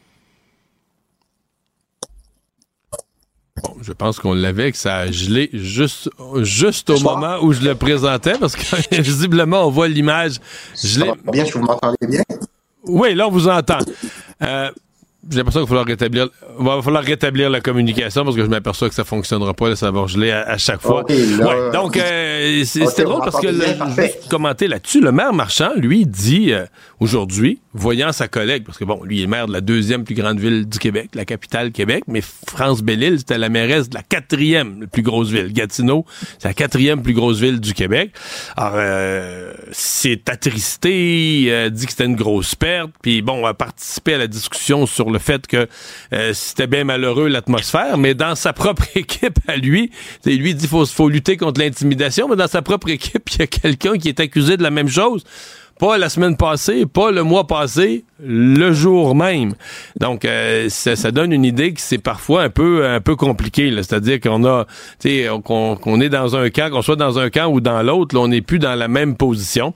Bon, je pense qu'on l'avait, que ça a gelé juste au moment où je le présentais, parce que visiblement, on voit l'image gelée. Bien, je vous m'entendez bien? Oui, là, on vous entend. J'ai l'impression qu'il va falloir rétablir la communication parce que je m'aperçois que ça fonctionnera pas, là, ça va geler à chaque fois. Okay, là, donc, c'était drôle parce que juste commenter là-dessus, le maire Marchand, lui, dit aujourd'hui, voyant sa collègue, parce que bon, lui il est maire de la 2e plus grande ville du Québec, la capitale Québec, mais France Belle-Île, c'était la mairesse de la 4e plus grosse ville. Gatineau, c'est la 4e plus grosse ville du Québec. Alors, c'est attristé, dit que c'était une grosse perte, puis bon, a participé à la discussion sur le fait que c'était bien malheureux l'atmosphère, mais dans sa propre équipe à lui dit faut lutter contre l'intimidation, mais dans sa propre équipe, il y a quelqu'un qui est accusé de la même chose. Pas la semaine passée, pas le mois passé, le jour même. Donc, ça donne une idée que c'est parfois un peu compliqué, là. C'est-à-dire qu'on a, qu'on est dans un camp, qu'on soit dans un camp ou dans l'autre, là, on n'est plus dans la même position.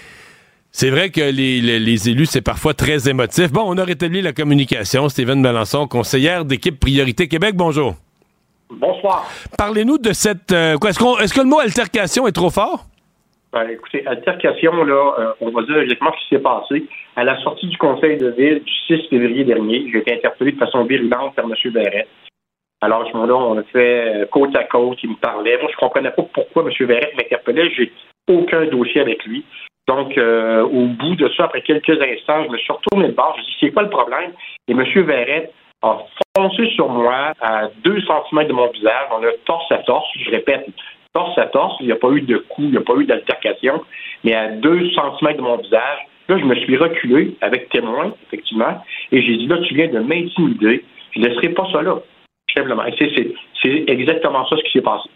C'est vrai que les élus, c'est parfois très émotif. Bon, on a rétabli la communication. Stéphane Melançon, conseillère d'équipe Priorité Québec, bonjour. Bonsoir. Parlez-nous de cette... est-ce que le mot altercation est trop fort? Ben, écoutez, altercation, là, on va dire exactement ce qui s'est passé. À la sortie du conseil de ville du 6 février dernier, j'ai été interpellé de façon virulente par M. Verrette. Alors, à ce moment-là, on a fait côte à côte, il me parlait. Moi, je comprenais pas pourquoi M. Verrette m'interpellait. J'ai aucun dossier avec lui. Donc, au bout de ça, après quelques instants, je me suis retourné de bord. Je me suis dit, c'est quoi le problème? Et M. Verrette a foncé sur moi à 2 cm de mon visage. On a torse à torse, je répète, torse à torse. Il n'y a pas eu de coup, il n'y a pas eu d'altercation. Mais à 2 cm de mon visage, là, je me suis reculé avec témoin, effectivement. Et j'ai dit, là, tu viens de m'intimider. Je ne laisserai pas ça là. Simplement. C'est exactement ça ce qui s'est passé.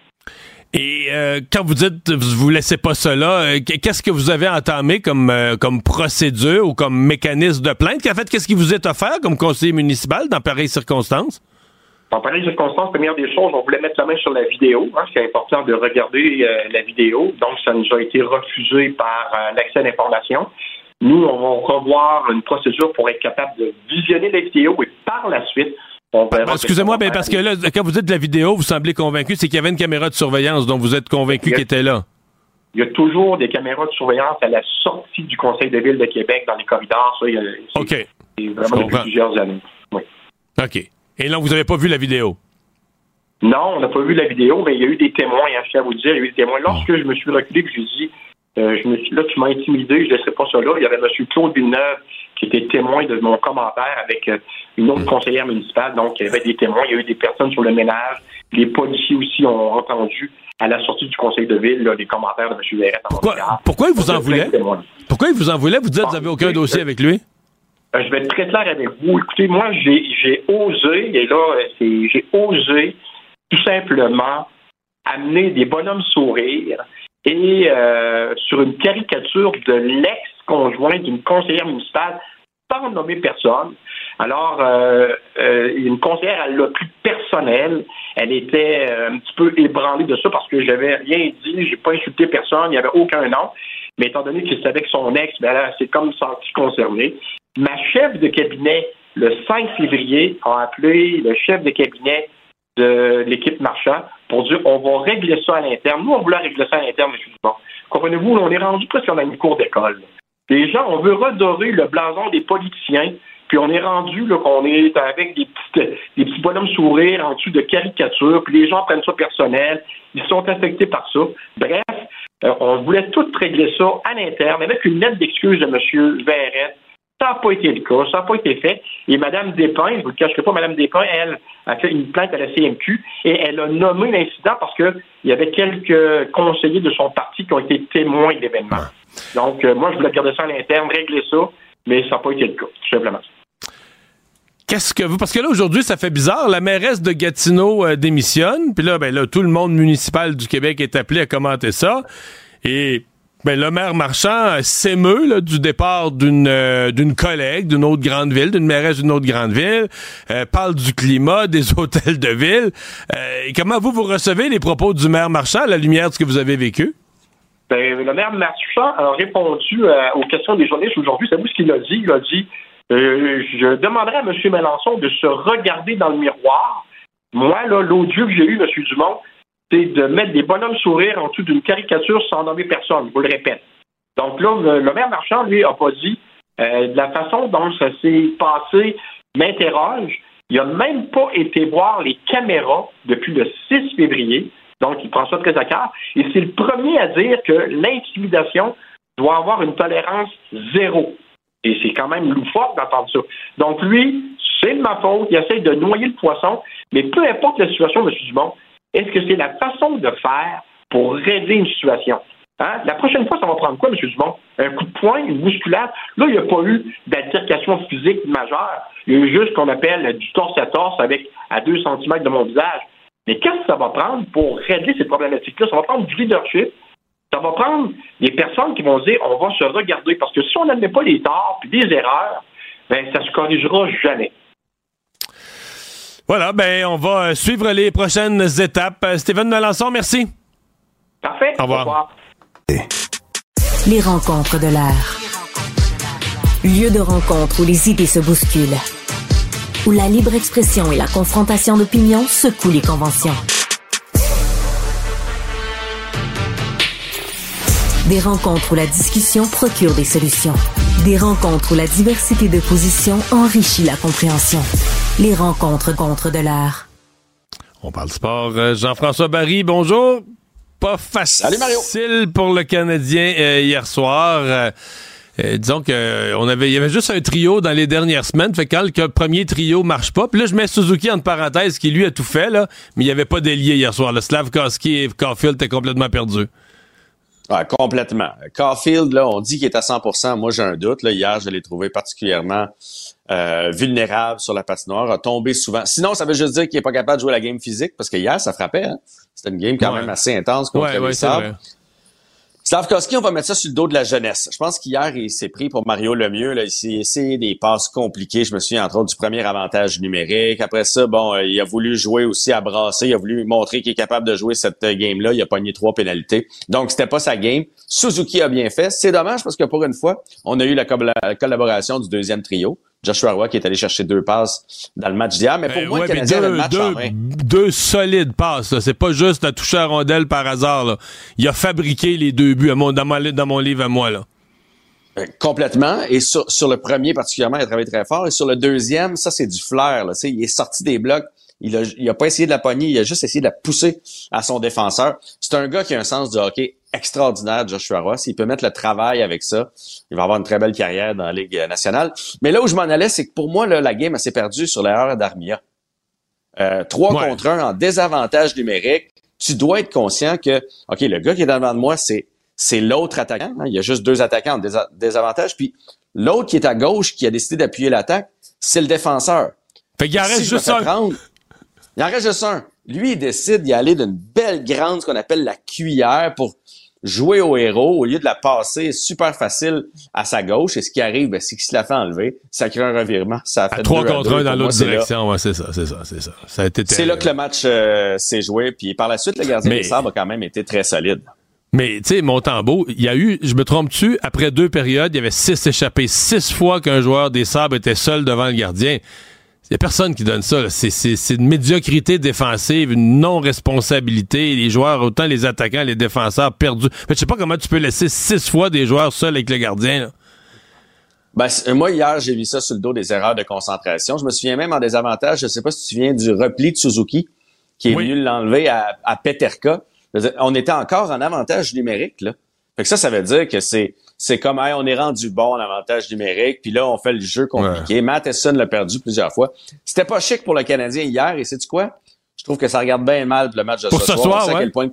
Et quand vous dites vous laissez pas cela, qu'est-ce que vous avez entamé comme procédure ou comme mécanisme de plainte? En fait, qu'est-ce qui vous est offert comme conseiller municipal dans pareilles circonstances? Dans pareilles circonstances, première des choses, on voulait mettre la main sur la vidéo. C'est important de regarder la vidéo. Donc, ça nous a été refusé par l'accès à l'information. Nous, on va revoir une procédure pour être capable de visionner la vidéo et par la suite, excusez-moi, mais parce que là, quand vous dites de la vidéo, vous semblez convaincu, c'est qu'il y avait une caméra de surveillance dont vous êtes convaincu qu'elle était là. Il y a toujours des caméras de surveillance à la sortie du Conseil de ville de Québec dans les corridors. Ça, c'est vraiment depuis plusieurs années. Oui. OK. Et là, vous n'avez pas vu la vidéo? Non, on n'a pas vu la vidéo, mais il y a eu des témoins, je tiens à vous dire, il y a eu des témoins. Lorsque je me suis reculé, puis j'ai dit, là, tu m'as intimidé, je ne laisserai pas ça là. Il y avait M. Claude Villeneuve qui était témoin de mon commentaire avec une autre conseillère municipale. Donc, il y avait des témoins, il y a eu des personnes sur le ménage. Les policiers aussi ont entendu à la sortie du conseil de ville là, les commentaires de M. Verrette. Pourquoi il vous en voulait? Pourquoi il vous en voulait? Vous dites que vous n'avez aucun dossier avec lui? Je vais être très clair avec vous. Écoutez, moi, j'ai osé, et là, j'ai osé tout simplement amener des bonhommes sourires et sur une caricature de l'ex-conjoint d'une conseillère municipale sans nommer personne. Alors, une conseillère, elle l'a pris personnel. Elle était un petit peu ébranlée de ça parce que j'avais rien dit, j'ai pas insulté personne, il n'y avait aucun nom. Mais étant donné que c'était avec son ex, ben là, c'est comme senti concerné. Ma chef de cabinet, le 5 février, a appelé le chef de cabinet de l'équipe Marchand pour dire on va régler ça à l'interne. Nous, on voulait régler ça à l'interne, M. Dubon. Comprenez-vous, on est rendu presque dans une cour d'école. Les gens, on veut redorer le blason des politiciens, puis on est rendu là, qu'on est avec des petits bonhommes sourires en dessous de caricatures, puis les gens prennent ça personnel, ils sont affectés par ça. Bref, on voulait tout régler ça à l'interne avec une lettre d'excuse de M. Verrette. Ça n'a pas été le cas, ça n'a pas été fait. Et Mme Despins, je ne vous le cacherai pas, Mme Despins, elle, a fait une plainte à la CMQ et elle a nommé l'incident parce qu'il y avait quelques conseillers de son parti qui ont été témoins de l'événement. Donc, moi, je voulais garder ça à l'interne, régler ça, mais ça n'a pas été le cas, tout simplement. Qu'est-ce que vous... Parce que là, aujourd'hui, ça fait bizarre. La mairesse de Gatineau démissionne, puis là, tout le monde municipal du Québec est appelé à commenter ça. Et... le maire Marchand s'émeut là, du départ d'une collègue d'une autre grande ville, d'une mairesse d'une autre grande ville, parle du climat, des hôtels de ville. Et comment vous recevez les propos du maire Marchand à la lumière de ce que vous avez vécu? Le maire Marchand a répondu aux questions des journalistes aujourd'hui. Savez-vous ce qu'il a dit? Il a dit je demanderai à M. Mélenchon de se regarder dans le miroir. Moi, là, l'odieux que j'ai eu, M. Dumont, c'est de mettre des bonhommes sourires en dessous d'une caricature sans nommer personne, je vous le répète. Donc là, le maire Marchand, lui, n'a pas dit de la façon dont ça s'est passé, m'interroge. Il n'a même pas été voir les caméras depuis le 6 février, donc il prend ça très à cœur. Et c'est le premier à dire que l'intimidation doit avoir une tolérance zéro. Et c'est quand même loufoque d'entendre ça. Donc lui, c'est de ma faute, il essaie de noyer le poisson, mais peu importe la situation, M. Dumont, est-ce que c'est la façon de faire pour régler une situation? Hein? La prochaine fois, ça va prendre quoi, M. Dumont? Un coup de poing, une bousculade? Là, il n'y a pas eu d'altercation physique majeure. Il y a eu juste ce qu'on appelle du torse à torse à 2 cm de mon visage. Mais qu'est-ce que ça va prendre pour régler ces problématiques-là? Ça va prendre du leadership. Ça va prendre des personnes qui vont dire on va se regarder. Parce que si on n'admet pas les torts et des erreurs, ben ça se corrigera jamais. Voilà, ben on va suivre les prochaines étapes. Stéphane Melançon, merci. Parfait. Au revoir. Les rencontres de l'heure. Lieu de rencontre où les idées se bousculent. Où la libre expression et la confrontation d'opinions secouent les conventions. Des rencontres où la discussion procure des solutions. Des rencontres où la diversité de positions enrichit la compréhension. Les rencontres contre de l'heure. On parle sport. Jean-François Barry, bonjour. Pas facile Salut Mario. Pour le Canadien hier soir. Disons que il y avait juste un trio dans les dernières semaines. Fait que quand le premier trio marche pas, puis là je mets Suzuki entre parenthèses qui lui a tout fait là, mais il y avait pas d'ailier hier soir. Le Slavkovski et Caulfield étaient complètement perdus. Ouais, complètement. Caulfield, là, on dit qu'il est à 100%. Moi, j'ai un doute. Là, hier, je l'ai trouvé particulièrement vulnérable sur la patinoire, a tombé souvent. Sinon, ça veut juste dire qu'il est pas capable de jouer la game physique, parce que hier, ça frappait. Hein? C'était une game quand même assez intense contre les Sabres. Slavkovski, on va mettre ça sur le dos de la jeunesse. Je pense qu'hier, il s'est pris pour Mario Lemieux. Là, il s'est essayé des passes compliquées. Je me souviens, entre autres, du premier avantage numérique. Après ça, il a voulu jouer aussi à brasser. Il a voulu montrer qu'il est capable de jouer cette game-là. Il a pogné 3 pénalités. Donc, c'était pas sa game. Suzuki a bien fait. C'est dommage parce que pour une fois, on a eu la collaboration du deuxième trio. Joshua Roy qui est allé chercher 2 passes dans le match d'hier. Mais pour moi, le Canadien avait le match en main. 2 solides passes. Là. C'est pas juste la toucher à rondelle par hasard. Là. Il a fabriqué les 2 buts dans mon livre à moi. Là. Complètement. Et sur le premier, particulièrement, il a travaillé très fort. Et sur le deuxième, ça, c'est du flair. Là. Il est sorti des blocs. Il a pas essayé de la pogner. Il a juste essayé de la pousser à son défenseur. C'est un gars qui a un sens du hockey extraordinaire, Joshua Roy. S'il peut mettre le travail avec ça, il va avoir une très belle carrière dans la Ligue nationale. Mais là où je m'en allais, c'est que pour moi, là, la game s'est perdue sur l'erreur d'Armia. 3 contre 1 en désavantage numérique. Tu dois être conscient que, OK, le gars qui est devant de moi, c'est l'autre attaquant. Hein? Il y a juste 2 attaquants en désavantage. Puis l'autre qui est à gauche, qui a décidé d'appuyer l'attaque, c'est le défenseur. Fait qu'il en reste juste un. Il en reste juste un. Lui, il décide d'y aller d'une belle grande, ce qu'on appelle la cuillère, pour jouer au héros, au lieu de la passer super facile à sa gauche. Et ce qui arrive, c'est qu'il se la fait enlever. Ça crée un revirement. Ça a fait 3 contre 1 dans l'autre direction. Ouais, c'est ça. Ça a été c'est là que le match s'est joué. Puis par la suite, le gardien des Sabres a quand même été très solide. Mais, tu sais, Montembeault, il y a eu, je me trompe-tu, après 2 périodes, il y avait 6 échappés. 6 fois qu'un joueur des Sabres était seul devant le gardien. Il n'y a personne qui donne ça. Là. C'est une médiocrité défensive, une non-responsabilité. Les joueurs, autant les attaquants, les défenseurs perdus. Je sais pas comment tu peux laisser 6 fois des joueurs seuls avec le gardien. Là. Moi, hier, j'ai mis ça sur le dos des erreurs de concentration. Je me souviens même en désavantage, je sais pas si tu te souviens du repli de Suzuki, qui est venu l'enlever à Peterka. On était encore en avantage numérique, là. Fait que ça veut dire que c'est comme, hey, on est rendu bon en avantage numérique, puis là, on fait le jeu compliqué. Ouais. Matheson l'a perdu plusieurs fois. C'était pas chic pour le Canadien hier, et sais-tu quoi? Je trouve que ça regarde bien mal pour le match de ce soir. On sait à quel point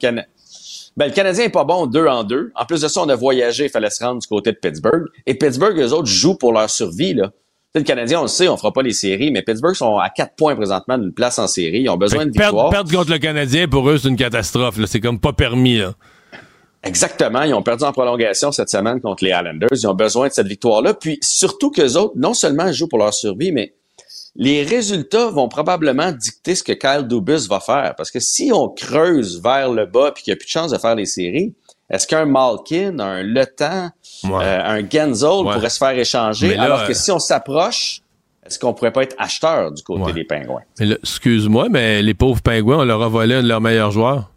le Canadien est pas bon 2-2. En plus de ça, on a voyagé, il fallait se rendre du côté de Pittsburgh. Et Pittsburgh, eux autres, jouent pour leur survie, là. Le Canadien, on le sait, on fera pas les séries, mais Pittsburgh sont à 4 points présentement d'une place en série. Ils ont besoin de victoire. Perdre contre le Canadien, pour eux, c'est une catastrophe. Là. C'est comme pas permis, là. Exactement. Ils ont perdu en prolongation cette semaine contre les Islanders. Ils ont besoin de cette victoire-là. Puis surtout qu'eux autres, non seulement jouent pour leur survie, mais les résultats vont probablement dicter ce que Kyle Dubas va faire. Parce que si on creuse vers le bas puis qu'il n'y a plus de chance de faire les séries, est-ce qu'un Malkin, un Le Temps, un Genzel pourrait se faire échanger? Là, alors que si on s'approche, est-ce qu'on pourrait pas être acheteur du côté des Pingouins? Là, excuse-moi, mais les pauvres Pingouins, on leur a volé un de leurs meilleurs joueurs.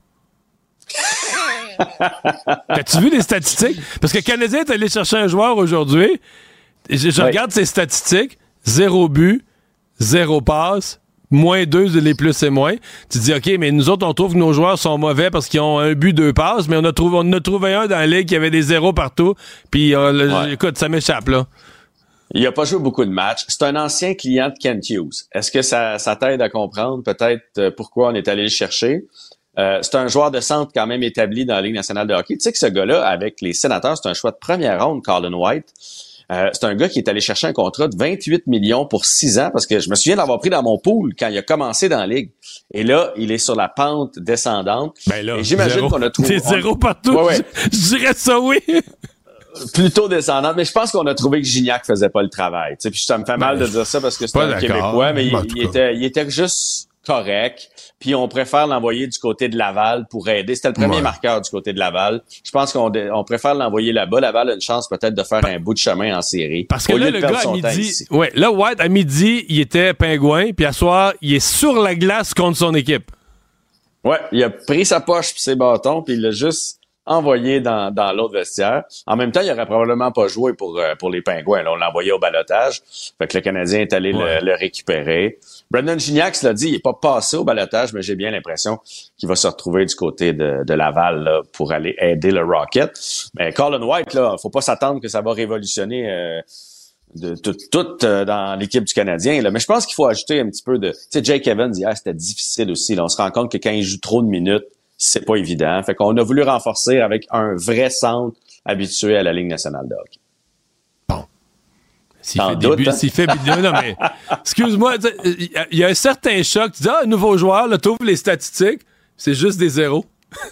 As-tu vu les statistiques? Parce que le Canadien est allé chercher un joueur aujourd'hui. Je regarde ces statistiques, 0 but, 0 passe, -2 les plus et moins. Tu te dis, OK, mais nous autres, on trouve que nos joueurs sont mauvais parce qu'ils ont 1 but, 2 passes, mais on a trouvé un dans la ligue qui avait des 0 partout. Puis, écoute, ça m'échappe, là. Il a pas joué beaucoup de matchs. C'est un ancien client de Kent Hughes. Est-ce que ça t'aide à comprendre peut-être pourquoi on est allé le chercher? C'est un joueur de centre quand même établi dans la Ligue nationale de hockey. Tu sais que ce gars-là, avec les Sénateurs, c'est un choix de première ronde, Colin White. C'est un gars qui est allé chercher un contrat de 28 millions pour 6 ans parce que je me souviens d'avoir pris dans mon pool quand il a commencé dans la Ligue. Et là, il est sur la pente descendante. Ben là, et j'imagine qu'on a trouvé... C'est 0 partout. Ouais. Je dirais ça, oui. Plutôt descendante, mais je pense qu'on a trouvé que Gignac faisait pas le travail. Tu sais, puis ça me fait mal de dire ça parce que c'est un Québécois, mais il était juste correct. Puis on préfère l'envoyer du côté de Laval pour aider. C'était le premier marqueur du côté de Laval. Je pense qu'on préfère l'envoyer là-bas. Laval a une chance peut-être de faire un bout de chemin en série. Parce que là, le gars à midi, là White à midi, il était pingouin, puis à soir, il est sur la glace contre son équipe. Ouais, il a pris sa poche puis ses bâtons, puis il l'a juste envoyé dans l'autre vestiaire. En même temps, il aurait probablement pas joué pour les Pingouins. Là, on l'a envoyé au balotage. Fait que le Canadien est allé le récupérer. Brendan Gignac l'a dit, il est pas passé au balotage, mais j'ai bien l'impression qu'il va se retrouver du côté de Laval là, pour aller aider le Rocket. Mais Colin White, là, faut pas s'attendre que ça va révolutionner tout dans l'équipe du Canadien. Là. Mais je pense qu'il faut ajouter un petit peu de... Tu sais, Jake Evans, hier, c'était difficile aussi. Là. On se rend compte que quand il joue trop de minutes, c'est pas évident. Fait qu'on a voulu renforcer avec un vrai centre habitué à la Ligue nationale de hockey. Bon. S'il fait non, mais excuse-moi, il y a un certain choc. Tu dis, un nouveau joueur, là, t'ouvres les statistiques, c'est juste des zéros.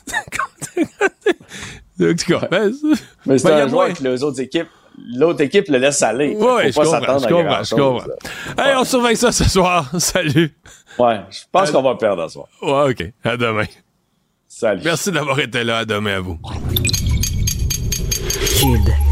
Mais c'est un joueur que les autres équipes, l'autre équipe le laisse aller. Oui, je comprends. Hey, on surveille ça ce soir. Salut. Ouais, je pense qu'on va perdre ce soir. Ouais, OK. À demain. Salut. Merci d'avoir été là. À demain à vous. Cube.